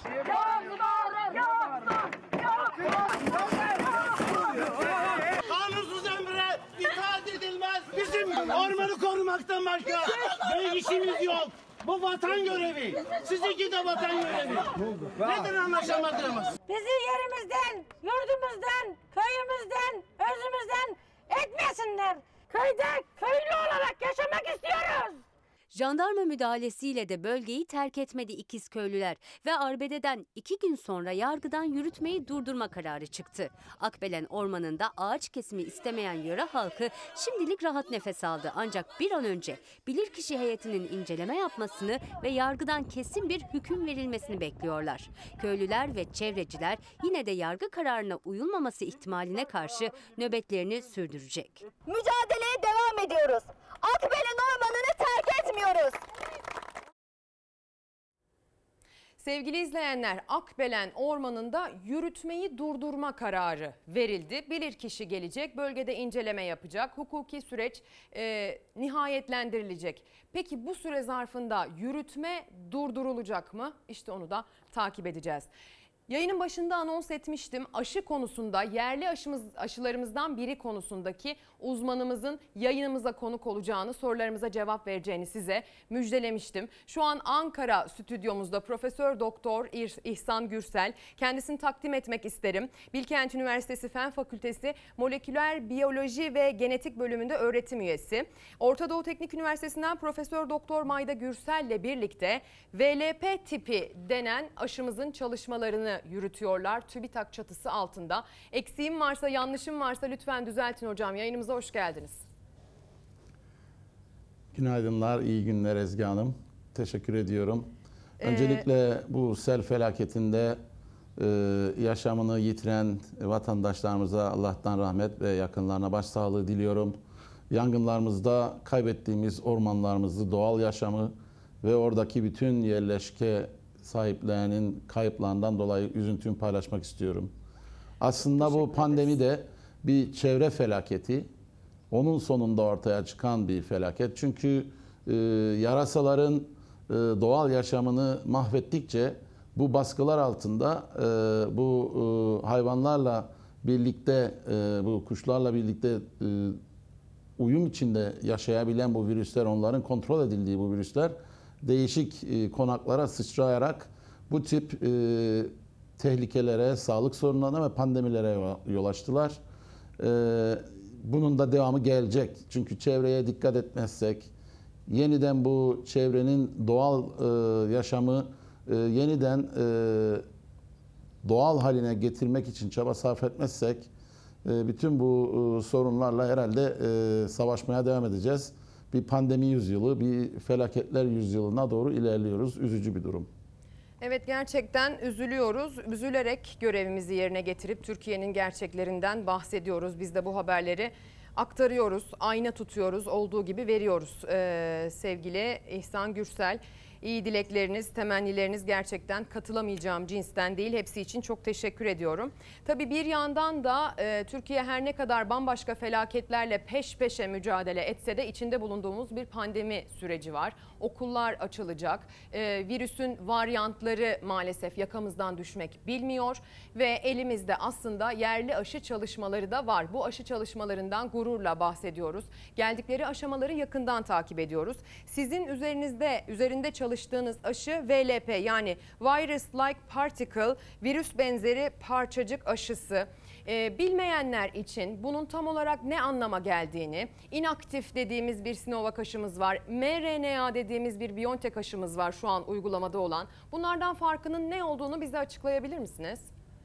Speaker 18: Kanunsuz emre itaat edilmez. Bizim ormanı korumaktan başka bir işimiz yok. Bu vatan görevi. Sizinki de vatan görevi. Neden anlaşamadığımız?
Speaker 25: Bizi yerimizden, yurdumuzdan, köyümüzden, özümüzden etmesinler. Köyde köylü olarak yaşamak istiyoruz.
Speaker 14: Jandarma müdahalesiyle de bölgeyi terk etmedi İkizköylüler ve arbededen iki gün sonra yargıdan yürütmeyi durdurma kararı çıktı. Akbelen Ormanı'nda ağaç kesimi istemeyen yöre halkı şimdilik rahat nefes aldı. Ancak bir an önce bilirkişi heyetinin inceleme yapmasını ve yargıdan kesin bir hüküm verilmesini bekliyorlar. Köylüler ve çevreciler yine de yargı kararına uyulmaması ihtimaline karşı nöbetlerini sürdürecek.
Speaker 7: Mücadeleye devam ediyoruz. Akbelen Ormanı'nı terk etmiyoruz.
Speaker 1: Sevgili izleyenler, Akbelen Ormanı'nda yürütmeyi durdurma kararı verildi. Bilirkişi gelecek, bölgede inceleme yapacak, hukuki süreç e, nihayetlendirilecek. Peki bu süre zarfında yürütme durdurulacak mı? İşte onu da takip edeceğiz. Yayının başında anons etmiştim. Aşı konusunda yerli aşımız, aşılarımızdan biri konusundaki uzmanımızın yayınımıza konuk olacağını, sorularımıza cevap vereceğini size müjdelemiştim. Şu an Ankara stüdyomuzda Profesör Doktor İhsan Gürsel. Kendisini takdim etmek isterim. Bilkent Üniversitesi Fen Fakültesi Moleküler Biyoloji ve Genetik bölümünde öğretim üyesi. Orta Doğu Teknik Üniversitesi'nden Profesör Doktor Mayda Gürsel ile birlikte V L P tipi denen aşımızın çalışmalarını yürütüyorlar TÜBİTAK çatısı altında. Eksiğim varsa, yanlışım varsa lütfen düzeltin hocam. Yayınımıza hoş geldiniz.
Speaker 26: Günaydınlar, iyi günler Ezgi Hanım. Teşekkür ediyorum. Öncelikle ee, bu sel felaketinde e, yaşamını yitiren vatandaşlarımıza Allah'tan rahmet ve yakınlarına başsağlığı diliyorum. Yangınlarımızda kaybettiğimiz ormanlarımızı, doğal yaşamı ve oradaki bütün yerleşke sahiplerinin kayıplarından dolayı üzüntümü paylaşmak istiyorum. Aslında bu pandemi de bir çevre felaketi. Onun sonunda ortaya çıkan bir felaket. Çünkü e, yarasaların e, doğal yaşamını mahvettikçe bu baskılar altında e, bu e, hayvanlarla birlikte, e, bu kuşlarla birlikte e, uyum içinde yaşayabilen bu virüsler, onların kontrol edildiği bu virüsler değişik e, konaklara sıçrayarak bu tip e, tehlikelere, sağlık sorunlarına ve pandemilere yol açtılar. E, bunun da devamı gelecek. Çünkü çevreye dikkat etmezsek, yeniden bu çevrenin doğal e, yaşamı e, yeniden e, doğal haline getirmek için çaba sarf etmezsek e, bütün bu e, sorunlarla herhalde e, savaşmaya devam edeceğiz. Bir pandemi yüzyılı, bir felaketler yüzyılına doğru ilerliyoruz. Üzücü bir durum.
Speaker 1: Evet, gerçekten üzülüyoruz. Üzülerek görevimizi yerine getirip Türkiye'nin gerçeklerinden bahsediyoruz. Biz de bu haberleri aktarıyoruz, ayna tutuyoruz, olduğu gibi veriyoruz. Ee, sevgili İhsan Gürsel, iyi dilekleriniz, temennileriniz gerçekten katılamayacağım cinsten değil. Hepsi için çok teşekkür ediyorum. Tabii bir yandan da e, Türkiye her ne kadar bambaşka felaketlerle peş peşe mücadele etse de içinde bulunduğumuz bir pandemi süreci var. Okullar açılacak. E, virüsün varyantları maalesef yakamızdan düşmek bilmiyor ve elimizde aslında yerli aşı çalışmaları da var. Bu aşı çalışmalarından gururla bahsediyoruz. Geldikleri aşamaları yakından takip ediyoruz. Sizin üzerinizde üzerinde çalıştığınız aşı V L P yani Virus Like Particle, virüs benzeri parçacık aşısı. Ee, bilmeyenler için bunun tam olarak ne anlama geldiğini, inaktif dediğimiz bir Sinovac aşımız var, M R N A dediğimiz bir BioNTech aşımız var şu an uygulamada olan. Bunlardan farkının ne olduğunu bize açıklayabilir misiniz?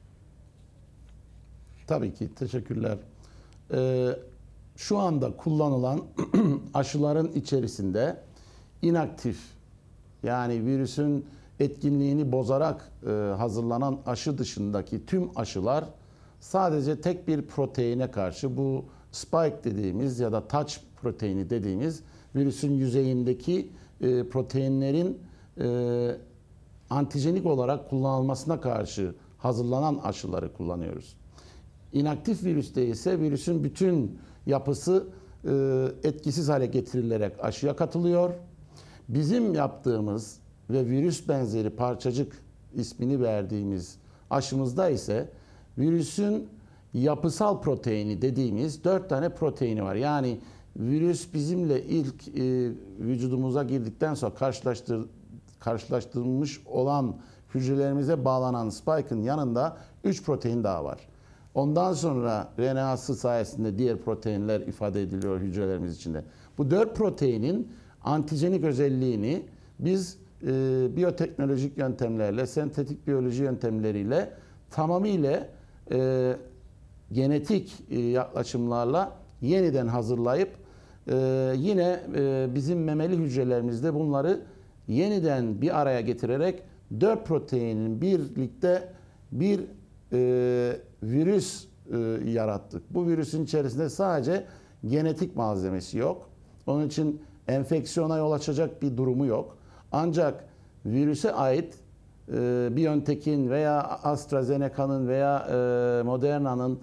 Speaker 26: Tabii ki, teşekkürler. Ee, şu anda kullanılan aşıların içerisinde inaktif, yani virüsün etkinliğini bozarak e, hazırlanan aşı dışındaki tüm aşılar sadece tek bir proteine karşı, bu spike dediğimiz ya da touch proteini dediğimiz virüsün yüzeyindeki e, proteinlerin e, antijenik olarak kullanılmasına karşı hazırlanan aşıları kullanıyoruz. İnaktif virüste ise virüsün bütün yapısı e, etkisiz hale getirilerek aşıya katılıyor. Bizim yaptığımız ve virüs benzeri parçacık ismini verdiğimiz aşımızda ise virüsün yapısal proteini dediğimiz dört tane proteini var. Yani virüs bizimle ilk e, vücudumuza girdikten sonra karşılaştır, karşılaştırılmış olan hücrelerimize bağlanan spike'ın yanında üç protein daha var. Ondan sonra R N A'sı sayesinde diğer proteinler ifade ediliyor hücrelerimiz içinde. Bu dört proteinin antijenik özelliğini biz e, biyoteknolojik yöntemlerle, sentetik biyoloji yöntemleriyle tamamıyla e, genetik e, yaklaşımlarla yeniden hazırlayıp e, yine e, bizim memeli hücrelerimizde bunları yeniden bir araya getirerek dört proteinin birlikte bir e, virüs e, yarattık. Bu virüsün içerisinde sadece genetik malzemesi yok. Onun için enfeksiyona yol açacak bir durumu yok. Ancak virüse ait e, BioNTech'in veya AstraZeneca'nın veya e, Moderna'nın,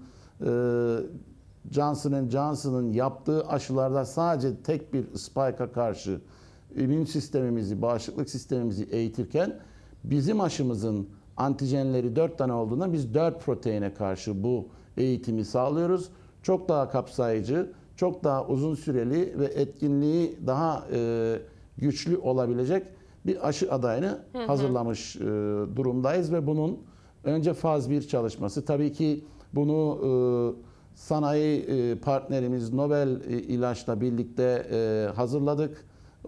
Speaker 26: e, Johnson and Johnson'ın yaptığı aşılarda sadece tek bir spike'a karşı immün sistemimizi, bağışıklık sistemimizi eğitirken bizim aşımızın antijenleri dört tane olduğunda biz dört proteine karşı bu eğitimi sağlıyoruz. Çok daha kapsayıcı, çok daha uzun süreli ve etkinliği daha e, güçlü olabilecek bir aşı adayını hı hı. hazırlamış e, durumdayız ve bunun önce faz bir çalışması. Tabii ki bunu e, sanayi e, partnerimiz Nobel e, İlaç'la birlikte e, hazırladık. E,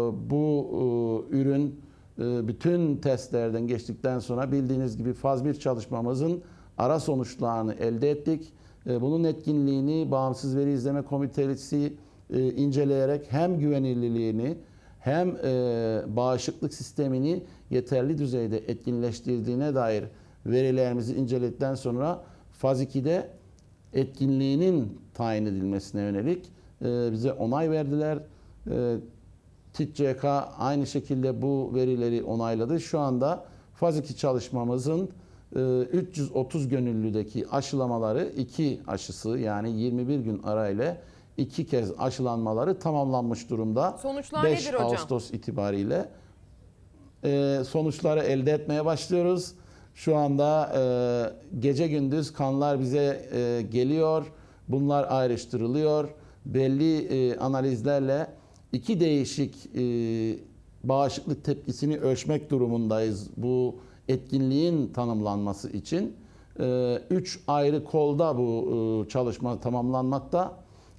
Speaker 26: bu e, ürün e, bütün testlerden geçtikten sonra bildiğiniz gibi faz bir çalışmamızın ara sonuçlarını elde ettik. Bunun etkinliğini Bağımsız Veri İzleme Komitesi e, inceleyerek hem güvenilirliğini hem e, bağışıklık sistemini yeterli düzeyde etkinleştirdiğine dair verilerimizi inceledikten sonra faz iki'de etkinliğinin tayin edilmesine yönelik e, bize onay verdiler. E, T İ C K aynı şekilde bu verileri onayladı. Şu anda faz iki çalışmamızın üç yüz otuz gönüllüdeki aşılamaları iki aşısı yani yirmi bir gün arayla iki kez aşılanmaları tamamlanmış durumda.
Speaker 1: Sonuçlar
Speaker 26: beş
Speaker 1: nedir hocam?
Speaker 26: Ağustos itibariyle ee, sonuçları elde etmeye başlıyoruz. Şu anda e, gece gündüz kanlar bize e, geliyor. Bunlar ayrıştırılıyor. Belli e, analizlerle iki değişik e, bağışıklık tepkisini ölçmek durumundayız. Bu etkinliğin tanımlanması için üç ayrı kolda bu çalışma tamamlanmakta.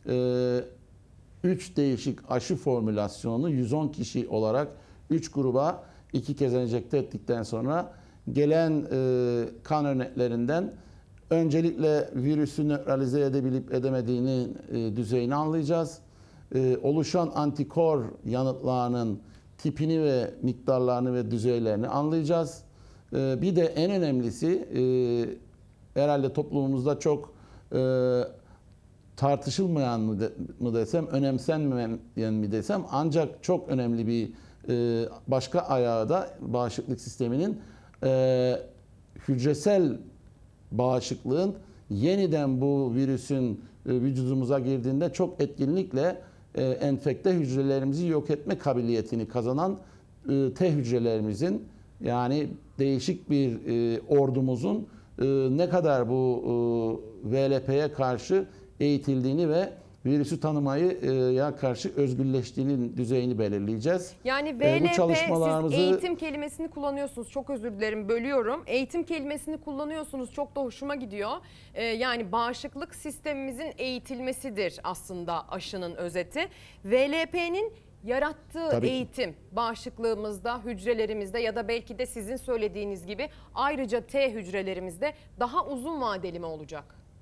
Speaker 26: üç değişik aşı formülasyonu yüz on kişi olarak üç gruba iki kez enjekte ettikten sonra gelen e, kan örneklerinden öncelikle virüsü nötralize edebilip edemediğini e, düzeyini anlayacağız. E, oluşan antikor yanıtlarının tipini ve miktarlarını ve düzeylerini anlayacağız. E, bir de en önemlisi e, herhalde toplumumuzda çok e, tartışılmayan mı, de, mı desem, önemsenmeyen mi desem, ancak çok önemli bir e, başka ayağı da bağışıklık sisteminin e, hücresel bağışıklığın yeniden bu virüsün e, vücudumuza girdiğinde çok etkinlikle e, enfekte hücrelerimizi yok etme kabiliyetini kazanan e, T hücrelerimizin, yani değişik bir e, ordumuzun e, ne kadar bu e, V L P'ye karşı eğitildiğini ve virüsü tanımaya karşı özgürleştiğinin düzeyini belirleyeceğiz.
Speaker 1: Yani V L P,
Speaker 26: bu çalışmalarımızı...
Speaker 1: siz eğitim kelimesini kullanıyorsunuz. Çok özür dilerim, bölüyorum. Eğitim kelimesini kullanıyorsunuz. Çok da hoşuma gidiyor. Ee, yani bağışıklık sistemimizin eğitilmesidir aslında aşının özeti. V L P'nin yarattığı
Speaker 26: Tabii
Speaker 1: eğitim bağışıklığımızda, hücrelerimizde ya da belki de sizin söylediğiniz gibi ayrıca T hücrelerimizde daha uzun vadeli mi olacak?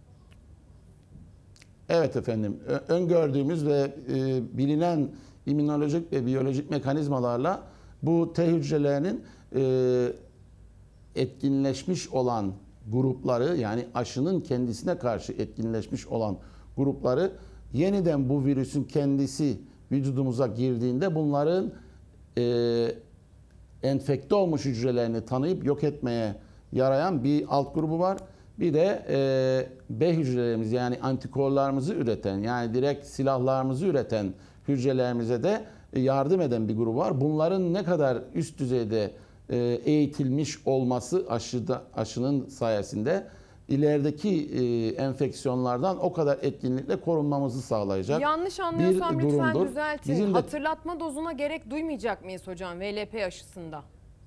Speaker 26: Evet efendim, öngördüğümüz ve e, bilinen immünolojik ve biyolojik mekanizmalarla bu T hücrelerinin e, etkinleşmiş olan grupları, yani aşının kendisine karşı etkinleşmiş olan grupları yeniden bu virüsün kendisi vücudumuza girdiğinde bunların e, enfekte olmuş hücrelerini tanıyıp yok etmeye yarayan bir alt grubu var. Bir de e, B hücrelerimiz, yani antikorlarımızı üreten, yani direkt silahlarımızı üreten hücrelerimize de yardım eden bir grubu var. Bunların ne kadar üst düzeyde e, eğitilmiş olması aşıda, aşının sayesinde ilerideki e, enfeksiyonlardan o kadar etkinlikle korunmamızı sağlayacak.
Speaker 1: Yanlış anlıyorsam
Speaker 26: bir
Speaker 1: lütfen
Speaker 26: durumdur.
Speaker 1: düzeltin.
Speaker 26: Bizim de...
Speaker 1: Hatırlatma dozuna gerek duymayacak mıyız hocam V L P aşısında?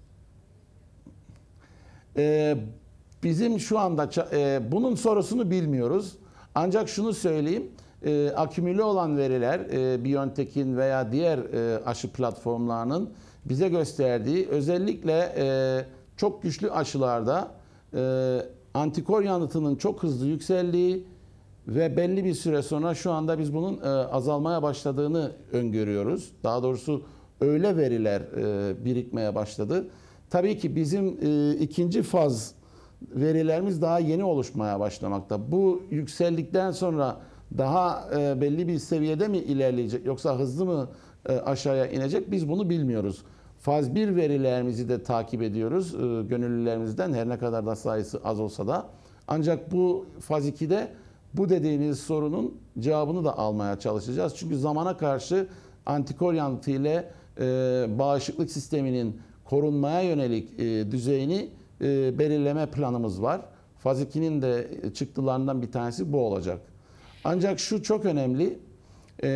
Speaker 26: E, Bizim şu anda e, bunun sorusunu bilmiyoruz. Ancak şunu söyleyeyim, e, akümüle olan veriler, e, BioNTech'in veya diğer e, aşı platformlarının bize gösterdiği, özellikle e, çok güçlü aşılarda e, antikor yanıtının çok hızlı yükseldiği ve belli bir süre sonra şu anda biz bunun e, azalmaya başladığını öngörüyoruz. Daha doğrusu öyle veriler e, birikmeye başladı. Tabii ki bizim e, ikinci faz verilerimiz daha yeni oluşmaya başlamakta. Bu yükseldikten sonra daha e, belli bir seviyede mi ilerleyecek, yoksa hızlı mı e, aşağıya inecek, biz bunu bilmiyoruz. Faz bir verilerimizi de takip ediyoruz e, gönüllülerimizden, her ne kadar da sayısı az olsa da. Ancak bu faz ikide bu dediğiniz sorunun cevabını da almaya çalışacağız. Çünkü zamana karşı antikor yanıtı ile e, bağışıklık sisteminin korunmaya yönelik e, düzeyini E, belirleme planımız var. Faz ikinin de çıktılarından bir tanesi bu olacak. Ancak şu çok önemli, e,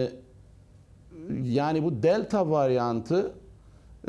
Speaker 26: yani bu delta varyantı e,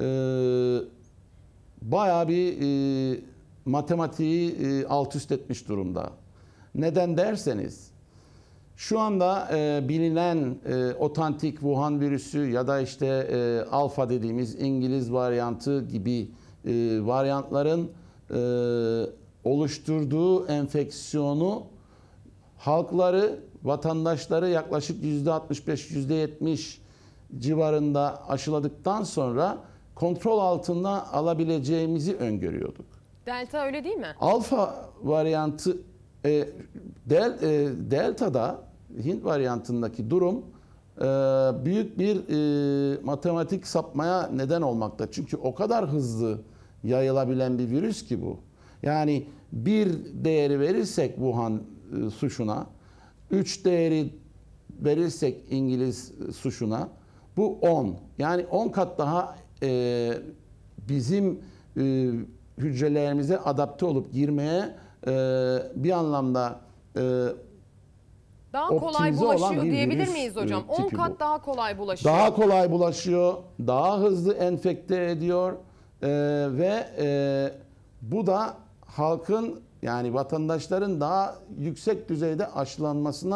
Speaker 26: bayağı bir e, matematiği e, alt üst etmiş durumda. Neden derseniz, şu anda e, bilinen e, otantik Wuhan virüsü ya da işte e, alfa dediğimiz İngiliz varyantı gibi E, varyantların e, oluşturduğu enfeksiyonu halkları, vatandaşları yaklaşık yüzde altmış beş yüzde yetmiş civarında aşıladıktan sonra kontrol altına alabileceğimizi öngörüyorduk.
Speaker 1: Delta öyle değil mi?
Speaker 26: Alfa varyantı e, del, e, delta'da Hint varyantındaki durum e, büyük bir e, matematik sapmaya neden olmakta. Çünkü o kadar hızlı yayılabilen bir virüs ki bu. Yani bir değeri verirsek Wuhan e, suşuna, üç değeri verirsek İngiliz suşuna, bu on. Yani on kat daha e, bizim e, hücrelerimize adapte olup girmeye e, bir anlamda e,
Speaker 1: daha kolay bulaşıyor diyebilir miyiz hocam? on kat
Speaker 26: bu.
Speaker 1: daha kolay bulaşıyor.
Speaker 26: Daha kolay bulaşıyor, daha hızlı enfekte ediyor e, ve e, bu da halkın, yani vatandaşların daha yüksek düzeyde aşılanmasına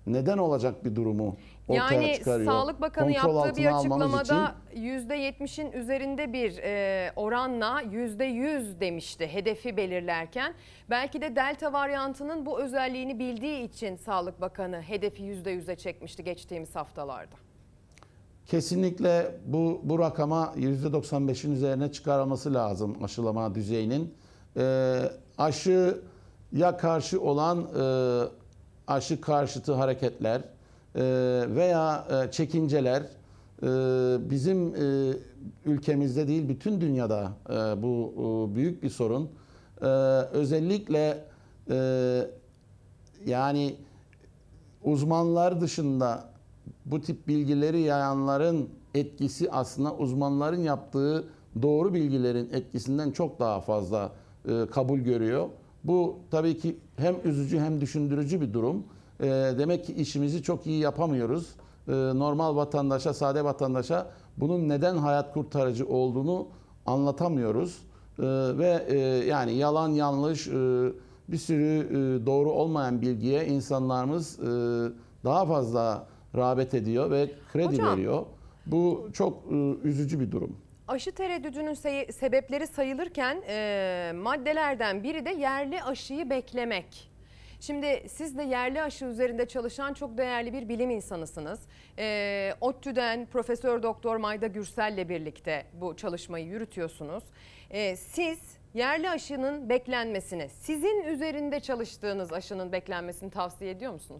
Speaker 26: neden olacak bir durumu ortaya
Speaker 1: yani
Speaker 26: çıkarıyor.
Speaker 1: Sağlık Bakanı
Speaker 26: Kontrol
Speaker 1: yaptığı bir
Speaker 26: altına almamız
Speaker 1: açıklamada
Speaker 26: için
Speaker 1: yüzde yetmişin üzerinde bir e, oranla yüzde yüz demişti hedefi belirlerken. Belki de Delta varyantının bu özelliğini bildiği için Sağlık Bakanı hedefi yüzde yüze çekmişti geçtiğimiz haftalarda.
Speaker 26: kesinlikle bu bu rakama yüzde doksan beşin üzerine çıkarılması lazım aşılama düzeyinin. Ee, aşıya karşı olan e, aşı karşıtı hareketler e, veya e, çekinceler e, bizim e, ülkemizde değil bütün dünyada e, bu e, büyük bir sorun. E, özellikle e, yani uzmanlar dışında bu tip bilgileri yayanların etkisi aslında uzmanların yaptığı doğru bilgilerin etkisinden çok daha fazla e, kabul görüyor. Bu tabii ki hem üzücü hem düşündürücü bir durum. E, demek ki işimizi çok iyi yapamıyoruz. E, normal vatandaşa, sade vatandaşa bunun neden hayat kurtarıcı olduğunu anlatamıyoruz. E, ve e, yani yalan, yanlış, e, bir sürü e, doğru olmayan bilgiye insanlarımız e, daha fazla rağbet ediyor ve kredi
Speaker 1: Hocam,
Speaker 26: veriyor. Bu çok e, üzücü bir durum.
Speaker 1: Aşı tereddüdünün se- sebepleri sayılırken e, maddelerden biri de yerli aşıyı beklemek. Şimdi siz de yerli aşı üzerinde çalışan çok değerli bir bilim insanısınız. E, ODTÜ'den Profesör Doktor Mayda Gürsel'le birlikte bu çalışmayı yürütüyorsunuz. E, siz yerli aşının beklenmesini, sizin üzerinde çalıştığınız aşının beklenmesini tavsiye ediyor musunuz?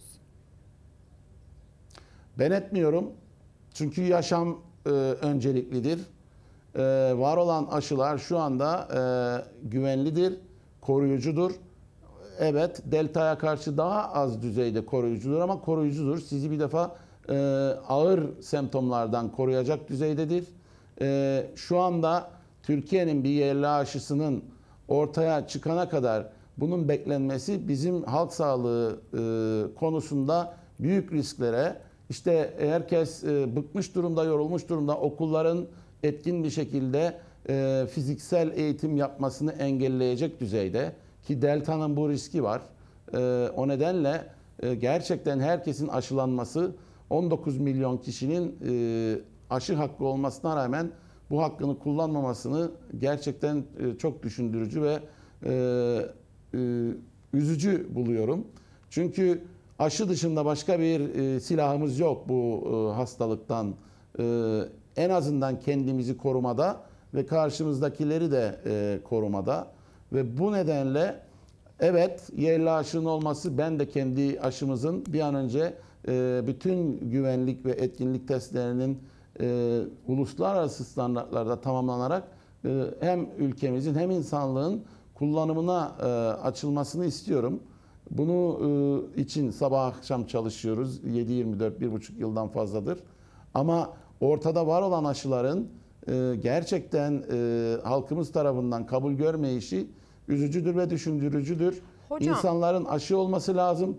Speaker 26: Ben etmiyorum. Çünkü yaşam e, önceliklidir. E, var olan aşılar şu anda e, güvenlidir, koruyucudur. Evet, delta'ya karşı daha az düzeyde koruyucudur ama koruyucudur. Sizi bir defa e, ağır semptomlardan koruyacak düzeydedir. E, şu anda Türkiye'nin bir yerli aşısının ortaya çıkana kadar bunun beklenmesi bizim halk sağlığı e, konusunda büyük risklere, işte herkes e, bıkmış durumda, yorulmuş durumda, okulların etkin bir şekilde e, fiziksel eğitim yapmasını engelleyecek düzeyde ki delta'nın bu riski var. E, o nedenle e, gerçekten herkesin aşılanması, on dokuz milyon kişinin e, aşı hakkı olmasına rağmen bu hakkını kullanmamasını gerçekten e, çok düşündürücü ve e, e, üzücü buluyorum. Çünkü aşı dışında başka bir e, silahımız yok bu e, hastalıktan. E, en azından kendimizi korumada ve karşımızdakileri de e, korumada. Ve bu nedenle evet, yerli aşının olması, ben de kendi aşımızın bir an önce e, bütün güvenlik ve etkinlik testlerinin e, uluslararası standartlarda tamamlanarak e, hem ülkemizin hem insanlığın kullanımına e, açılmasını istiyorum. Bunu e, için sabah akşam çalışıyoruz. yedi yirmi dört, bir buçuk yıldan fazladır. Ama ortada var olan aşıların e, gerçekten e, halkımız tarafından kabul görmeyişi üzücüdür ve düşündürücüdür.
Speaker 1: Hocam,
Speaker 26: İnsanların aşı olması lazım.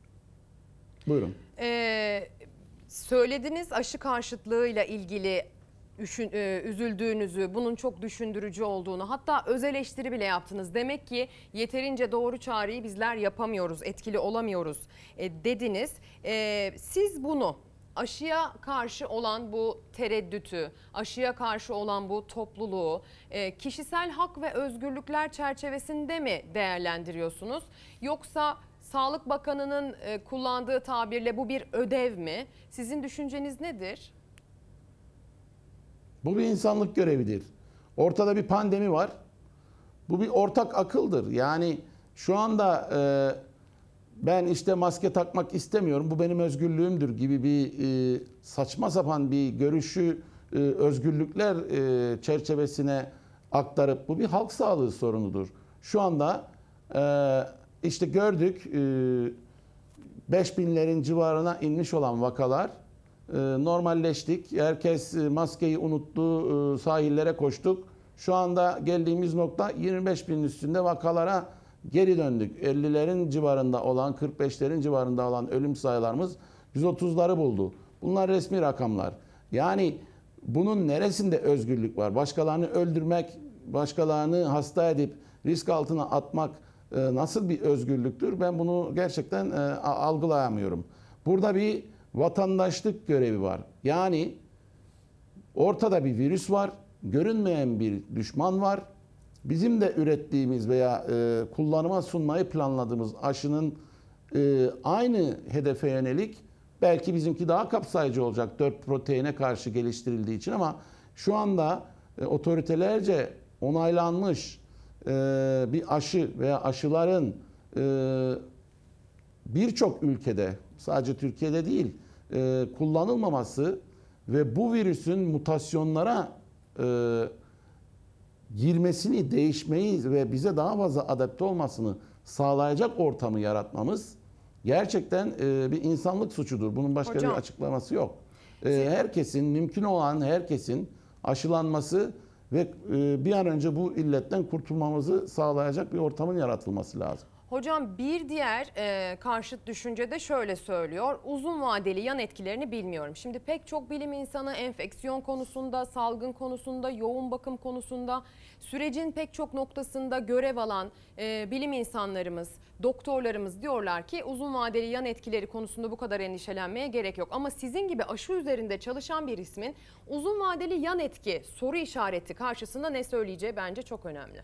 Speaker 26: Buyurun.
Speaker 1: Ee, söylediniz aşı karşıtlığıyla ilgili üşün, e, üzüldüğünüzü, bunun çok düşündürücü olduğunu, hatta öz eleştiri bile yaptınız. Demek ki yeterince doğru çağrıyı bizler yapamıyoruz, etkili olamıyoruz e, dediniz. E, siz bunu aşıya karşı olan bu tereddütü, aşıya karşı olan bu topluluğu e, kişisel hak ve özgürlükler çerçevesinde mi değerlendiriyorsunuz? Yoksa Sağlık Bakanı'nın e, kullandığı tabirle bu bir ödev mi? Sizin düşünceniz nedir?
Speaker 26: Bu bir insanlık görevidir. Ortada bir pandemi var. Bu bir ortak akıldır. Yani şu anda e, ben işte maske takmak istemiyorum, bu benim özgürlüğümdür gibi bir e, saçma sapan bir görüşü e, özgürlükler e, çerçevesine aktarıp bu bir halk sağlığı sorunudur. Şu anda e, işte gördük e, beş binlerin civarına inmiş olan vakalar. Normalleştik. Herkes maskeyi unuttu, sahillere koştuk. Şu anda geldiğimiz nokta yirmi beş binin üstünde vakalara geri döndük. ellilerin civarında olan, kırk beşlerin civarında olan ölüm sayılarımız yüz otuzları buldu. Bunlar resmi rakamlar. Yani bunun neresinde özgürlük var? Başkalarını öldürmek, başkalarını hasta edip risk altına atmak nasıl bir özgürlüktür? Ben bunu gerçekten algılayamıyorum. Burada bir vatandaşlık görevi var. Yani ortada bir virüs var, görünmeyen bir düşman var. Bizim de ürettiğimiz veya e, kullanıma sunmayı planladığımız aşının e, aynı hedefe yönelik, belki bizimki daha kapsayıcı olacak dört proteine karşı geliştirildiği için, ama şu anda e, otoritelerce onaylanmış e, bir aşı veya aşıların e, birçok ülkede, sadece Türkiye'de değil, e, kullanılmaması ve bu virüsün mutasyonlara e, girmesini, değişmeyi ve bize daha fazla adapte olmasını sağlayacak ortamı yaratmamız gerçekten e, bir insanlık suçudur. Bunun başka
Speaker 1: Hocam,
Speaker 26: bir açıklaması yok. E, herkesin, mümkün olan herkesin aşılanması ve e, bir an önce bu illetten kurtulmamızı sağlayacak bir ortamın yaratılması lazım.
Speaker 1: Hocam bir diğer e, karşıt düşünce de şöyle söylüyor. Uzun vadeli yan etkilerini bilmiyorum. Şimdi pek çok bilim insanı enfeksiyon konusunda, salgın konusunda, yoğun bakım konusunda, sürecin pek çok noktasında görev alan e, bilim insanlarımız, doktorlarımız diyorlar ki uzun vadeli yan etkileri konusunda bu kadar endişelenmeye gerek yok. Ama sizin gibi aşı üzerinde çalışan bir ismin uzun vadeli yan etki soru işareti karşısında ne söyleyeceği bence çok önemli.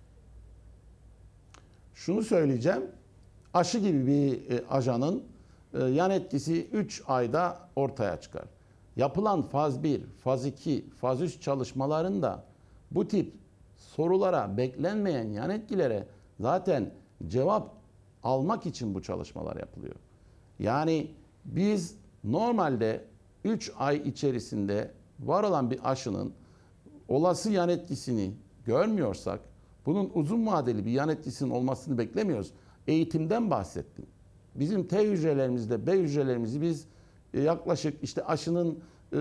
Speaker 26: Şunu söyleyeceğim, aşı gibi bir e, ajanın e, yan etkisi üç ayda ortaya çıkar. Yapılan faz bir, faz iki, faz üç çalışmalarında bu tip sorulara, beklenmeyen yan etkilere zaten cevap almak için bu çalışmalar yapılıyor. Yani biz normalde üç ay içerisinde var olan bir aşının olası yan etkisini görmüyorsak, bunun uzun vadeli bir yan etkisinin olmasını beklemiyoruz. Eğitimden bahsettim. Bizim T hücrelerimizde, B hücrelerimizi biz yaklaşık işte aşının e,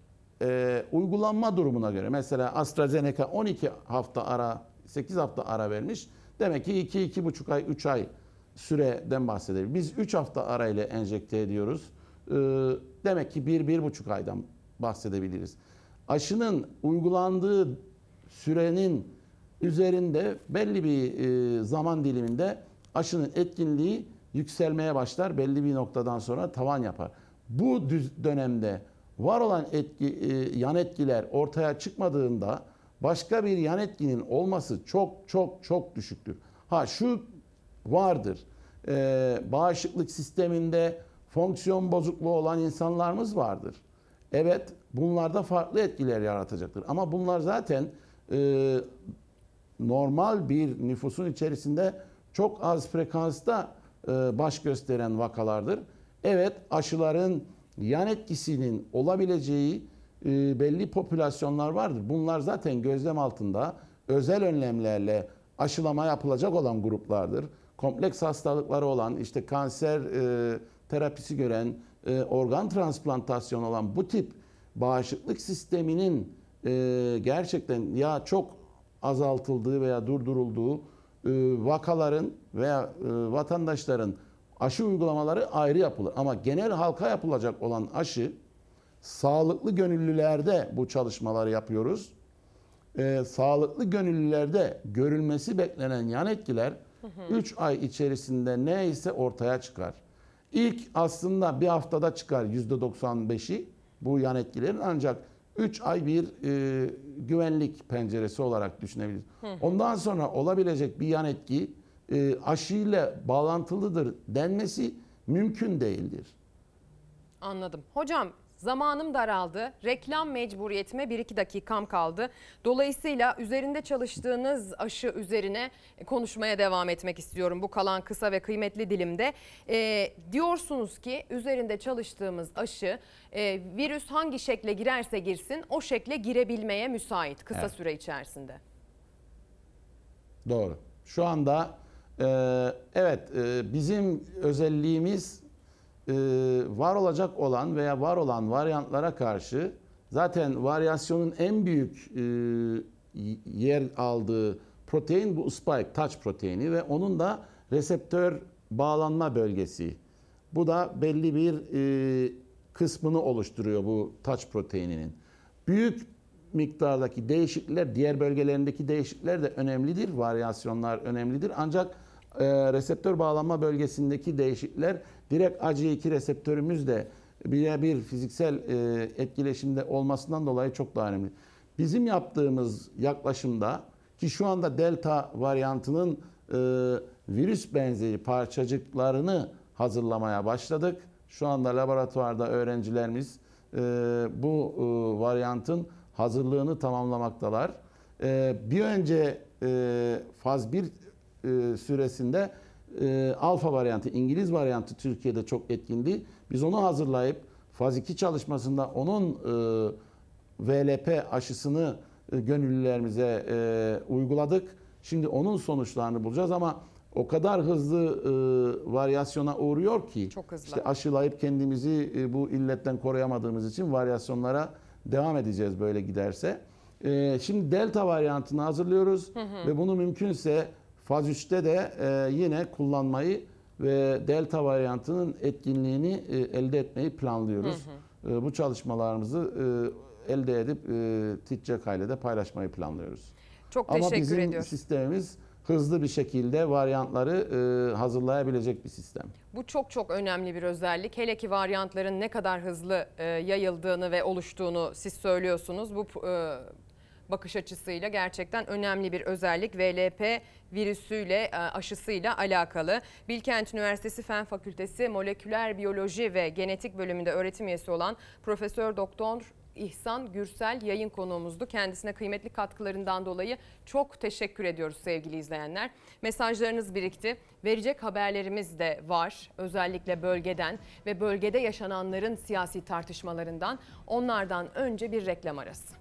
Speaker 26: e, uygulanma durumuna göre, mesela AstraZeneca on iki hafta ara, sekiz hafta ara vermiş. Demek ki iki iki buçuk ay, üç ay süreden bahsedelim. Biz üç hafta arayla enjekte ediyoruz. E, demek ki bir bir buçuk aydan bahsedebiliriz. Aşının uygulandığı sürenin üzerinde belli bir e, zaman diliminde aşının etkinliği yükselmeye başlar. Belli bir noktadan sonra tavan yapar. Bu düz dönemde var olan etki, e, yan etkiler ortaya çıkmadığında başka bir yan etkinin olması çok çok çok düşüktür. Ha şu vardır. E, bağışıklık sisteminde fonksiyon bozukluğu olan insanlarımız vardır. Evet, bunlarda farklı etkiler yaratacaktır. Ama bunlar zaten e, normal bir nüfusun içerisinde çok az frekansta e, baş gösteren vakalardır. Evet, aşıların yan etkisinin olabileceği e, belli popülasyonlar vardır. Bunlar zaten gözlem altında özel önlemlerle aşılama yapılacak olan gruplardır. Kompleks hastalıkları olan, işte kanser e, terapisi gören, e, organ transplantasyonu olan bu tip bağışıklık sisteminin e, gerçekten ya çok azaltıldığı veya durdurulduğu e, vakaların veya e, vatandaşların aşı uygulamaları ayrı yapılır. Ama genel halka yapılacak olan aşı, sağlıklı gönüllülerde bu çalışmaları yapıyoruz. E, sağlıklı gönüllülerde görülmesi beklenen yan etkiler üç ay içerisinde neyse ortaya çıkar. İlk aslında bir haftada çıkar yüzde doksan beşi bu yan etkilerin, ancak üç ay bir e, güvenlik penceresi olarak düşünebiliriz. Hı hı. Ondan sonra olabilecek bir yan etki e, aşıyla bağlantılıdır denmesi mümkün değildir.
Speaker 1: Anladım. Hocam zamanım daraldı. Reklam mecburiyetime bir iki dakikam kaldı. Dolayısıyla üzerinde çalıştığınız aşı üzerine konuşmaya devam etmek istiyorum bu kalan kısa ve kıymetli dilimde. E, diyorsunuz ki üzerinde çalıştığımız aşı e, virüs hangi şekle girerse girsin o şekle girebilmeye müsait kısa evet. süre içerisinde.
Speaker 26: Doğru. Şu anda e, evet e, bizim özelliğimiz Ee, var olacak olan veya var olan varyantlara karşı zaten varyasyonun en büyük e, yer aldığı protein bu spike touch proteini ve onun da reseptör bağlanma bölgesi. Bu da belli bir e, kısmını oluşturuyor bu touch proteininin. Büyük miktardaki değişiklikler, diğer bölgelerindeki değişiklikler de önemlidir. Varyasyonlar önemlidir. Ancak e, reseptör bağlanma bölgesindeki değişiklikler direkt A C E iki reseptörümüz de birebir fiziksel e, etkileşimde olmasından dolayı çok daha önemli. Bizim yaptığımız yaklaşımda ki şu anda delta varyantının e, virüs benzeri parçacıklarını hazırlamaya başladık. Şu anda laboratuvarda öğrencilerimiz e, bu e, varyantın hazırlığını tamamlamaktalar. E, bir önce e, faz bir e, süresinde e, alfa varyantı, İngiliz varyantı Türkiye'de çok etkindi. Biz onu hazırlayıp faz iki çalışmasında onun e, V L P aşısını e, gönüllülerimize e, uyguladık. Şimdi onun sonuçlarını bulacağız ama o kadar hızlı e, varyasyona uğruyor ki
Speaker 1: Çok hızlı.
Speaker 26: işte aşılayıp kendimizi e, bu illetten koruyamadığımız için varyasyonlara devam edeceğiz böyle giderse. E, şimdi delta varyantını hazırlıyoruz
Speaker 1: Hı hı.
Speaker 26: ve bunu mümkünse faz üçte de e, yine kullanmayı ve delta varyantının etkinliğini e, elde etmeyi planlıyoruz.
Speaker 1: Hı hı.
Speaker 26: E, bu çalışmalarımızı e, elde edip e, TİTCEK ile de paylaşmayı planlıyoruz.
Speaker 1: Çok
Speaker 26: Ama
Speaker 1: teşekkür
Speaker 26: bizim
Speaker 1: ediyoruz.
Speaker 26: sistemimiz hızlı bir şekilde varyantları e, hazırlayabilecek bir sistem.
Speaker 1: Bu çok çok önemli bir özellik. Hele ki varyantların ne kadar hızlı e, yayıldığını ve oluştuğunu siz söylüyorsunuz. Bu e, bakış açısıyla gerçekten önemli bir özellik. V L P virüsüyle, e, aşısıyla alakalı. Bilkent Üniversitesi Fen Fakültesi Moleküler Biyoloji ve Genetik bölümünde öğretim üyesi olan Profesör Doktor İhsan Gürsel yayın konuğumuzdu. Kendisine kıymetli katkılarından dolayı çok teşekkür ediyoruz sevgili izleyenler. Mesajlarınız birikti. Verecek haberlerimiz de var. Özellikle bölgeden ve bölgede yaşananların siyasi tartışmalarından. Onlardan önce bir reklam arası.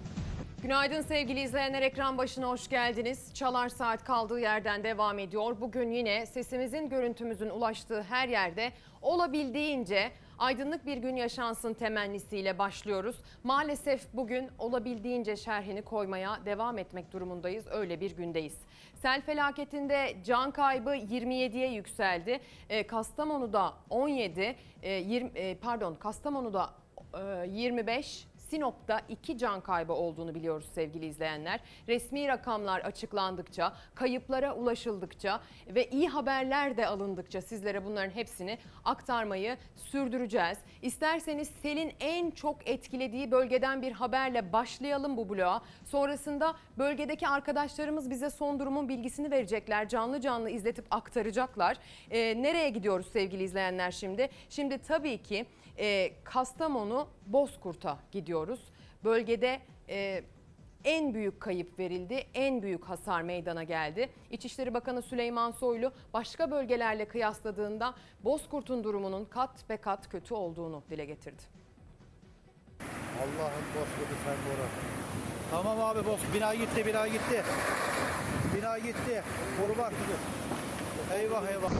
Speaker 1: Günaydın sevgili izleyenler, ekran başına hoş geldiniz. Çalar Saat kaldığı yerden devam ediyor. Bugün yine sesimizin, görüntümüzün ulaştığı her yerde olabildiğince aydınlık bir gün yaşansın temennisiyle başlıyoruz. Maalesef bugün olabildiğince şerhini koymaya devam etmek durumundayız. Öyle bir gündeyiz. Sel felaketinde can kaybı yirmi yediye yükseldi. E, Kastamonu'da on yedi, e, yirmi, e, pardon Kastamonu'da e, yirmi beş, Sinop'ta iki can kaybı olduğunu biliyoruz sevgili izleyenler. Resmi rakamlar açıklandıkça, kayıplara ulaşıldıkça ve iyi haberler de alındıkça sizlere bunların hepsini aktarmayı sürdüreceğiz. İsterseniz selin en çok etkilediği bölgeden bir haberle başlayalım bu bloğa. Sonrasında bölgedeki arkadaşlarımız bize son durumun bilgisini verecekler. Canlı canlı izletip aktaracaklar. Ee, nereye gidiyoruz sevgili izleyenler şimdi? Şimdi tabii ki e, Kastamonu Bozkurt'a gidiyoruz. Bölgede e, en büyük kayıp verildi, en büyük hasar meydana geldi. İçişleri Bakanı Süleyman Soylu başka bölgelerle kıyasladığında Bozkurt'un durumunun kat be kat kötü olduğunu dile getirdi.
Speaker 3: Allah'ım Bozkurt'u sen koru. Tamam abi boz. Bina gitti, bina gitti. Bina gitti. Koru bak. Eyvah eyvah.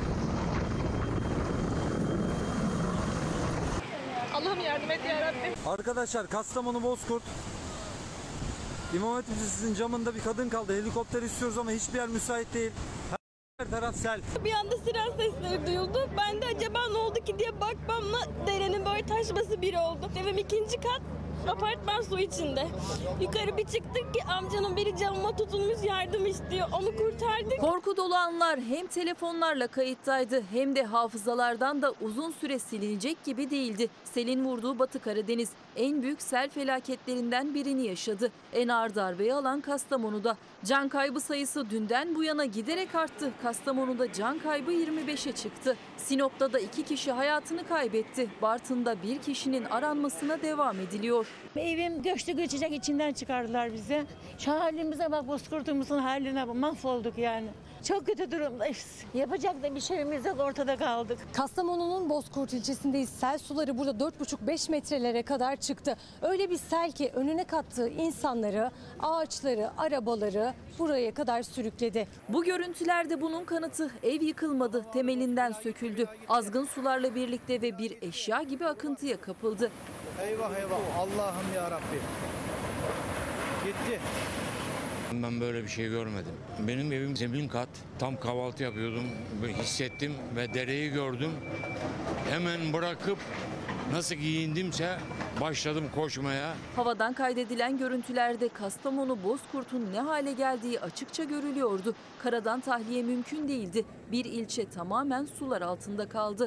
Speaker 25: Allah'ım yardım et ya Rabbim.
Speaker 4: Arkadaşlar Kastamonu Bozkurt İmam Hatip Lisesi'nin camında bir kadın kaldı. Helikopter istiyoruz ama hiçbir yer müsait değil. Her taraf sel.
Speaker 25: Bir anda siren sesleri duyuldu. Ben de acaba ne oldu ki diye bakmamla derenin böyle taşması biri oldu. Evim ikinci kat. Apartman su içinde. Yukarı bir çıktık ki amcanın biri camıma tutulmuş yardım istiyor. Onu kurtardık.
Speaker 2: Korku dolu anlar hem telefonlarla kayıttaydı hem de hafızalardan da uzun süre silinecek gibi değildi. Selin vurduğu Batı Karadeniz en büyük sel felaketlerinden birini yaşadı. En ağır darbeyi alan Kastamonu'da. Can kaybı sayısı dünden bu yana giderek arttı. Kastamonu'da can kaybı yirmi beşe çıktı. Sinop'ta da iki kişi hayatını kaybetti. Bartın'da bir kişinin aranmasına devam ediliyor.
Speaker 17: Evim göçtü göçecek içinden çıkardılar bizi. Şu halimize bak, Bozkurt'umuzun haline bak, mahvolduk yani. Çok kötü durumdayız. Yapacak da bir şeyimiz yok, ortada kaldık.
Speaker 5: Kastamonu'nun Bozkurt ilçesindeyiz. Sel suları burada dört buçuk beş metrelere kadar çıktı. Öyle bir sel ki önüne kattığı insanları, ağaçları, arabaları buraya kadar sürükledi.
Speaker 2: Bu görüntülerde bunun kanıtı. Ev yıkılmadı, temelinden söküldü. Azgın sularla birlikte ve bir eşya gibi akıntıya kapıldı.
Speaker 3: Eyvah eyvah. Allah'ım ya Rabbim. Gitti.
Speaker 20: Ben böyle bir şey görmedim. Benim evim zemin kat. Tam kahvaltı yapıyordum. Hissettim ve dereyi gördüm. Hemen bırakıp nasıl giyindimse başladım koşmaya.
Speaker 2: Havadan kaydedilen görüntülerde Kastamonu Bozkurt'un ne hale geldiği açıkça görülüyordu. Karadan tahliye mümkün değildi. Bir ilçe tamamen sular altında kaldı.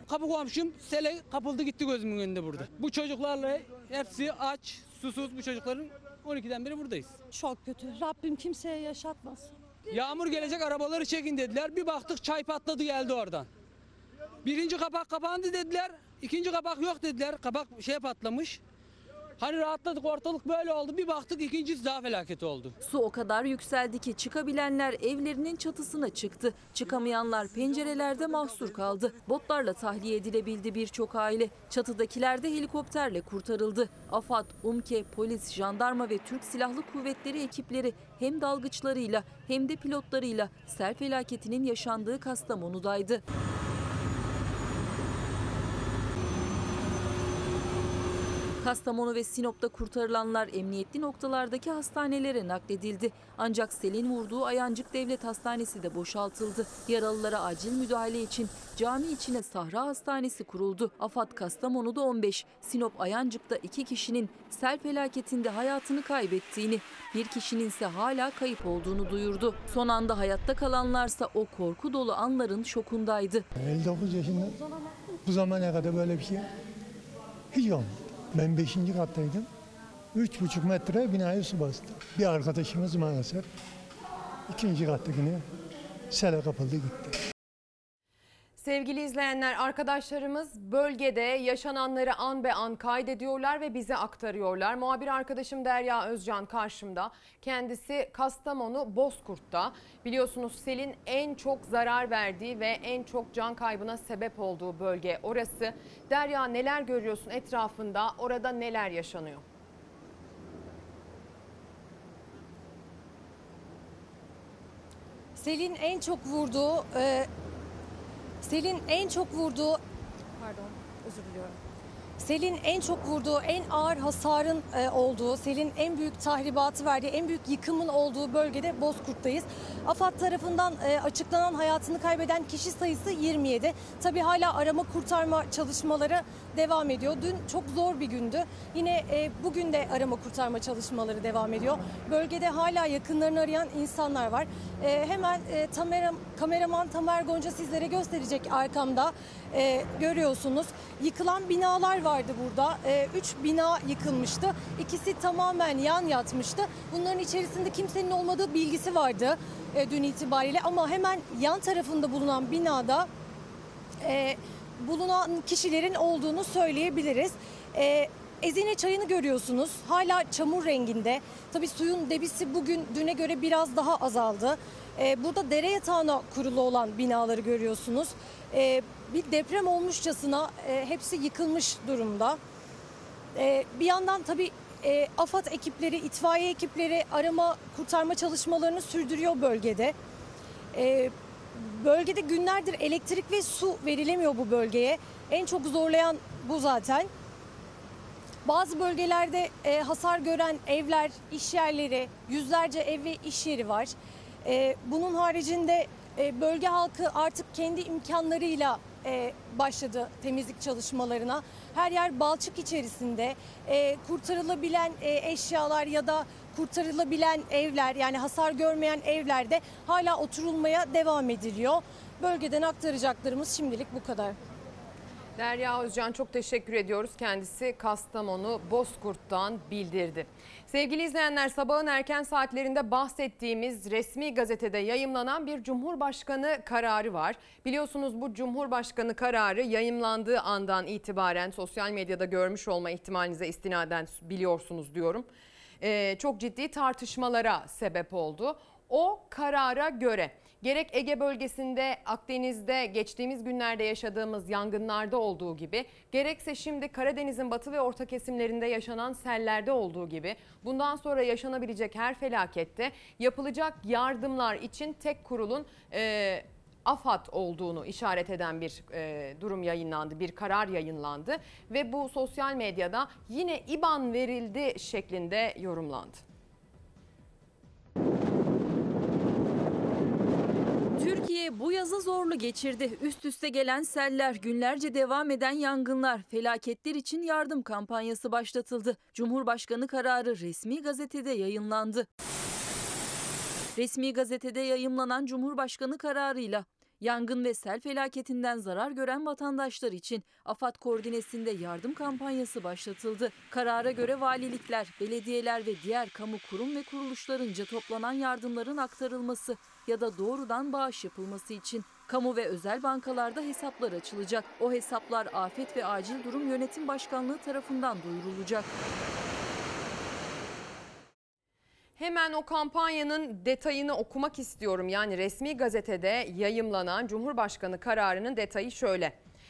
Speaker 8: kapı komşum sele kapıldı gitti gözümün önünde burada. Bu çocuklarla hepsi aç, susuz bu çocukların on ikiden beri buradayız.
Speaker 9: Çok kötü. Rabbim kimseye yaşatmasın.
Speaker 8: Yağmur gelecek arabaları çekin dediler. Bir baktık çay patladı geldi oradan. Birinci kapak kapandı dediler. İkinci kapak yok dediler. Kapak şey patlamış. Hani rahatladık ortalık böyle oldu. Bir baktık ikincisi daha felaket oldu.
Speaker 2: Su o kadar yükseldi ki çıkabilenler evlerinin çatısına çıktı. Çıkamayanlar pencerelerde mahsur kaldı. Botlarla tahliye edilebildi birçok aile. Çatıdakiler de helikopterle kurtarıldı. AFAD, UMKE, polis, jandarma ve Türk Silahlı Kuvvetleri ekipleri hem dalgıçlarıyla hem de pilotlarıyla sel felaketinin yaşandığı Kastamonu'daydı. Kastamonu ve Sinop'ta kurtarılanlar emniyetli noktalardaki hastanelere nakledildi. Ancak selin vurduğu Ayancık Devlet Hastanesi de boşaltıldı. Yaralılara acil müdahale için cami içine Sahra Hastanesi kuruldu. AFAD Kastamonu'da on beş, Sinop Ayancık'ta iki kişinin sel felaketinde hayatını kaybettiğini, bir kişinin ise hala kayıp olduğunu duyurdu. Son anda hayatta kalanlarsa o korku dolu anların şokundaydı.
Speaker 11: elli dokuz yaşında bu zamana kadar böyle bir şey hiç olmadı. Ben beşinci kattaydım. Üç buçuk metre binayı su bastı. Bir arkadaşımız maalesef ikinci kattakine sele kapıldı gitti.
Speaker 1: Sevgili izleyenler, arkadaşlarımız bölgede yaşananları an be an kaydediyorlar ve bize aktarıyorlar. Muhabir arkadaşım Derya Özcan karşımda. Kendisi Kastamonu Bozkurt'ta. Biliyorsunuz selin en çok zarar verdiği ve en çok can kaybına sebep olduğu bölge orası. Derya, neler görüyorsun etrafında? Orada neler yaşanıyor?
Speaker 5: Selin en çok vurduğu e, Selin en çok vurduğu pardon özür diliyorum. Selin en çok vurduğu, en ağır hasarın e, olduğu, selin en büyük tahribatı verdiği, en büyük yıkımın olduğu bölgede Bozkurt'tayız. AFAD tarafından e, açıklanan hayatını kaybeden kişi sayısı yirmi yedi. Tabii hala arama kurtarma çalışmaları devam ediyor. Dün çok zor bir gündü. Yine e, bugün de arama kurtarma çalışmaları devam ediyor. Bölgede hala yakınlarını arayan insanlar var. E, hemen e, tamera, kameraman Tamer Gonca sizlere gösterecek arkamda. E, görüyorsunuz. Yıkılan binalar vardı burada. E, üç bina yıkılmıştı. İkisi tamamen yan yatmıştı. Bunların içerisinde kimsenin olmadığı bilgisi vardı e, dün itibariyle. Ama hemen yan tarafında bulunan binada e, bulunan kişilerin olduğunu söyleyebiliriz. E, Ezine çayını görüyorsunuz. Hala çamur renginde. Tabii suyun debisi bugün düne göre biraz daha azaldı. E, burada dere yatağına kurulu olan binaları görüyorsunuz. E, bir deprem olmuşçasına e, hepsi yıkılmış durumda. E, bir yandan tabii e, AFAD ekipleri, itfaiye ekipleri arama kurtarma çalışmalarını sürdürüyor bölgede. E, bölgede günlerdir elektrik ve su verilemiyor bu bölgeye. En çok zorlayan bu zaten. Bazı bölgelerde e, hasar gören evler, iş yerleri, yüzlerce ev ve iş yeri var. E, bunun haricinde e, bölge halkı artık kendi imkanlarıyla e, başladı temizlik çalışmalarına. Her yer balçık içerisinde. E, kurtarılabilen e, eşyalar ya da kurtarılabilen evler, yani hasar görmeyen evlerde hala oturulmaya devam ediliyor. Bölgeden aktaracaklarımız şimdilik bu kadar.
Speaker 1: Derya Özcan, çok teşekkür ediyoruz. Kendisi Kastamonu Bozkurt'tan bildirdi. Sevgili izleyenler, sabahın erken saatlerinde bahsettiğimiz resmi gazetede yayımlanan bir Cumhurbaşkanı kararı var. Biliyorsunuz bu Cumhurbaşkanı kararı yayımlandığı andan itibaren sosyal medyada görmüş olma ihtimalinize istinaden biliyorsunuz diyorum. Ee, çok ciddi tartışmalara sebep oldu. O karara göre gerek Ege bölgesinde, Akdeniz'de geçtiğimiz günlerde yaşadığımız yangınlarda olduğu gibi, gerekse şimdi Karadeniz'in batı ve orta kesimlerinde yaşanan sellerde olduğu gibi bundan sonra yaşanabilecek her felakette yapılacak yardımlar için tek kurulun e, AFAD olduğunu işaret eden bir e, durum yayınlandı, bir karar yayınlandı ve bu sosyal medyada yine İBAN verildi şeklinde yorumlandı.
Speaker 2: Türkiye bu yazı zorlu geçirdi. Üst üste gelen seller, günlerce devam eden yangınlar, felaketler için yardım kampanyası başlatıldı. Cumhurbaşkanı kararı resmi gazetede yayınlandı. Resmi gazetede yayımlanan Cumhurbaşkanı kararıyla Yangın ve sel felaketinden zarar gören vatandaşlar için AFAD koordinesinde yardım kampanyası başlatıldı. Karara göre valilikler, belediyeler ve diğer kamu kurum ve kuruluşlarınca toplanan yardımların aktarılması ya da doğrudan bağış yapılması için kamu ve özel bankalarda hesaplar açılacak. O hesaplar Afet ve Acil Durum Yönetim Başkanlığı tarafından duyurulacak.
Speaker 1: Hemen o kampanyanın detayını okumak istiyorum. Yani resmi gazetede yayımlanan Cumhurbaşkanı kararının detayı şöyle.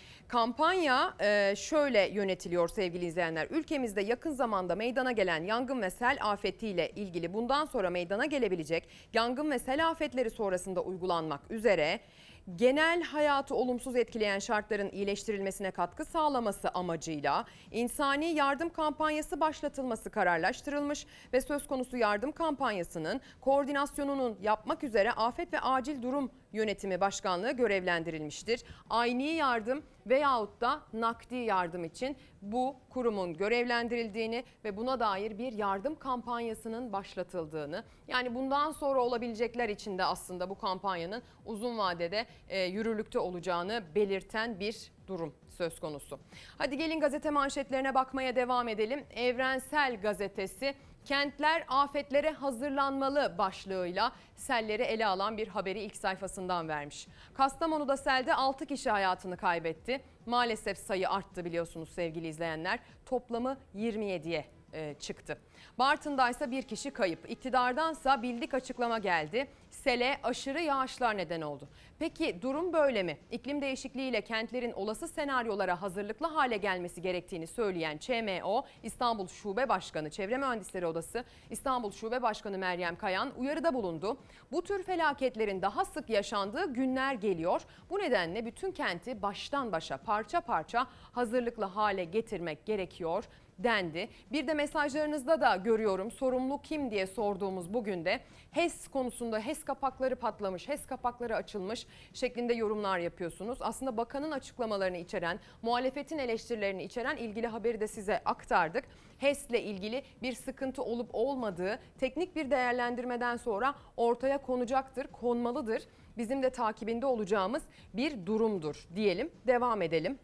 Speaker 1: Kampanya şöyle yönetiliyor sevgili izleyenler. Ülkemizde yakın zamanda meydana gelen yangın ve sel afetiyle ilgili bundan sonra meydana gelebilecek yangın ve sel afetleri sonrasında uygulanmak üzere genel hayatı olumsuz etkileyen şartların iyileştirilmesine katkı sağlaması amacıyla insani yardım kampanyası başlatılması kararlaştırılmış ve söz konusu yardım kampanyasının koordinasyonunun yapmak üzere Afet ve Acil Durum Yönetimi Başkanlığı görevlendirilmiştir. Ayni yardım veyahut da nakdi yardım için bu kurumun görevlendirildiğini ve buna dair bir yardım kampanyasının başlatıldığını, yani bundan sonra olabilecekler için de aslında bu kampanyanın uzun vadede e, yürürlükte olacağını belirten bir durum söz konusu. Hadi gelin gazete manşetlerine bakmaya devam edelim. Evrensel Gazetesi "Kentler afetlere hazırlanmalı" başlığıyla selleri ele alan bir haberi ilk sayfasından vermiş. Kastamonu'da selde altı kişi hayatını kaybetti. Maalesef sayı arttı biliyorsunuz sevgili izleyenler. Toplamı yirmi yediye çıktı. Bartın'da ise bir kişi kayıp. İktidardansa bildik açıklama geldi. Sele aşırı yağışlar neden oldu. Peki durum böyle mi? İklim değişikliğiyle kentlerin olası senaryolara hazırlıklı hale gelmesi gerektiğini söyleyen Ç M O İstanbul Şube Başkanı, Çevre Mühendisleri Odası İstanbul Şube Başkanı Meryem Kayan uyarıda bulundu. Bu tür felaketlerin daha sık yaşandığı günler geliyor. Bu nedenle bütün kenti baştan başa parça parça hazırlıklı hale getirmek gerekiyor dendi. Bir de mesajlarınızda da görüyorum sorumlu kim diye sorduğumuz bugün de HES konusunda HES kapakları patlamış, HES kapakları açılmış şeklinde yorumlar yapıyorsunuz. Aslında bakanın açıklamalarını içeren, muhalefetin eleştirilerini içeren ilgili haberi de size aktardık. HES ile ilgili bir sıkıntı olup olmadığı teknik bir değerlendirmeden sonra ortaya konacaktır, konmalıdır. Bizim de takibinde olacağımız bir durumdur diyelim, devam edelim.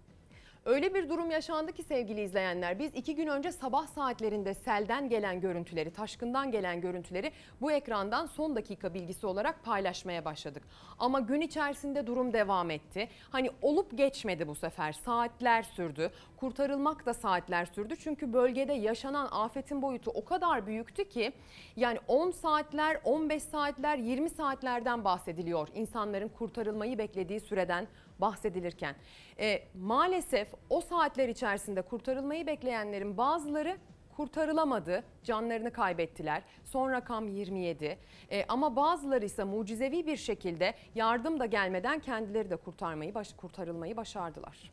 Speaker 1: Öyle bir durum yaşandı ki sevgili izleyenler, biz iki gün önce sabah saatlerinde selden gelen görüntüleri, taşkından gelen görüntüleri bu ekrandan son dakika bilgisi olarak paylaşmaya başladık. Ama gün içerisinde durum devam etti. Hani olup geçmedi bu sefer, saatler sürdü, kurtarılmak da saatler sürdü. Çünkü bölgede yaşanan afetin boyutu o kadar büyüktü ki yani on saatler, on beş saatler, yirmi saatlerden bahsediliyor. İnsanların kurtarılmayı beklediği süreden bahsedilirken. E, maalesef o saatler içerisinde kurtarılmayı bekleyenlerin bazıları kurtarılamadı, canlarını kaybettiler. Son rakam yirmi yedi. E, ama bazıları ise mucizevi bir şekilde yardım da gelmeden kendileri de kurtarmayı, baş, kurtarılmayı başardılar.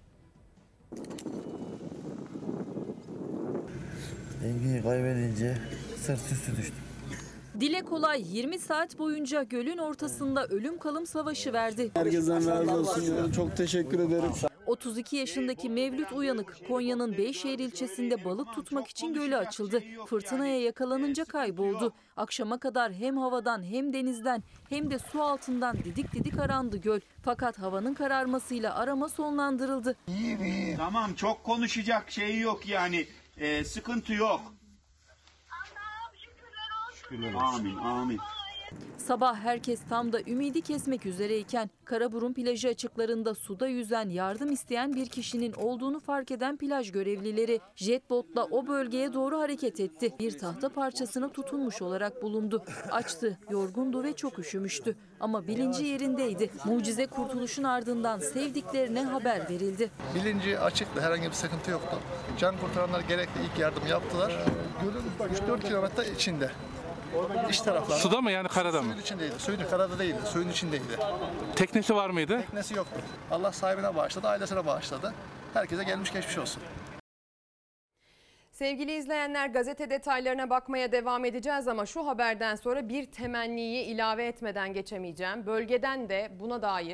Speaker 6: Dengeyi kaybedince sırt üstü düştüm.
Speaker 2: Dile kolay yirmi saat boyunca gölün ortasında ölüm kalım savaşı verdi.
Speaker 6: Herkesten razı olsun. Çok teşekkür ederim.
Speaker 2: otuz iki yaşındaki Mevlüt Uyanık, Konya'nın Beyşehir ilçesinde balık tutmak için göle açıldı. Fırtınaya yakalanınca kayboldu. Akşama kadar hem havadan hem denizden hem de su altından didik didik arandı göl. Fakat havanın kararmasıyla arama sonlandırıldı.
Speaker 13: İyi iyi. Tamam, çok konuşacak şey yok yani. Ee, sıkıntı yok. Amin, amin.
Speaker 2: Sabah herkes tam da ümidi kesmek üzereyken Karaburun plajı açıklarında suda yüzen, yardım isteyen bir kişinin olduğunu fark eden plaj görevlileri jetbotla o bölgeye doğru hareket etti. Bir tahta parçasına tutunmuş olarak bulundu. Açtı, yorgundu ve çok üşümüştü. Ama bilinci yerindeydi. Mucize kurtuluşun ardından sevdiklerine haber verildi.
Speaker 21: Bilinci açıktı, herhangi bir sıkıntı yoktu. Can kurtaranlar gerekli ilk yardım yaptılar. Gölün üç dört kilometre içinde. İç taraflarda.
Speaker 22: Suda mı yani karada mı?
Speaker 21: Suyun içindeydi. Suyun karada değildi. Suyun içindeydi.
Speaker 22: Teknesi var mıydı?
Speaker 21: Teknesi yoktu. Allah sahibine bağışladı, ailesine bağışladı. Herkese gelmiş geçmiş olsun.
Speaker 1: Sevgili izleyenler, gazete detaylarına bakmaya devam edeceğiz ama şu haberden sonra bir temenniyi ilave etmeden geçemeyeceğim. Bölgeden de buna dair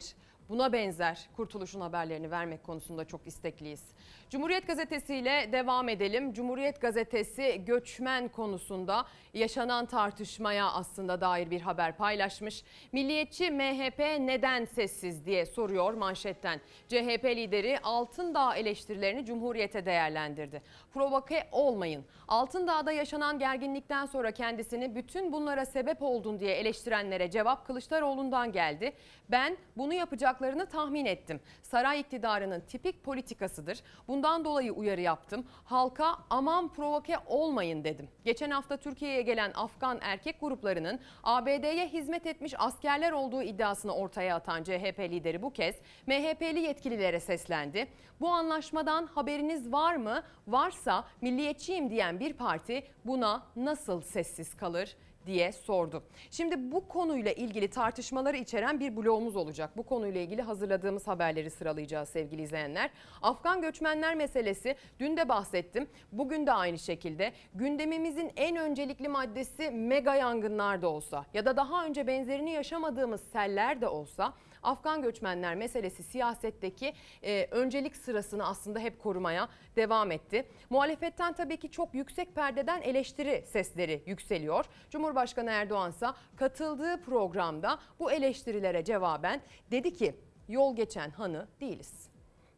Speaker 1: buna benzer Kurtuluş'un haberlerini vermek konusunda çok istekliyiz. Cumhuriyet Gazetesi ile devam edelim. Cumhuriyet Gazetesi göçmen konusunda yaşanan tartışmaya aslında dair bir haber paylaşmış. Milliyetçi M H P neden sessiz diye soruyor manşetten. C H P lideri Altındağ eleştirilerini Cumhuriyet'e değerlendirdi. Provoke olmayın. Altındağ'da yaşanan gerginlikten sonra kendisini bütün bunlara sebep oldun diye eleştirenlere cevap Kılıçdaroğlu'ndan geldi. Ben bunu yapacaklarını tahmin ettim. Saray iktidarının tipik politikasıdır. Bundan dolayı uyarı yaptım. Halka aman provoke olmayın dedim. Geçen hafta Türkiye'ye gelen Afgan erkek gruplarının A B D'ye hizmet etmiş askerler olduğu iddiasını ortaya atan C H P lideri bu kez M H P'li yetkililere seslendi. Bu anlaşmadan haberiniz var mı? Varsa milliyetçiyim diyen bir parti buna nasıl sessiz kalır diye sordu. Şimdi bu konuyla ilgili tartışmaları içeren bir blogumuz olacak. Bu konuyla ilgili hazırladığımız haberleri sıralayacağız sevgili izleyenler. Afgan göçmenler meselesi, dün de bahsettim. Bugün de aynı şekilde gündemimizin en öncelikli maddesi mega yangınlar da olsa ya da daha önce benzerini yaşamadığımız seller de olsa Afgan göçmenler meselesi siyasetteki e, öncelik sırasını aslında hep korumaya devam etti. Muhalefetten tabii ki çok yüksek perdeden eleştiri sesleri yükseliyor. Cumhurbaşkanı Erdoğan ise katıldığı programda bu eleştirilere cevaben dedi ki yol geçen hanı değiliz.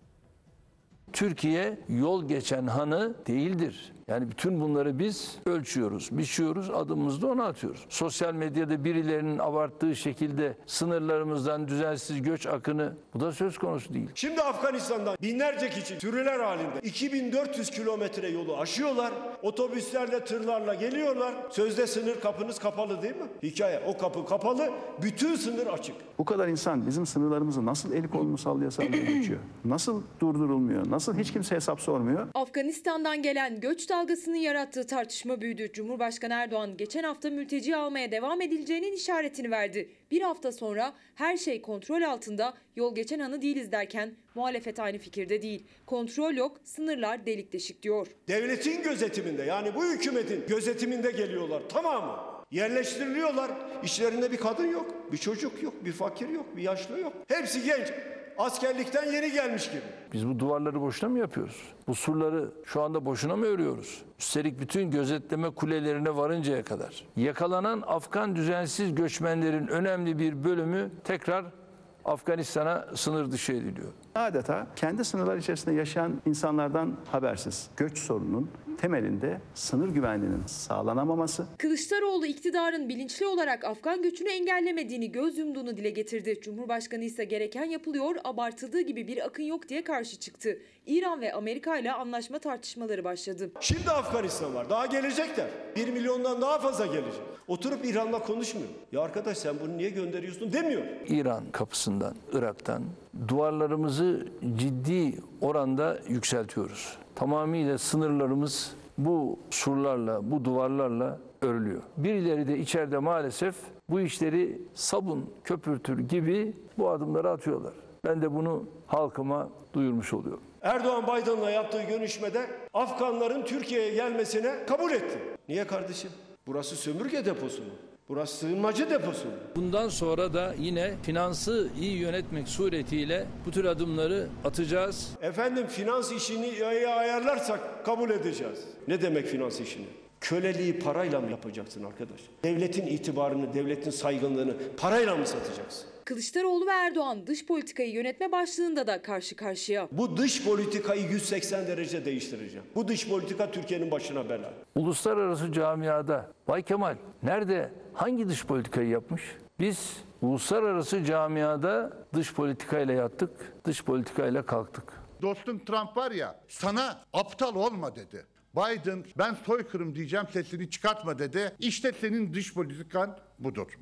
Speaker 10: Türkiye yol geçen hanı değildir. Yani bütün bunları biz ölçüyoruz, biçiyoruz, adımımızda ona atıyoruz. Sosyal medyada birilerinin abarttığı şekilde sınırlarımızdan düzensiz göç akını, bu da söz konusu değil.
Speaker 12: Şimdi Afganistan'dan binlerce kişi sürüler halinde iki bin dört yüz kilometre yolu aşıyorlar. Otobüslerle, tırlarla geliyorlar. Sözde sınır kapınız kapalı değil mi? Hikaye, o kapı kapalı, bütün sınır açık.
Speaker 15: Bu kadar insan bizim sınırlarımızı nasıl el kolunu sallaya sallaya geçiyor? Nasıl durdurulmuyor? Nasıl hiç kimse hesap sormuyor?
Speaker 16: Afganistan'dan gelen göç dalgasının yarattığı tartışma büyüdü. Cumhurbaşkanı Erdoğan geçen hafta mülteci almaya devam edileceğinin işaretini verdi. Bir hafta sonra her şey kontrol altında, yol geçen hanı değiliz derken muhalefet aynı fikirde değil. Kontrol yok, sınırlar delik deşik diyor.
Speaker 12: Devletin gözetiminde, yani bu hükümetin gözetiminde geliyorlar tamamı. Yerleştiriliyorlar. İçlerinde bir kadın yok, bir çocuk yok, bir fakir yok, bir yaşlı yok. Hepsi genç. Askerlikten yeni gelmiş gibi.
Speaker 10: Biz bu duvarları boşuna mı yapıyoruz? Bu surları şu anda boşuna mı örüyoruz? Üstelik bütün gözetleme kulelerine varıncaya kadar. Yakalanan Afgan düzensiz göçmenlerin önemli bir bölümü tekrar Afganistan'a sınır dışı ediliyor.
Speaker 15: Adeta kendi sınırlar içerisinde yaşayan insanlardan habersiz. Göç sorununun temelinde sınır güvenliğinin sağlanamaması.
Speaker 16: Kılıçdaroğlu iktidarın bilinçli olarak Afgan göçünü engellemediğini, göz yumduğunu dile getirdi. Cumhurbaşkanı ise gereken yapılıyor, abartıldığı gibi bir akın yok diye karşı çıktı. İran ve Amerika ile anlaşma tartışmaları başladı.
Speaker 12: Şimdi Afganistan var, daha gelecekler. Bir milyondan daha fazla gelecek. Oturup İran'la konuşmuyor. Ya arkadaş sen bunu niye gönderiyorsun demiyor.
Speaker 10: İran kapısından, Irak'tan duvarlarımızı ciddi oranda yükseltiyoruz. Tamamıyla sınırlarımız bu surlarla, bu duvarlarla örülüyor. Birileri de içeride maalesef bu işleri sabun köpürtür gibi bu adımları atıyorlar. Ben de bunu halkıma duyurmuş oluyorum.
Speaker 12: Erdoğan Biden'la yaptığı görüşmede Afganların Türkiye'ye gelmesine kabul etti. Niye kardeşim? Burası sömürge deposu mu? Burası sığınmacı deposu mu?
Speaker 10: Bundan sonra da yine finansı iyi yönetmek suretiyle bu tür adımları atacağız.
Speaker 12: Efendim finans işini iyi ayarlarsak kabul edeceğiz. Ne demek finans işini? Köleliği parayla mı yapacaksın arkadaş? Devletin itibarını, devletin saygınlığını parayla mı satacaksın?
Speaker 16: Kılıçdaroğlu ve Erdoğan dış politikayı yönetme başlığında da karşı karşıya.
Speaker 12: Bu dış politikayı yüz seksen derece değiştireceğim. Bu dış politika Türkiye'nin başına bela.
Speaker 10: Uluslararası camiada Bay Kemal nerede, hangi dış politikayı yapmış? Biz uluslararası camiada dış politikayla yattık, dış politikayla kalktık.
Speaker 23: Dostum Trump var ya, sana aptal olma dedi. Biden ben soykırım diyeceğim sesini çıkartma dedi. İşte senin dış politikan budur.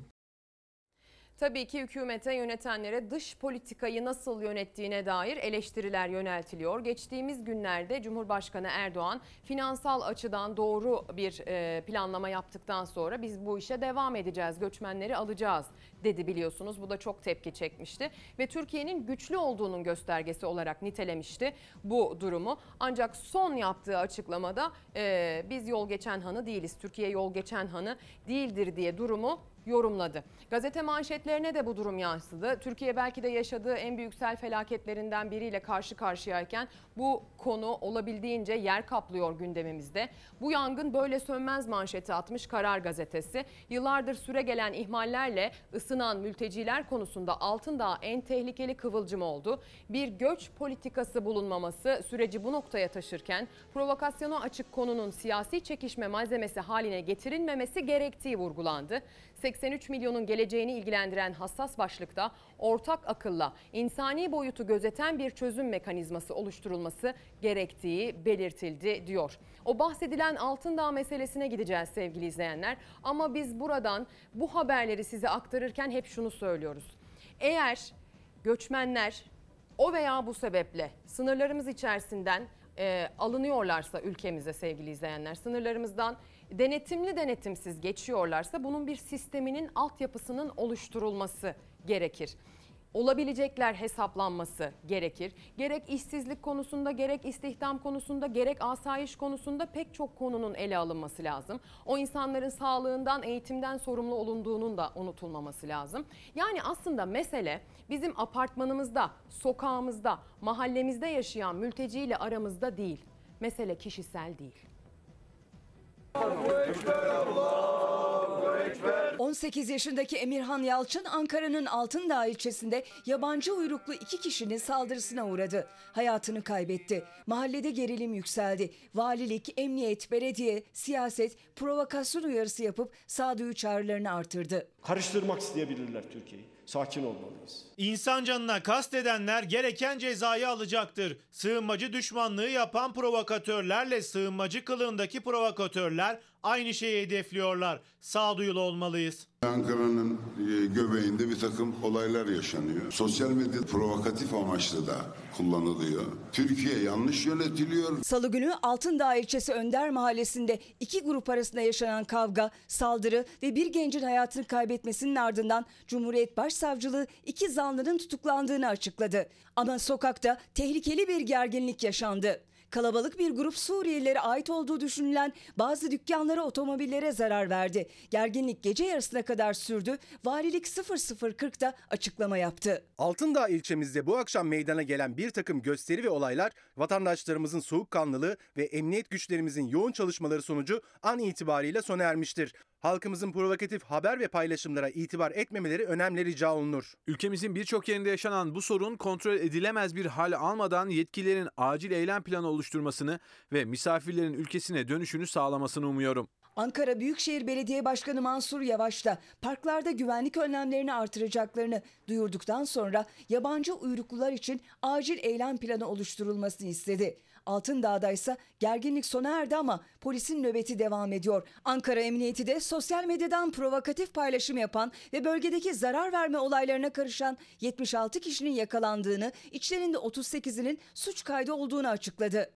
Speaker 1: Tabii ki hükümete, yönetenlere dış politikayı nasıl yönettiğine dair eleştiriler yöneltiliyor. Geçtiğimiz günlerde Cumhurbaşkanı Erdoğan finansal açıdan doğru bir planlama yaptıktan sonra biz bu işe devam edeceğiz, göçmenleri alacağız dedi biliyorsunuz. Bu da çok tepki çekmişti ve Türkiye'nin güçlü olduğunun göstergesi olarak nitelemişti bu durumu. Ancak son yaptığı açıklamada e, biz yol geçen hanı değiliz, Türkiye yol geçen hanı değildir diye durumu yorumladı. Gazete manşetlerine de bu durum yansıdı. Türkiye belki de yaşadığı en büyük sel felaketlerinden biriyle karşı karşıyayken bu konu olabildiğince yer kaplıyor gündemimizde. Bu yangın böyle sönmez manşeti atmış Karar Gazetesi. Yıllardır süregelen ihmallerle ısınan mülteciler konusunda Altındağ en tehlikeli kıvılcım oldu. Bir göç politikası bulunmaması süreci bu noktaya taşırken provokasyona açık konunun siyasi çekişme malzemesi haline getirilmemesi gerektiği vurgulandı. seksen üç milyonun geleceğini ilgilendiren hassas başlıkta ortak akılla insani boyutu gözeten bir çözüm mekanizması oluşturulması gerektiği belirtildi diyor. O bahsedilen Altındağ meselesine gideceğiz sevgili izleyenler. Ama biz buradan bu haberleri size aktarırken hep şunu söylüyoruz. Eğer göçmenler o veya bu sebeple sınırlarımız içerisinden e, alınıyorlarsa ülkemize sevgili izleyenler, sınırlarımızdan denetimli denetimsiz geçiyorlarsa bunun bir sisteminin altyapısının oluşturulması gerekir. Olabilecekler hesaplanması gerekir. Gerek işsizlik konusunda, gerek istihdam konusunda, gerek asayiş konusunda pek çok konunun ele alınması lazım. O insanların sağlığından, eğitimden sorumlu olunduğunun da unutulmaması lazım. Yani aslında mesele bizim apartmanımızda, sokağımızda, mahallemizde yaşayan mülteciyle aramızda değil. Mesele kişisel değil.
Speaker 7: on sekiz yaşındaki Emirhan Yalçın Ankara'nın Altındağ ilçesinde yabancı uyruklu iki kişinin saldırısına uğradı. Hayatını kaybetti. Mahallede gerilim yükseldi. Valilik, emniyet, belediye, siyaset provokasyon uyarısı yapıp sağduyu çağrılarını artırdı.
Speaker 12: Karıştırmak isteyebilirler Türkiye'yi. Sakin olmalıyız.
Speaker 14: İnsan canına kastedenler gereken cezayı alacaktır. Sığınmacı düşmanlığı yapan provokatörlerle sığınmacı kılığındaki provokatörler aynı şeyi hedefliyorlar. Sağduyulu olmalıyız.
Speaker 18: Ankara'nın göbeğinde bir takım olaylar yaşanıyor. Sosyal medya provokatif amaçlı da kullanılıyor. Türkiye yanlış yönetiliyor.
Speaker 7: Salı günü Altındağ ilçesi Önder Mahallesi'nde iki grup arasında yaşanan kavga, saldırı ve bir gencin hayatını kaybetmesinin ardından Cumhuriyet Başsavcılığı iki zanlının tutuklandığını açıkladı. Ama sokakta tehlikeli bir gerginlik yaşandı. Kalabalık bir grup Suriyelilere ait olduğu düşünülen bazı dükkanlara, otomobillere zarar verdi. Gerginlik gece yarısına kadar sürdü. Valilik sıfır sıfır kırkta açıklama yaptı.
Speaker 19: Altındağ ilçemizde bu akşam meydana gelen bir takım gösteri ve olaylar vatandaşlarımızın soğukkanlılığı ve emniyet güçlerimizin yoğun çalışmaları sonucu an itibariyle sona ermiştir. Halkımızın provokatif haber ve paylaşımlara itibar etmemeleri önemli rica olunur.
Speaker 22: Ülkemizin birçok yerinde yaşanan bu sorun kontrol edilemez bir hal almadan yetkililerin acil eylem planı oluşturmasını ve misafirlerin ülkesine dönüşünü sağlamasını umuyorum.
Speaker 7: Ankara Büyükşehir Belediye Başkanı Mansur Yavaş da parklarda güvenlik önlemlerini artıracaklarını duyurduktan sonra yabancı uyruklular için acil eylem planı oluşturulmasını istedi. Altındağ'da ise gerginlik sona erdi ama polisin nöbeti devam ediyor. Ankara Emniyeti de sosyal medyadan provokatif paylaşım yapan ve bölgedeki zarar verme olaylarına karışan yetmiş altı kişinin yakalandığını, içlerinde otuz sekizinin suç kaydı olduğunu açıkladı.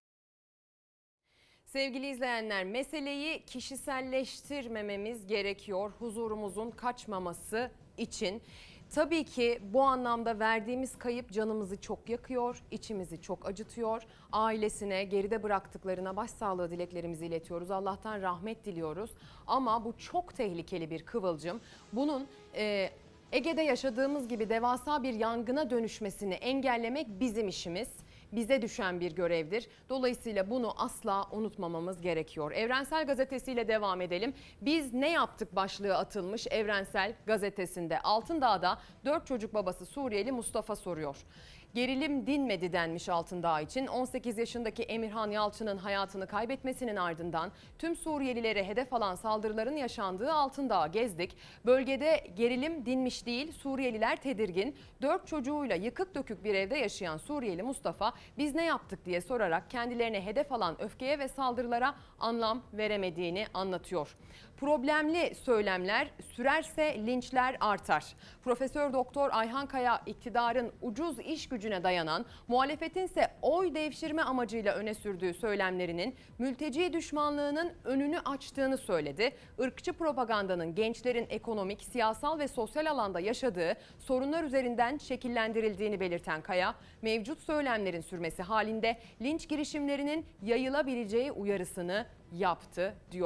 Speaker 1: Sevgili izleyenler, meseleyi kişiselleştirmememiz gerekiyor huzurumuzun kaçmaması için. Tabii ki bu anlamda verdiğimiz kayıp canımızı çok yakıyor, içimizi çok acıtıyor. Ailesine, geride bıraktıklarına başsağlığı dileklerimizi iletiyoruz. Allah'tan rahmet diliyoruz. Ama bu çok tehlikeli bir kıvılcım. Bunun e, Ege'de yaşadığımız gibi devasa bir yangına dönüşmesini engellemek bizim işimiz. Bize düşen bir görevdir. Dolayısıyla bunu asla unutmamamız gerekiyor. Evrensel Gazetesi'yle devam edelim. Biz ne yaptık başlığı atılmış Evrensel Gazetesi'nde. Altındağ'da dört çocuk babası Suriyeli Mustafa soruyor. Gerilim dinmedi denmiş Altındağ için. on sekiz yaşındaki Emirhan Yalçın'ın hayatını kaybetmesinin ardından tüm Suriyelilere hedef alan saldırıların yaşandığı Altındağ'ı gezdik. Bölgede gerilim dinmiş değil, Suriyeliler tedirgin. Dört çocuğuyla yıkık dökük bir evde yaşayan Suriyeli Mustafa biz ne yaptık diye sorarak kendilerine hedef alan öfkeye ve saldırılara anlam veremediğini anlatıyor. Problemli söylemler sürerse linçler artar. Profesör Doktor Ayhan Kaya iktidarın ucuz iş gücüne dayanan, muhalefetin ise oy devşirme amacıyla öne sürdüğü söylemlerinin mülteci düşmanlığının önünü açtığını söyledi. Irkçı propagandanın gençlerin ekonomik, siyasal ve sosyal alanda yaşadığı sorunlar üzerinden şekillendirildiğini belirten Kaya, mevcut söylemlerin sürmesi halinde linç girişimlerinin yayılabileceği uyarısını yaptı diyor.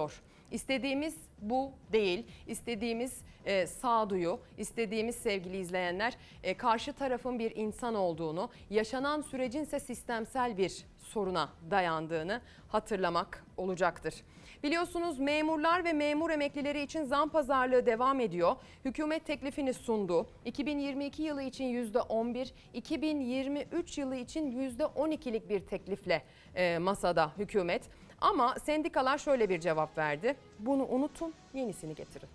Speaker 1: İstediğimiz bu değil. İstediğimiz e, sağduyu, istediğimiz sevgili izleyenler e, karşı tarafın bir insan olduğunu, yaşanan sürecin ise sistemsel bir soruna dayandığını hatırlamak olacaktır. Biliyorsunuz memurlar ve memur emeklileri için zam pazarlığı devam ediyor. Hükümet teklifini sundu. iki bin yirmi iki yılı için yüzde on bir, iki bin yirmi üç yılı için yüzde on ikilik bir teklifle e, masada hükümet. Ama sendikalar şöyle bir cevap verdi. Bunu unutun, yenisini getirin.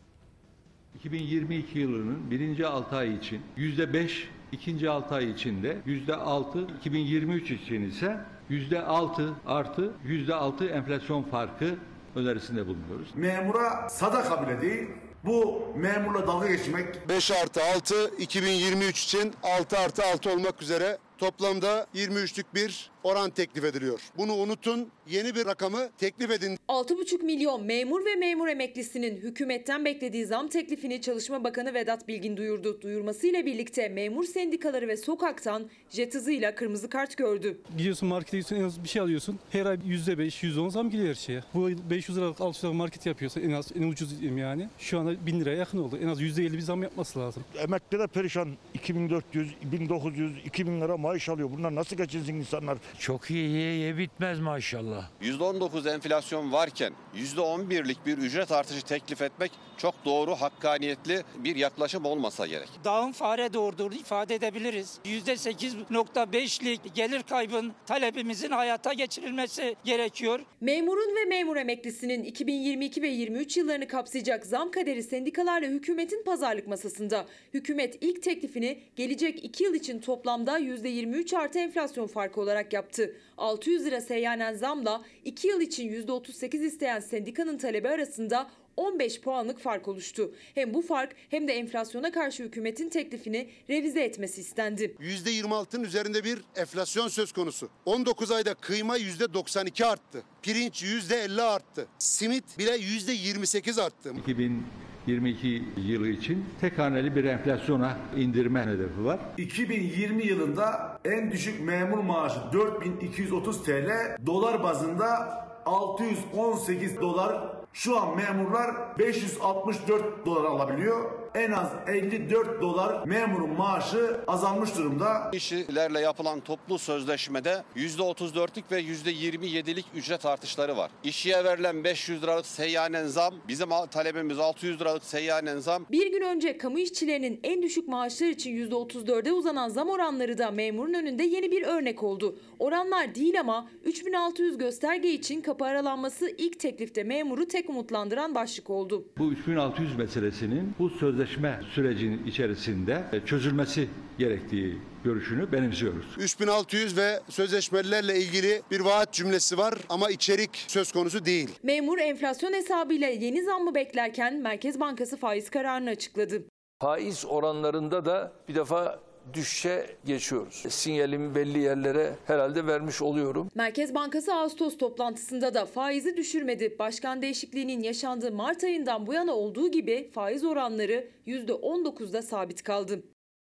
Speaker 3: iki bin yirmi iki yılının birinci altı ay için yüzde beş, ikinci altı ay içinde yüzde altı, iki bin yirmi üç için ise yüzde altı artı yüzde altı enflasyon farkı önerisinde bulunuyoruz.
Speaker 4: Memura sadaka bile değil. Bu memurla dalga geçmek.
Speaker 17: beş artı altı iki bin yirmi üç için altı artı altı olmak üzere toplamda yirmi üçlük bir oran teklif ediliyor. Bunu unutun, yeni bir rakamı teklif edin.
Speaker 16: altı buçuk milyon memur ve memur emeklisinin hükümetten beklediği zam teklifini Çalışma Bakanı Vedat Bilgin duyurdu. Duyurmasıyla birlikte memur sendikaları ve sokaktan jet hızıyla kırmızı kart gördü.
Speaker 24: Gidiyorsun markete gidiyorsun, en az bir şey alıyorsun. Her ay yüzde beş, yüzde on zam geliyor her şeye. Bu yıl beş yüz liralık altı yüz liralık market yapıyorsa en az en ucuz diyeyim yani. Şu anda bin liraya yakın oldu. En az yüzde elli bir zam yapması lazım.
Speaker 25: Emekli de perişan. iki bin dört yüz, bin dokuz yüz, iki bin lira maaş alıyor. Bunlar nasıl geçinsin insanlar?
Speaker 26: Çok iyi, iyi, iyi bitmez maşallah.
Speaker 27: yüzde on dokuz enflasyon varken yüzde on birlik bir ücret artışı teklif etmek çok doğru, hakkaniyetli bir yaklaşım olmasa gerek.
Speaker 28: Dağın fare doğurduğunu ifade edebiliriz. yüzde sekiz nokta beşlik gelir kaybın talebimizin hayata geçirilmesi gerekiyor.
Speaker 16: Memurun ve memur emeklisinin iki bin yirmi iki ve yirmi üç yıllarını kapsayacak zam kaderi sendikalarla hükümetin pazarlık masasında. Hükümet ilk teklifini gelecek iki yıl için toplamda yüzde yirmi üç artı enflasyon farkı olarak yaptı. altı yüz lira seyyanen zamla iki yıl için yüzde otuz sekiz isteyen sendikanın talebi arasında on beş puanlık fark oluştu. Hem bu fark hem de enflasyona karşı hükümetin teklifini revize etmesi istendi.
Speaker 17: yüzde yirmi altının üzerinde bir enflasyon söz konusu. on dokuz ayda kıyma yüzde doksan iki arttı. Pirinç yüzde elli arttı. Simit bile yüzde yirmi sekiz arttı.
Speaker 3: iki bin yirmi iki yılı için tek haneli bir enflasyona indirme hedefi var.
Speaker 4: iki bin yirmi yılında en düşük memur maaşı dört bin iki yüz otuz T L, dolar bazında altı yüz on sekiz dolar. Şu an memurlar beş yüz altmış dört dolar alabiliyor. En az elli dört dolar memurun maaşı azalmış durumda.
Speaker 27: İşçilerle yapılan toplu sözleşmede yüzde otuz dörtlük ve yüzde yirmi yedilik ücret artışları var. İşçiye verilen beş yüz liralık seyyanen zam, bizim talebimiz altı yüz liralık seyyanen zam.
Speaker 16: Bir gün önce kamu işçilerinin en düşük maaşlar için yüzde otuz dörde uzanan zam oranları da memurun önünde yeni bir örnek oldu. Oranlar değil ama üç bin altı yüz gösterge için kapı aralanması ilk teklifte memuru tek umutlandıran başlık oldu.
Speaker 3: Bu üç bin altı yüz meselesinin bu sözleşme sürecinin içerisinde çözülmesi gerektiği görüşünü benimsiyoruz.
Speaker 17: üç bin altı yüz ve sözleşmelilerle ilgili bir vaat cümlesi var ama içerik söz konusu değil.
Speaker 16: Memur enflasyon hesabıyla yeni zammı beklerken Merkez Bankası faiz kararını açıkladı.
Speaker 10: Faiz oranlarında da bir defa düşüşe geçiyoruz. Sinyalimi belli yerlere herhalde vermiş oluyorum.
Speaker 16: Merkez Bankası Ağustos toplantısında da faizi düşürmedi. Başkan değişikliğinin yaşandığı Mart ayından bu yana olduğu gibi faiz oranları yüzde on dokuzda sabit kaldı.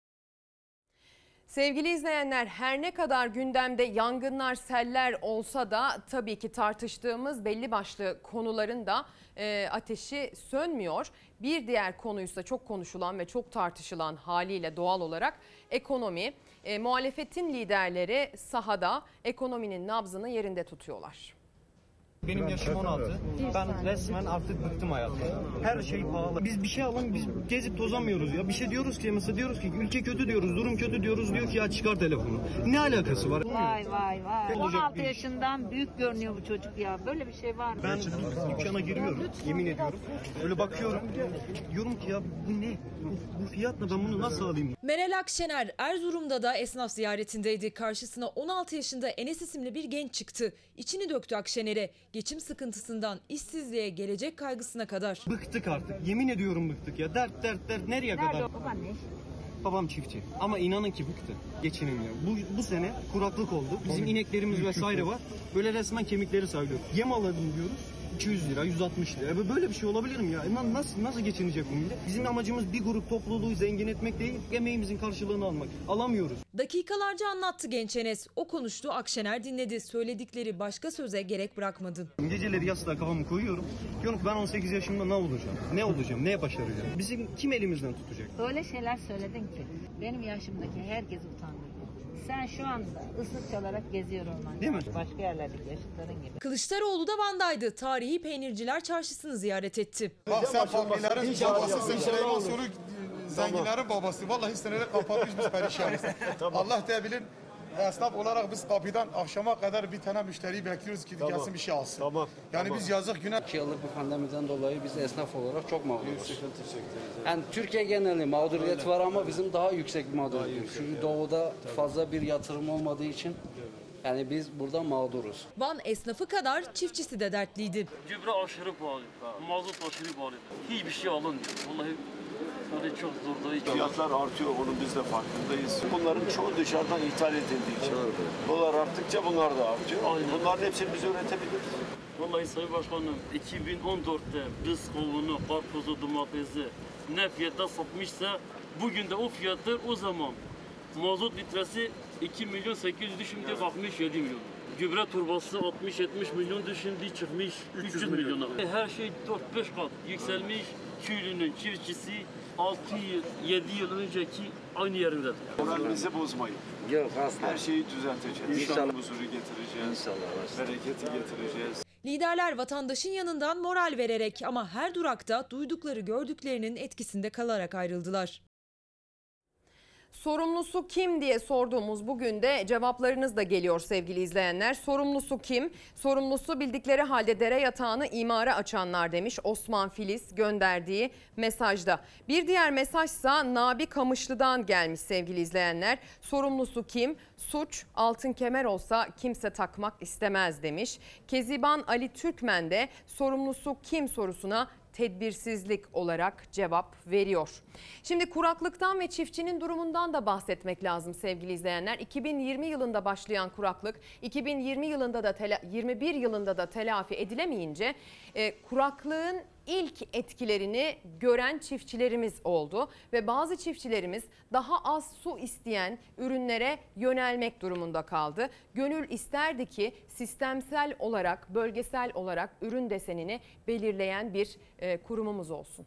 Speaker 1: Sevgili izleyenler, her ne kadar gündemde yangınlar, seller olsa da tabii ki tartıştığımız belli başlı konuların da e, ateşi sönmüyor. Bir diğer konuysa çok konuşulan ve çok tartışılan haliyle doğal olarak ekonomi. E, muhalefetin liderleri sahada ekonominin nabzını yerinde tutuyorlar.
Speaker 29: Benim yaşım on altı. Ben resmen artık bıktım hayatımda. Her şey pahalı. Biz bir şey alın, biz gezip tozamıyoruz ya. Bir şey diyoruz ki mesela diyoruz ki ülke kötü diyoruz, durum kötü diyoruz. Diyor ki ya çıkar telefonu. Ne alakası var?
Speaker 9: Vay vay vay. on altı yaşından büyük görünüyor bu çocuk ya. Böyle bir şey var mı?
Speaker 29: Ben dükkana giriyorum, yemin ediyorum. Öyle bakıyorum. Diyorum ki ya bu ne? Bu, bu fiyatla ben bunu nasıl alayım?
Speaker 16: Meral Akşener Erzurum'da da esnaf ziyaretindeydi. Karşısına on altı yaşında Enes isimli bir genç çıktı. İçini döktü Akşener'e. Geçim sıkıntısından işsizliğe, gelecek kaygısına kadar.
Speaker 29: Bıktık artık. Yemin ediyorum bıktık ya. Dert dert dert nereye
Speaker 9: Nerede
Speaker 29: kadar?
Speaker 9: o baban ne?
Speaker 29: Babam çiftçi. Ama inanın ki bıktı. Geçinemiyor. Bu, bu sene kuraklık oldu. Bizim ineklerimiz vesaire var. Böyle resmen kemikleri sayılıyor. Yem alalım diyoruz. iki yüz lira, yüz altmış lira. E böyle bir şey olabilir mi ya? E nasıl nasıl geçinecek bu millet? Bizim amacımız bir grup topluluğu zengin etmek değil, emeğimizin karşılığını almak. Alamıyoruz.
Speaker 16: Dakikalarca anlattı genç Enes. O konuştu, Akşener dinledi. Söyledikleri başka söze gerek bırakmadı.
Speaker 29: Geceleri yastığa kafamı koyuyorum. Diyorum ki ben on sekiz yaşımda ne olacağım? Ne olacağım? Neye başaracağım? Bizim kim elimizden tutacak?
Speaker 9: Öyle şeyler söyledin ki benim yaşımdaki herkes utandırdı. Sen şu anda ıslık çalarak geziyor olman.
Speaker 29: Değil mi?
Speaker 9: Başka yerlerdeki yaşıtların gibi.
Speaker 16: Kılıçdaroğlu da Van'daydı. Tarihi Peynirciler Çarşısı'nı ziyaret etti.
Speaker 2: Bak sen fakirlerin babası, Süleyman Soylu zenginlerin babası. Vallahi seneler kapatmış biz perişanız. Allah da bilir. Esnaf olarak biz kapıdan akşama kadar bir tane müşteriyi bekliyoruz ki tamam. gelsin bir şey alsın. Tamam. Yani tamam. biz yazık günah.
Speaker 5: iki yıllık bu pandemiden dolayı biz esnaf olarak çok mağduruz. Yani Türkiye geneli mağduriyet Öyle. var ama bizim daha yüksek bir mağduriyet. Çünkü doğuda fazla bir yatırım olmadığı için yani biz burada mağduruz.
Speaker 16: Van esnafı kadar çiftçisi de dertliydi.
Speaker 6: Gübre aşırı pahalı, mazot aşırı pahalı. Hiçbir şey alınmıyor. Vallahi böyle çok zor.
Speaker 12: Fiyatlar artıyor, onun biz de farkındayız. Bunların çoğu dışarıdan ithal edildiği için. Dolar arttıkça bunlar da artıyor. Aynen. Bunların hepsini biz üretebiliriz.
Speaker 6: Vallahi Sayın Başkanım, iki bin on dörtte biz kavunu, karpuzu, domatesi ne fiyata satmışsa bugün de o fiyattır. O zaman mazot litresi iki milyon sekiz yüz, şimdi kalkmış yedi milyon. Gübre turbası altmış yetmiş milyon, şimdi çıkmış üç yüz milyona. Her şey dört beş kat yükselmiş. Köylünün çiftçisi altı yedi yıl önceki aynı yerinde.
Speaker 12: Moralimizi bozmayın.
Speaker 5: Yok asla.
Speaker 12: Her şeyi düzelteceğiz. İnşallah huzuru getireceğiz. İnşallah. Bereketi getireceğiz.
Speaker 16: Liderler vatandaşın yanından moral vererek ama her durakta duydukları gördüklerinin etkisinde kalarak ayrıldılar.
Speaker 1: Sorumlusu kim diye sorduğumuz bugün de cevaplarınız da geliyor sevgili izleyenler. Sorumlusu kim? Sorumlusu bildikleri halde dere yatağını imara açanlar demiş Osman Filiz gönderdiği mesajda. Bir diğer mesajsa Nabi Kamışlı'dan gelmiş sevgili izleyenler. Sorumlusu kim? Suç altın kemer olsa kimse takmak istemez demiş. Keziban Ali Türkmen de sorumlusu kim sorusuna tedbirsizlik olarak cevap veriyor. Şimdi kuraklıktan ve çiftçinin durumundan da bahsetmek lazım sevgili izleyenler. iki bin yirmi yılında başlayan kuraklık iki bin yirmi yılında da yirmi bir yılında da telafi edilemeyince e, kuraklığın ilk etkilerini gören çiftçilerimiz oldu ve bazı çiftçilerimiz daha az su isteyen ürünlere yönelmek durumunda kaldı. Gönül isterdi ki sistemsel olarak, bölgesel olarak ürün desenini belirleyen bir e, kurumumuz olsun.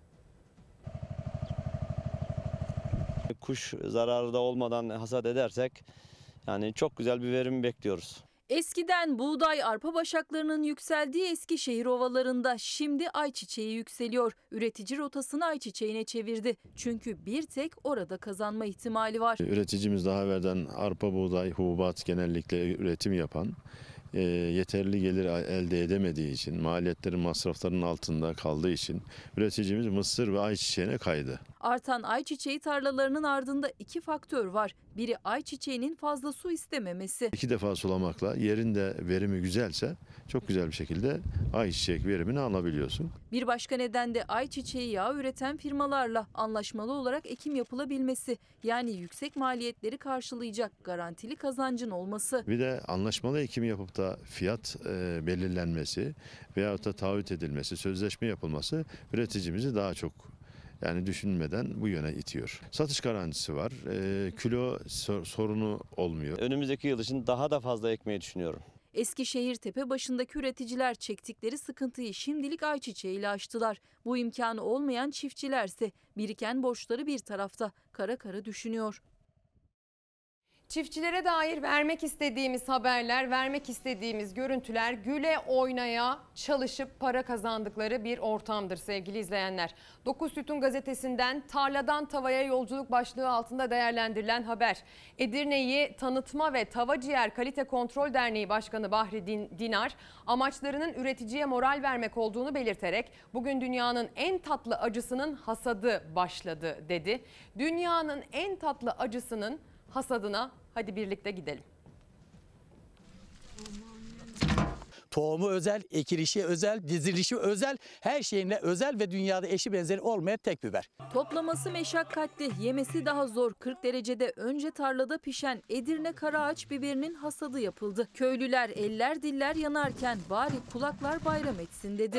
Speaker 8: Kuş zararı da olmadan hasat edersek yani çok güzel bir verim bekliyoruz.
Speaker 11: Eskiden buğday, arpa başaklarının yükseldiği Eskişehir ovalarında şimdi ayçiçeği yükseliyor. Üretici rotasını ayçiçeğine çevirdi. Çünkü bir tek orada kazanma ihtimali var.
Speaker 13: Üreticimiz daha evvelden arpa, buğday, hububat genellikle üretim yapan, e, yeterli gelir elde edemediği için, maliyetlerin masraflarının altında kaldığı için üreticimiz mısır ve ayçiçeğine kaydı.
Speaker 11: Artan ayçiçeği tarlalarının ardında iki faktör var. Biri ayçiçeğinin fazla su istememesi.
Speaker 13: İki defa sulamakla yerin de verimi güzelse çok güzel bir şekilde ayçiçek verimini alabiliyorsun.
Speaker 11: Bir başka neden de ayçiçeği yağı üreten firmalarla anlaşmalı olarak ekim yapılabilmesi. Yani yüksek maliyetleri karşılayacak garantili kazancın olması.
Speaker 13: Bir de anlaşmalı ekim yapıp da fiyat e, belirlenmesi veyahut da taahhüt edilmesi, sözleşme yapılması üreticimizi daha çok yani düşünmeden bu yöne itiyor. Satış garantisi var. E, kilo sor, sorunu olmuyor.
Speaker 8: Önümüzdeki yıl için daha da fazla ekmeyi düşünüyorum.
Speaker 11: Eskişehir Tepebaşı'ndaki üreticiler çektikleri sıkıntıyı şimdilik ayçiçeğiyle aştılar. Bu imkanı olmayan çiftçilerse biriken borçları bir tarafta kara kara düşünüyor.
Speaker 1: Çiftçilere dair vermek istediğimiz haberler, vermek istediğimiz görüntüler güle oynaya çalışıp para kazandıkları bir ortamdır sevgili izleyenler. Dokuz Sütun gazetesinden tarladan tavaya yolculuk başlığı altında değerlendirilen haber. Edirne'yi Tanıtma ve Tava Ciğer Kalite Kontrol Derneği Başkanı Bahri Dinar amaçlarının üreticiye moral vermek olduğunu belirterek bugün dünyanın en tatlı acısının hasadı başladı dedi. Dünyanın en tatlı acısının hasadına hadi birlikte gidelim.
Speaker 7: Tohumu özel, ekilişi özel, dizilişi özel, her şeyinle özel ve dünyada eşi benzeri olmayan tek biber.
Speaker 11: Toplaması meşakkatli, yemesi daha zor. kırk derecede önce tarlada pişen Edirne Karaağaç biberinin hasadı yapıldı. Köylüler eller diller yanarken bari kulaklar bayram etsin dedi.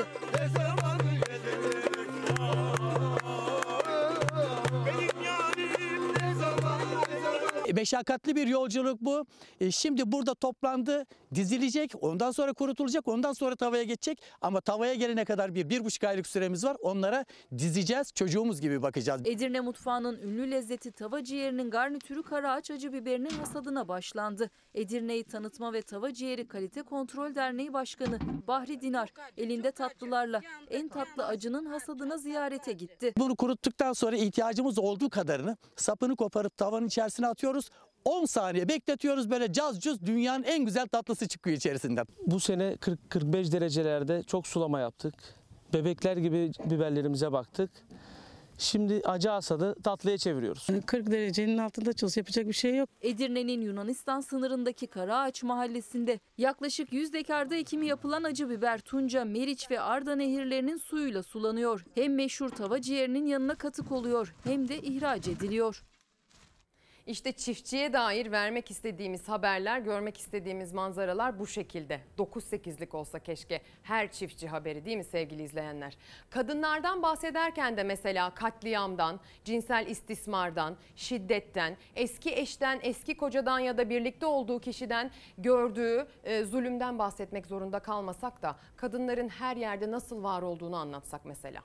Speaker 7: Meşakkatli bir yolculuk bu. E, şimdi burada toplandı, dizilecek, ondan sonra kurutulacak, ondan sonra tavaya geçecek. Ama tavaya gelene kadar bir, bir buçuk aylık süremiz var. Onlara dizeceğiz, çocuğumuz gibi bakacağız.
Speaker 11: Edirne mutfağının ünlü lezzeti tava ciğerinin garnitürü Karaağaç acı biberinin hasadına başlandı. Edirne'yi Tanıtma ve Tava Ciğeri Kalite Kontrol Derneği Başkanı Bahri Dinar elinde tatlılarla en tatlı acının hasadına ziyarete gitti.
Speaker 7: Bunu kuruttuktan sonra ihtiyacımız olduğu kadarını sapını koparıp tavanın içerisine atıyoruz. on saniye bekletiyoruz, böyle caz cuz dünyanın en güzel tatlısı çıkıyor içerisinden.
Speaker 14: Bu sene kırk kırk beş derecelerde çok sulama yaptık. Bebekler gibi biberlerimize baktık. Şimdi acı hasadı tatlıya çeviriyoruz.
Speaker 15: kırk derecenin altında çalışacak, yapacak bir şey yok.
Speaker 11: Edirne'nin Yunanistan sınırındaki Karaağaç mahallesinde yaklaşık yüz dekarda ekimi yapılan acı biber Tunca, Meriç ve Arda nehirlerinin suyuyla sulanıyor. Hem meşhur tava ciğerinin yanına katık oluyor hem de ihraç ediliyor.
Speaker 1: İşte çiftçiye dair vermek istediğimiz haberler, görmek istediğimiz manzaralar bu şekilde. dokuz sekizlik olsa keşke her çiftçi haberi, değil mi sevgili izleyenler? Kadınlardan bahsederken de mesela katliamdan, cinsel istismardan, şiddetten, eski eşten, eski kocadan ya da birlikte olduğu kişiden gördüğü e, zulümden bahsetmek zorunda kalmasak da kadınların her yerde nasıl var olduğunu anlatsak mesela.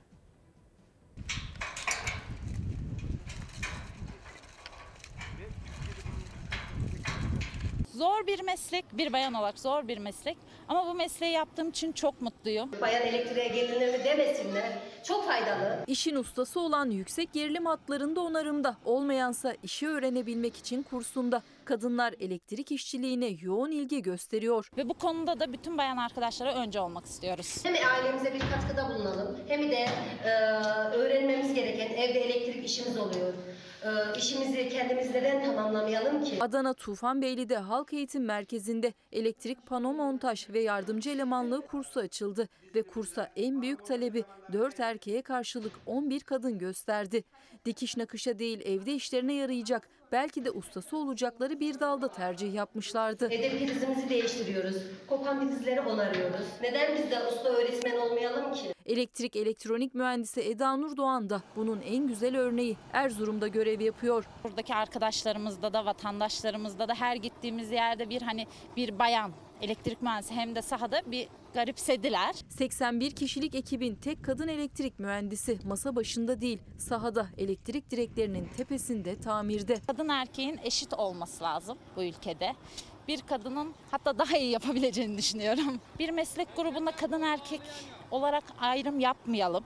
Speaker 18: Zor bir meslek, bir bayan olarak zor bir meslek ama bu mesleği yaptığım için çok mutluyum.
Speaker 19: Bayan elektriğe gelinir mi demesinler, çok faydalı.
Speaker 11: İşin ustası olan yüksek gerilim hatlarında onarımda, olmayansa işi öğrenebilmek için kursunda. Kadınlar elektrik işçiliğine yoğun ilgi gösteriyor.
Speaker 18: Ve bu konuda da bütün bayan arkadaşlara önce olmak istiyoruz.
Speaker 19: Hem ailemize bir katkıda bulunalım hem de e, öğrenmemiz gereken evde elektrik işimiz oluyor. E, işimizi kendimiz neden tamamlamayalım ki?
Speaker 11: Adana Tufanbeyli'de Halk Eğitim Merkezi'nde elektrik pano montaj ve yardımcı elemanlığı kursu açıldı. Ve kursa en büyük talebi dört erkeğe karşılık on bir kadın gösterdi. Dikiş nakışa değil evde işlerine yarayacak, belki de ustası olacakları bir dalda tercih yapmışlardı.
Speaker 19: Evde prizimizi değiştiriyoruz, kopan prizleri onarıyoruz. Neden biz de usta öğretmen olmayalım ki?
Speaker 11: Elektrik elektronik mühendisi Eda Nur Doğan da bunun en güzel örneği. Erzurum'da görev yapıyor.
Speaker 18: Buradaki arkadaşlarımızda da vatandaşlarımızda da her gittiğimiz yerde bir hani bir bayan elektrik mühendisi hem de sahada bir garipsediler.
Speaker 11: seksen bir kişilik ekibin tek kadın elektrik mühendisi masa başında değil, sahada elektrik direklerinin tepesinde tamirde.
Speaker 18: Kadın erkeğin eşit olması lazım bu ülkede. Bir kadının hatta daha iyi yapabileceğini düşünüyorum. Bir meslek grubunda kadın erkek olarak ayrım yapmayalım.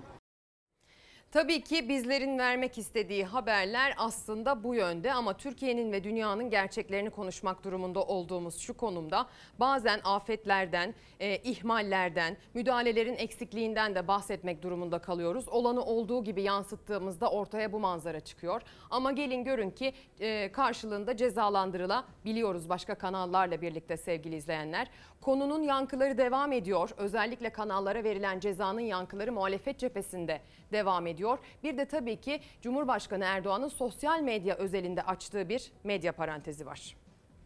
Speaker 1: Tabii ki bizlerin vermek istediği haberler aslında bu yönde ama Türkiye'nin ve dünyanın gerçeklerini konuşmak durumunda olduğumuz şu konumda bazen afetlerden, e, ihmallerden, müdahalelerin eksikliğinden de bahsetmek durumunda kalıyoruz. Olanı olduğu gibi yansıttığımızda ortaya bu manzara çıkıyor. Ama gelin görün ki e, karşılığında cezalandırılabiliyoruz başka kanallarla birlikte sevgili izleyenler. Konunun yankıları devam ediyor. Özellikle kanallara verilen cezanın yankıları muhalefet cephesinde devam ediyor. Bir de tabii ki Cumhurbaşkanı Erdoğan'ın sosyal medya özelinde açtığı bir medya parantezi var.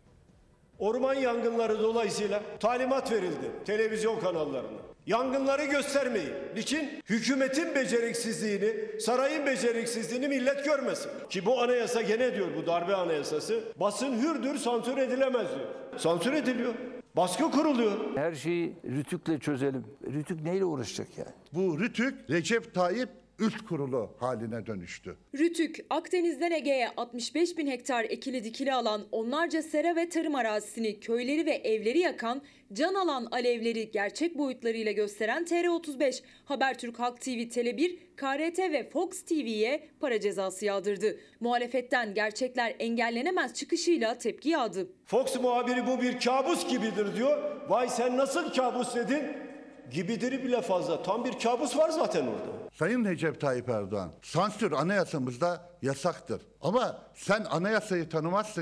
Speaker 12: Orman yangınları dolayısıyla talimat verildi televizyon kanallarına. Yangınları göstermeyin. Niçin? Hükümetin beceriksizliğini, sarayın beceriksizliğini millet görmesin. Ki bu anayasa gene diyor, bu darbe anayasası, basın hürdür, sansür edilemez diyor. Sansür ediliyor. Baskı kuruluyor.
Speaker 10: Her şeyi Rütük'le çözelim. Rütük neyle uğraşacak yani?
Speaker 20: Bu Rütük Recep Tayyip Üst Kurulu haline dönüştü.
Speaker 16: Rütük, Akdeniz'den Ege'ye altmış beş bin hektar ekili dikili alan onlarca sera ve tarım arazisini, köyleri ve evleri yakan, can alan alevleri gerçek boyutlarıyla gösteren T R otuz beş, Habertürk, Halk T V, Tele bir, K R T ve Fox T V'ye para cezası yağdırdı. Muhalefetten gerçekler engellenemez çıkışıyla tepki yağdı.
Speaker 12: Fox muhabiri bu bir kabus gibidir diyor. Vay sen nasıl kabus dedin? Gibidir bile fazla. Tam bir kabus var zaten orada.
Speaker 20: Sayın Recep Tayyip Erdoğan, sansür anayasamızda yasaktır. Ama sen anayasayı tanımazsın ya,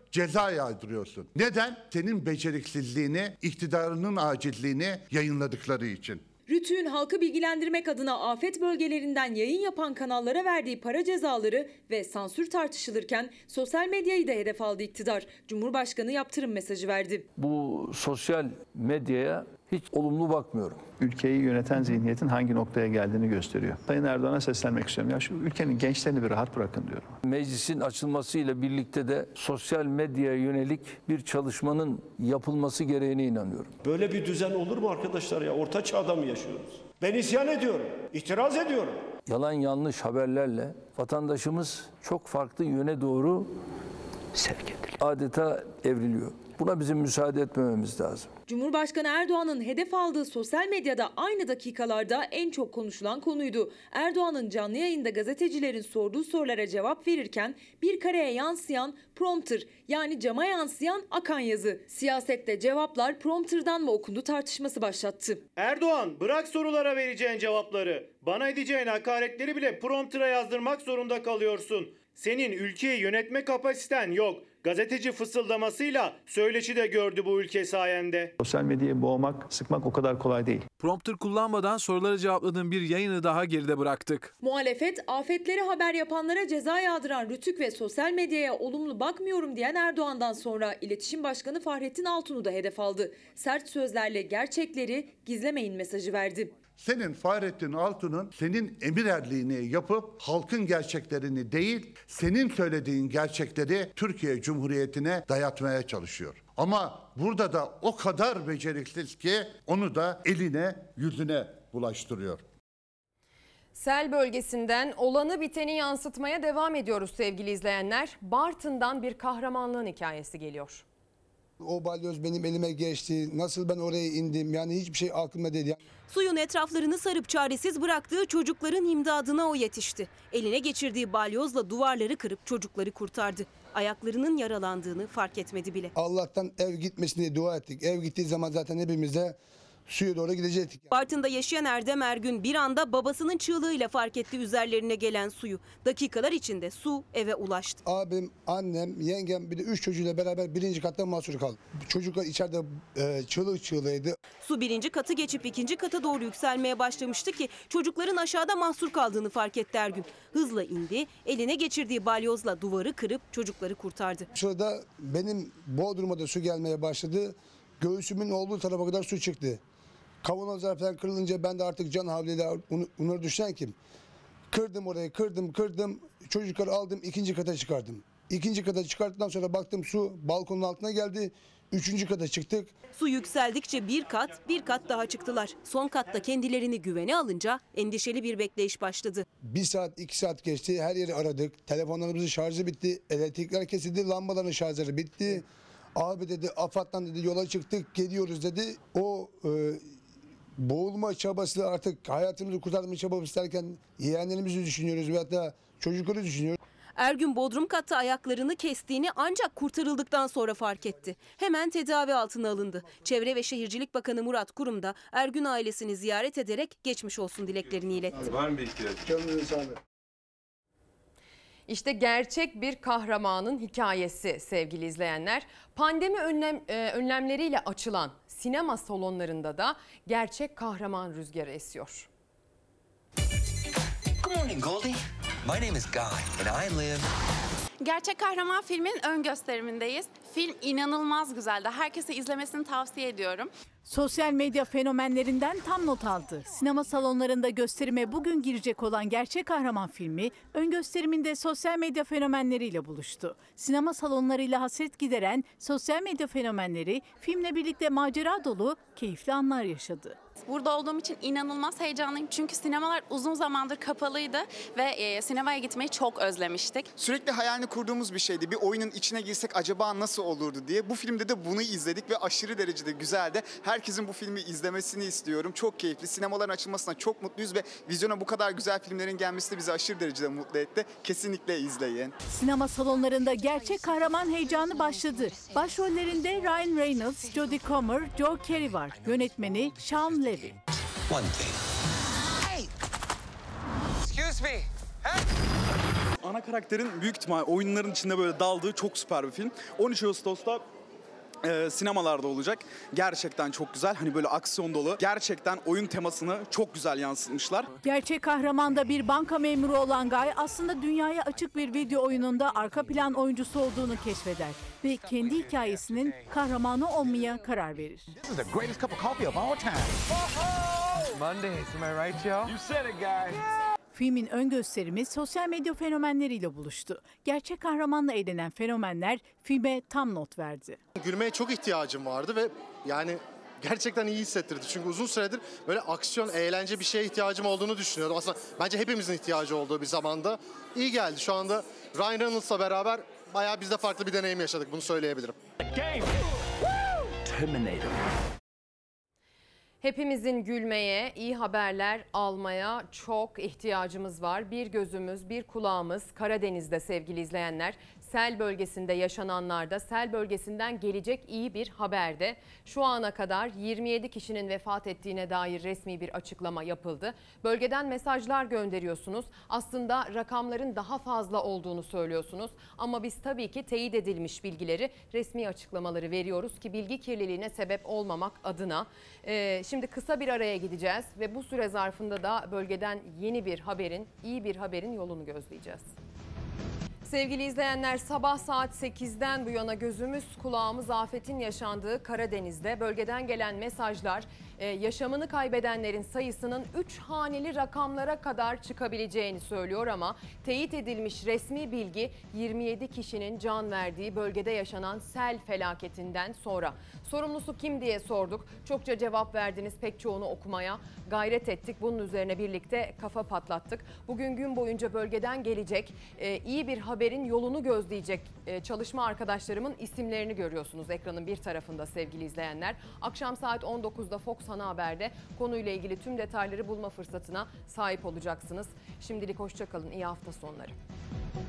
Speaker 20: ceza yağdırıyorsun. Neden? Senin beceriksizliğini, iktidarının acizliğini yayınladıkları için.
Speaker 16: RTÜK'ün halkı bilgilendirmek adına afet bölgelerinden yayın yapan kanallara verdiği para cezaları ve sansür tartışılırken sosyal medyayı da hedef aldı iktidar. Cumhurbaşkanı yaptırım mesajı verdi.
Speaker 10: Bu sosyal medyaya hiç olumlu bakmıyorum.
Speaker 4: Ülkeyi yöneten zihniyetin hangi noktaya geldiğini gösteriyor. Sayın Erdoğan'a seslenmek istiyorum. Ya şu ülkenin gençlerini bir rahat bırakın diyorum.
Speaker 10: Meclisin açılmasıyla birlikte de sosyal medyaya yönelik bir çalışmanın yapılması gereğine inanıyorum.
Speaker 12: Böyle bir düzen olur mu arkadaşlar ya? Orta çağda mı yaşıyoruz? Ben isyan ediyorum, itiraz ediyorum.
Speaker 10: Yalan yanlış haberlerle vatandaşımız çok farklı yöne doğru sevk ediliyor. Adeta evriliyor. Buna bizim müsaade etmememiz lazım.
Speaker 16: Cumhurbaşkanı Erdoğan'ın hedef aldığı sosyal medyada aynı dakikalarda en çok konuşulan konuydu. Erdoğan'ın canlı yayında gazetecilerin sorduğu sorulara cevap verirken bir kareye yansıyan prompter, yani cama yansıyan akan yazı. Siyasette cevaplar prompterdan mı okundu tartışması başlattı.
Speaker 29: Erdoğan, bırak sorulara vereceğin cevapları. Bana edeceğin hakaretleri bile promptera yazdırmak zorunda kalıyorsun. Senin ülkeyi yönetme kapasiten yok. Gazeteci fısıldamasıyla söyleşi de gördü bu ülke sayende.
Speaker 4: Sosyal medyayı boğmak, sıkmak o kadar kolay değil.
Speaker 21: Prompter kullanmadan soruları cevapladığım bir yayını daha geride bıraktık.
Speaker 16: Muhalefet, afetleri haber yapanlara ceza yağdıran RTÜK ve sosyal medyaya olumlu bakmıyorum diyen Erdoğan'dan sonra İletişim Başkanı Fahrettin Altun'u da hedef aldı. Sert sözlerle gerçekleri gizlemeyin mesajı verdi.
Speaker 20: Senin Fahrettin Altun'un senin emirerliğini yapıp halkın gerçeklerini değil, senin söylediğin gerçekleri Türkiye Cumhuriyeti'ne dayatmaya çalışıyor. Ama burada da o kadar beceriksiz ki onu da eline yüzüne bulaştırıyor.
Speaker 1: Sel bölgesinden olanı biteni yansıtmaya devam ediyoruz sevgili izleyenler. Bartın'dan bir kahramanlığın hikayesi geliyor.
Speaker 22: O balyoz benim elime geçti. Nasıl ben oraya indim? Yani hiçbir şey aklımda değil.
Speaker 23: Suyun etraflarını sarıp çaresiz bıraktığı çocukların imdadına o yetişti. Eline geçirdiği balyozla duvarları kırıp çocukları kurtardı. Ayaklarının yaralandığını fark etmedi bile.
Speaker 22: Allah'tan ev gitmesin diye dua ettik. Ev gittiği zaman zaten hepimiz de suya doğru gidecektik.
Speaker 23: Bartın'da yaşayan Erdem Ergün bir anda babasının çığlığıyla fark etti üzerlerine gelen suyu. Dakikalar içinde su eve ulaştı.
Speaker 22: Abim, annem, yengem bir de üç çocuğuyla beraber birinci katta mahsur kaldı. Çocuklar içeride e, çığlık çığlığıydı.
Speaker 23: Su birinci katı geçip ikinci kata doğru yükselmeye başlamıştı ki çocukların aşağıda mahsur kaldığını fark etti Ergün. Hızla indi, eline geçirdiği balyozla duvarı kırıp çocukları kurtardı.
Speaker 22: Sırada benim Bodrum'a da su gelmeye başladı. Göğsümün olduğu tarafa kadar su çıktı. Kavanozlar falan kırılınca ben de artık can havliyle onları düşen kim? Kırdım orayı, kırdım, kırdım. Çocukları aldım, ikinci kata çıkardım. İkinci kata çıkarttıktan sonra baktım su balkonun altına geldi. Üçüncü kata çıktık.
Speaker 23: Su yükseldikçe bir kat, bir kat daha çıktılar. Son katta kendilerini güvene alınca endişeli bir bekleyiş başladı.
Speaker 22: Bir saat, iki saat geçti. Her yeri aradık. Telefonlarımızın şarjı bitti. Elektrikler kesildi. Lambaların şarjları bitti. Abi dedi, AFAD'dan dedi yola çıktık, geliyoruz dedi. O e, boğulma çabası, artık hayatımızı kurtarma çabası derken yeğenlerimizi düşünüyoruz ve hatta çocukları düşünüyoruz.
Speaker 23: Ergün bodrum katta ayaklarını kestiğini ancak kurtarıldıktan sonra fark etti. Hemen tedavi altına alındı. Çevre ve Şehircilik Bakanı Murat Kurum da Ergün ailesini ziyaret ederek geçmiş olsun dileklerini iletti.
Speaker 20: Var mı bir ihtiyaç? Canınızın sağlığı.
Speaker 1: İşte gerçek bir kahramanın hikayesi sevgili izleyenler. Pandemi önlem, e, önlemleriyle açılan sinema salonlarında da gerçek kahraman rüzgarı esiyor.
Speaker 24: Good morning, Goldie. My name is Guy and I live...
Speaker 25: Gerçek Kahraman filmin ön gösterimindeyiz. Film inanılmaz güzeldi. Herkese izlemesini tavsiye ediyorum.
Speaker 26: Sosyal medya fenomenlerinden tam not aldı. Sinema salonlarında gösterime bugün girecek olan Gerçek Kahraman filmi ön gösteriminde sosyal medya fenomenleriyle buluştu. Sinema salonlarıyla hasret gideren sosyal medya fenomenleri filmle birlikte macera dolu keyifli anlar yaşadı.
Speaker 25: Burada olduğum için inanılmaz heyecanlıyım. Çünkü sinemalar uzun zamandır kapalıydı ve e, sinemaya gitmeyi çok özlemiştik.
Speaker 27: Sürekli hayalini kurduğumuz bir şeydi. Bir oyunun içine girsek acaba nasıl olurdu diye. Bu filmde de bunu izledik ve aşırı derecede güzeldi. Herkesin bu filmi izlemesini istiyorum. Çok keyifli. Sinemaların açılmasına çok mutluyuz ve vizyona bu kadar güzel filmlerin gelmesi de bizi aşırı derecede mutlu etti. Kesinlikle izleyin.
Speaker 26: Sinema salonlarında Gerçek Kahraman heyecanı başladı. Başrollerinde Ryan Reynolds, Jodie Comer, Joe Keery var. Yönetmeni Sean Levy.
Speaker 24: One thing. Hey! Excuse me. Hey!
Speaker 2: ana karakterin büyük ihtimal oyunların içinde böyle daldığı çok süper bir film. on üç Ağustos'ta e, sinemalarda olacak. Gerçekten çok güzel. Hani böyle aksiyon dolu. Gerçekten oyun temasını çok güzel yansıtmışlar.
Speaker 26: Gerçek kahramanda bir banka memuru olan Guy aslında dünyaya açık bir video oyununda arka plan oyuncusu olduğunu keşfeder ve kendi hikayesinin kahramanı olmaya karar verir.
Speaker 3: Mondays, am I right, y'all? You said it, guys.
Speaker 26: Filmin ön gösterimi sosyal medya fenomenleriyle buluştu. Gerçek kahramanla eğlenen fenomenler filme tam not verdi.
Speaker 5: Gülmeye çok ihtiyacım vardı ve yani gerçekten iyi hissettirdi. Çünkü uzun süredir böyle aksiyon, eğlence bir şeye ihtiyacım olduğunu düşünüyordum. Aslında bence hepimizin ihtiyacı olduğu bir zamanda iyi geldi. Şu anda Ryan Reynolds'la beraber bayağı biz de farklı bir deneyim yaşadık, bunu söyleyebilirim.
Speaker 1: Terminator. Hepimizin gülmeye, iyi haberler almaya çok ihtiyacımız var. Bir gözümüz, bir kulağımız Karadeniz'de sevgili izleyenler. Sel bölgesinde yaşananlarda sel bölgesinden gelecek iyi bir haberde. Şu ana kadar yirmi yedi kişinin vefat ettiğine dair resmi bir açıklama yapıldı. Bölgeden mesajlar gönderiyorsunuz. Aslında rakamların daha fazla olduğunu söylüyorsunuz. Ama biz tabii ki teyit edilmiş bilgileri, resmi açıklamaları veriyoruz ki bilgi kirliliğine sebep olmamak adına. Ee, şimdi kısa bir araya gideceğiz ve bu süre zarfında da bölgeden yeni bir haberin, iyi bir haberin yolunu gözleyeceğiz. Sevgili izleyenler, sabah saat sekizden bu yana gözümüz kulağımız afetin yaşandığı Karadeniz'de bölgeden gelen mesajlar yaşamını kaybedenlerin sayısının üç haneli rakamlara kadar çıkabileceğini söylüyor ama teyit edilmiş resmi bilgi yirmi yedi kişinin can verdiği bölgede yaşanan sel felaketinden sonra. Sorumlusu kim diye sorduk. Çokça cevap verdiniz, pek çoğunu okumaya gayret ettik. Bunun üzerine birlikte kafa patlattık. Bugün gün boyunca bölgeden gelecek iyi bir haberin yolunu gözleyecek çalışma arkadaşlarımın isimlerini görüyorsunuz ekranın bir tarafında sevgili izleyenler. Akşam saat on dokuzda Fox Ana Haber'de konuyla ilgili tüm detayları bulma fırsatına sahip olacaksınız. Şimdilik hoşça kalın, iyi hafta sonları.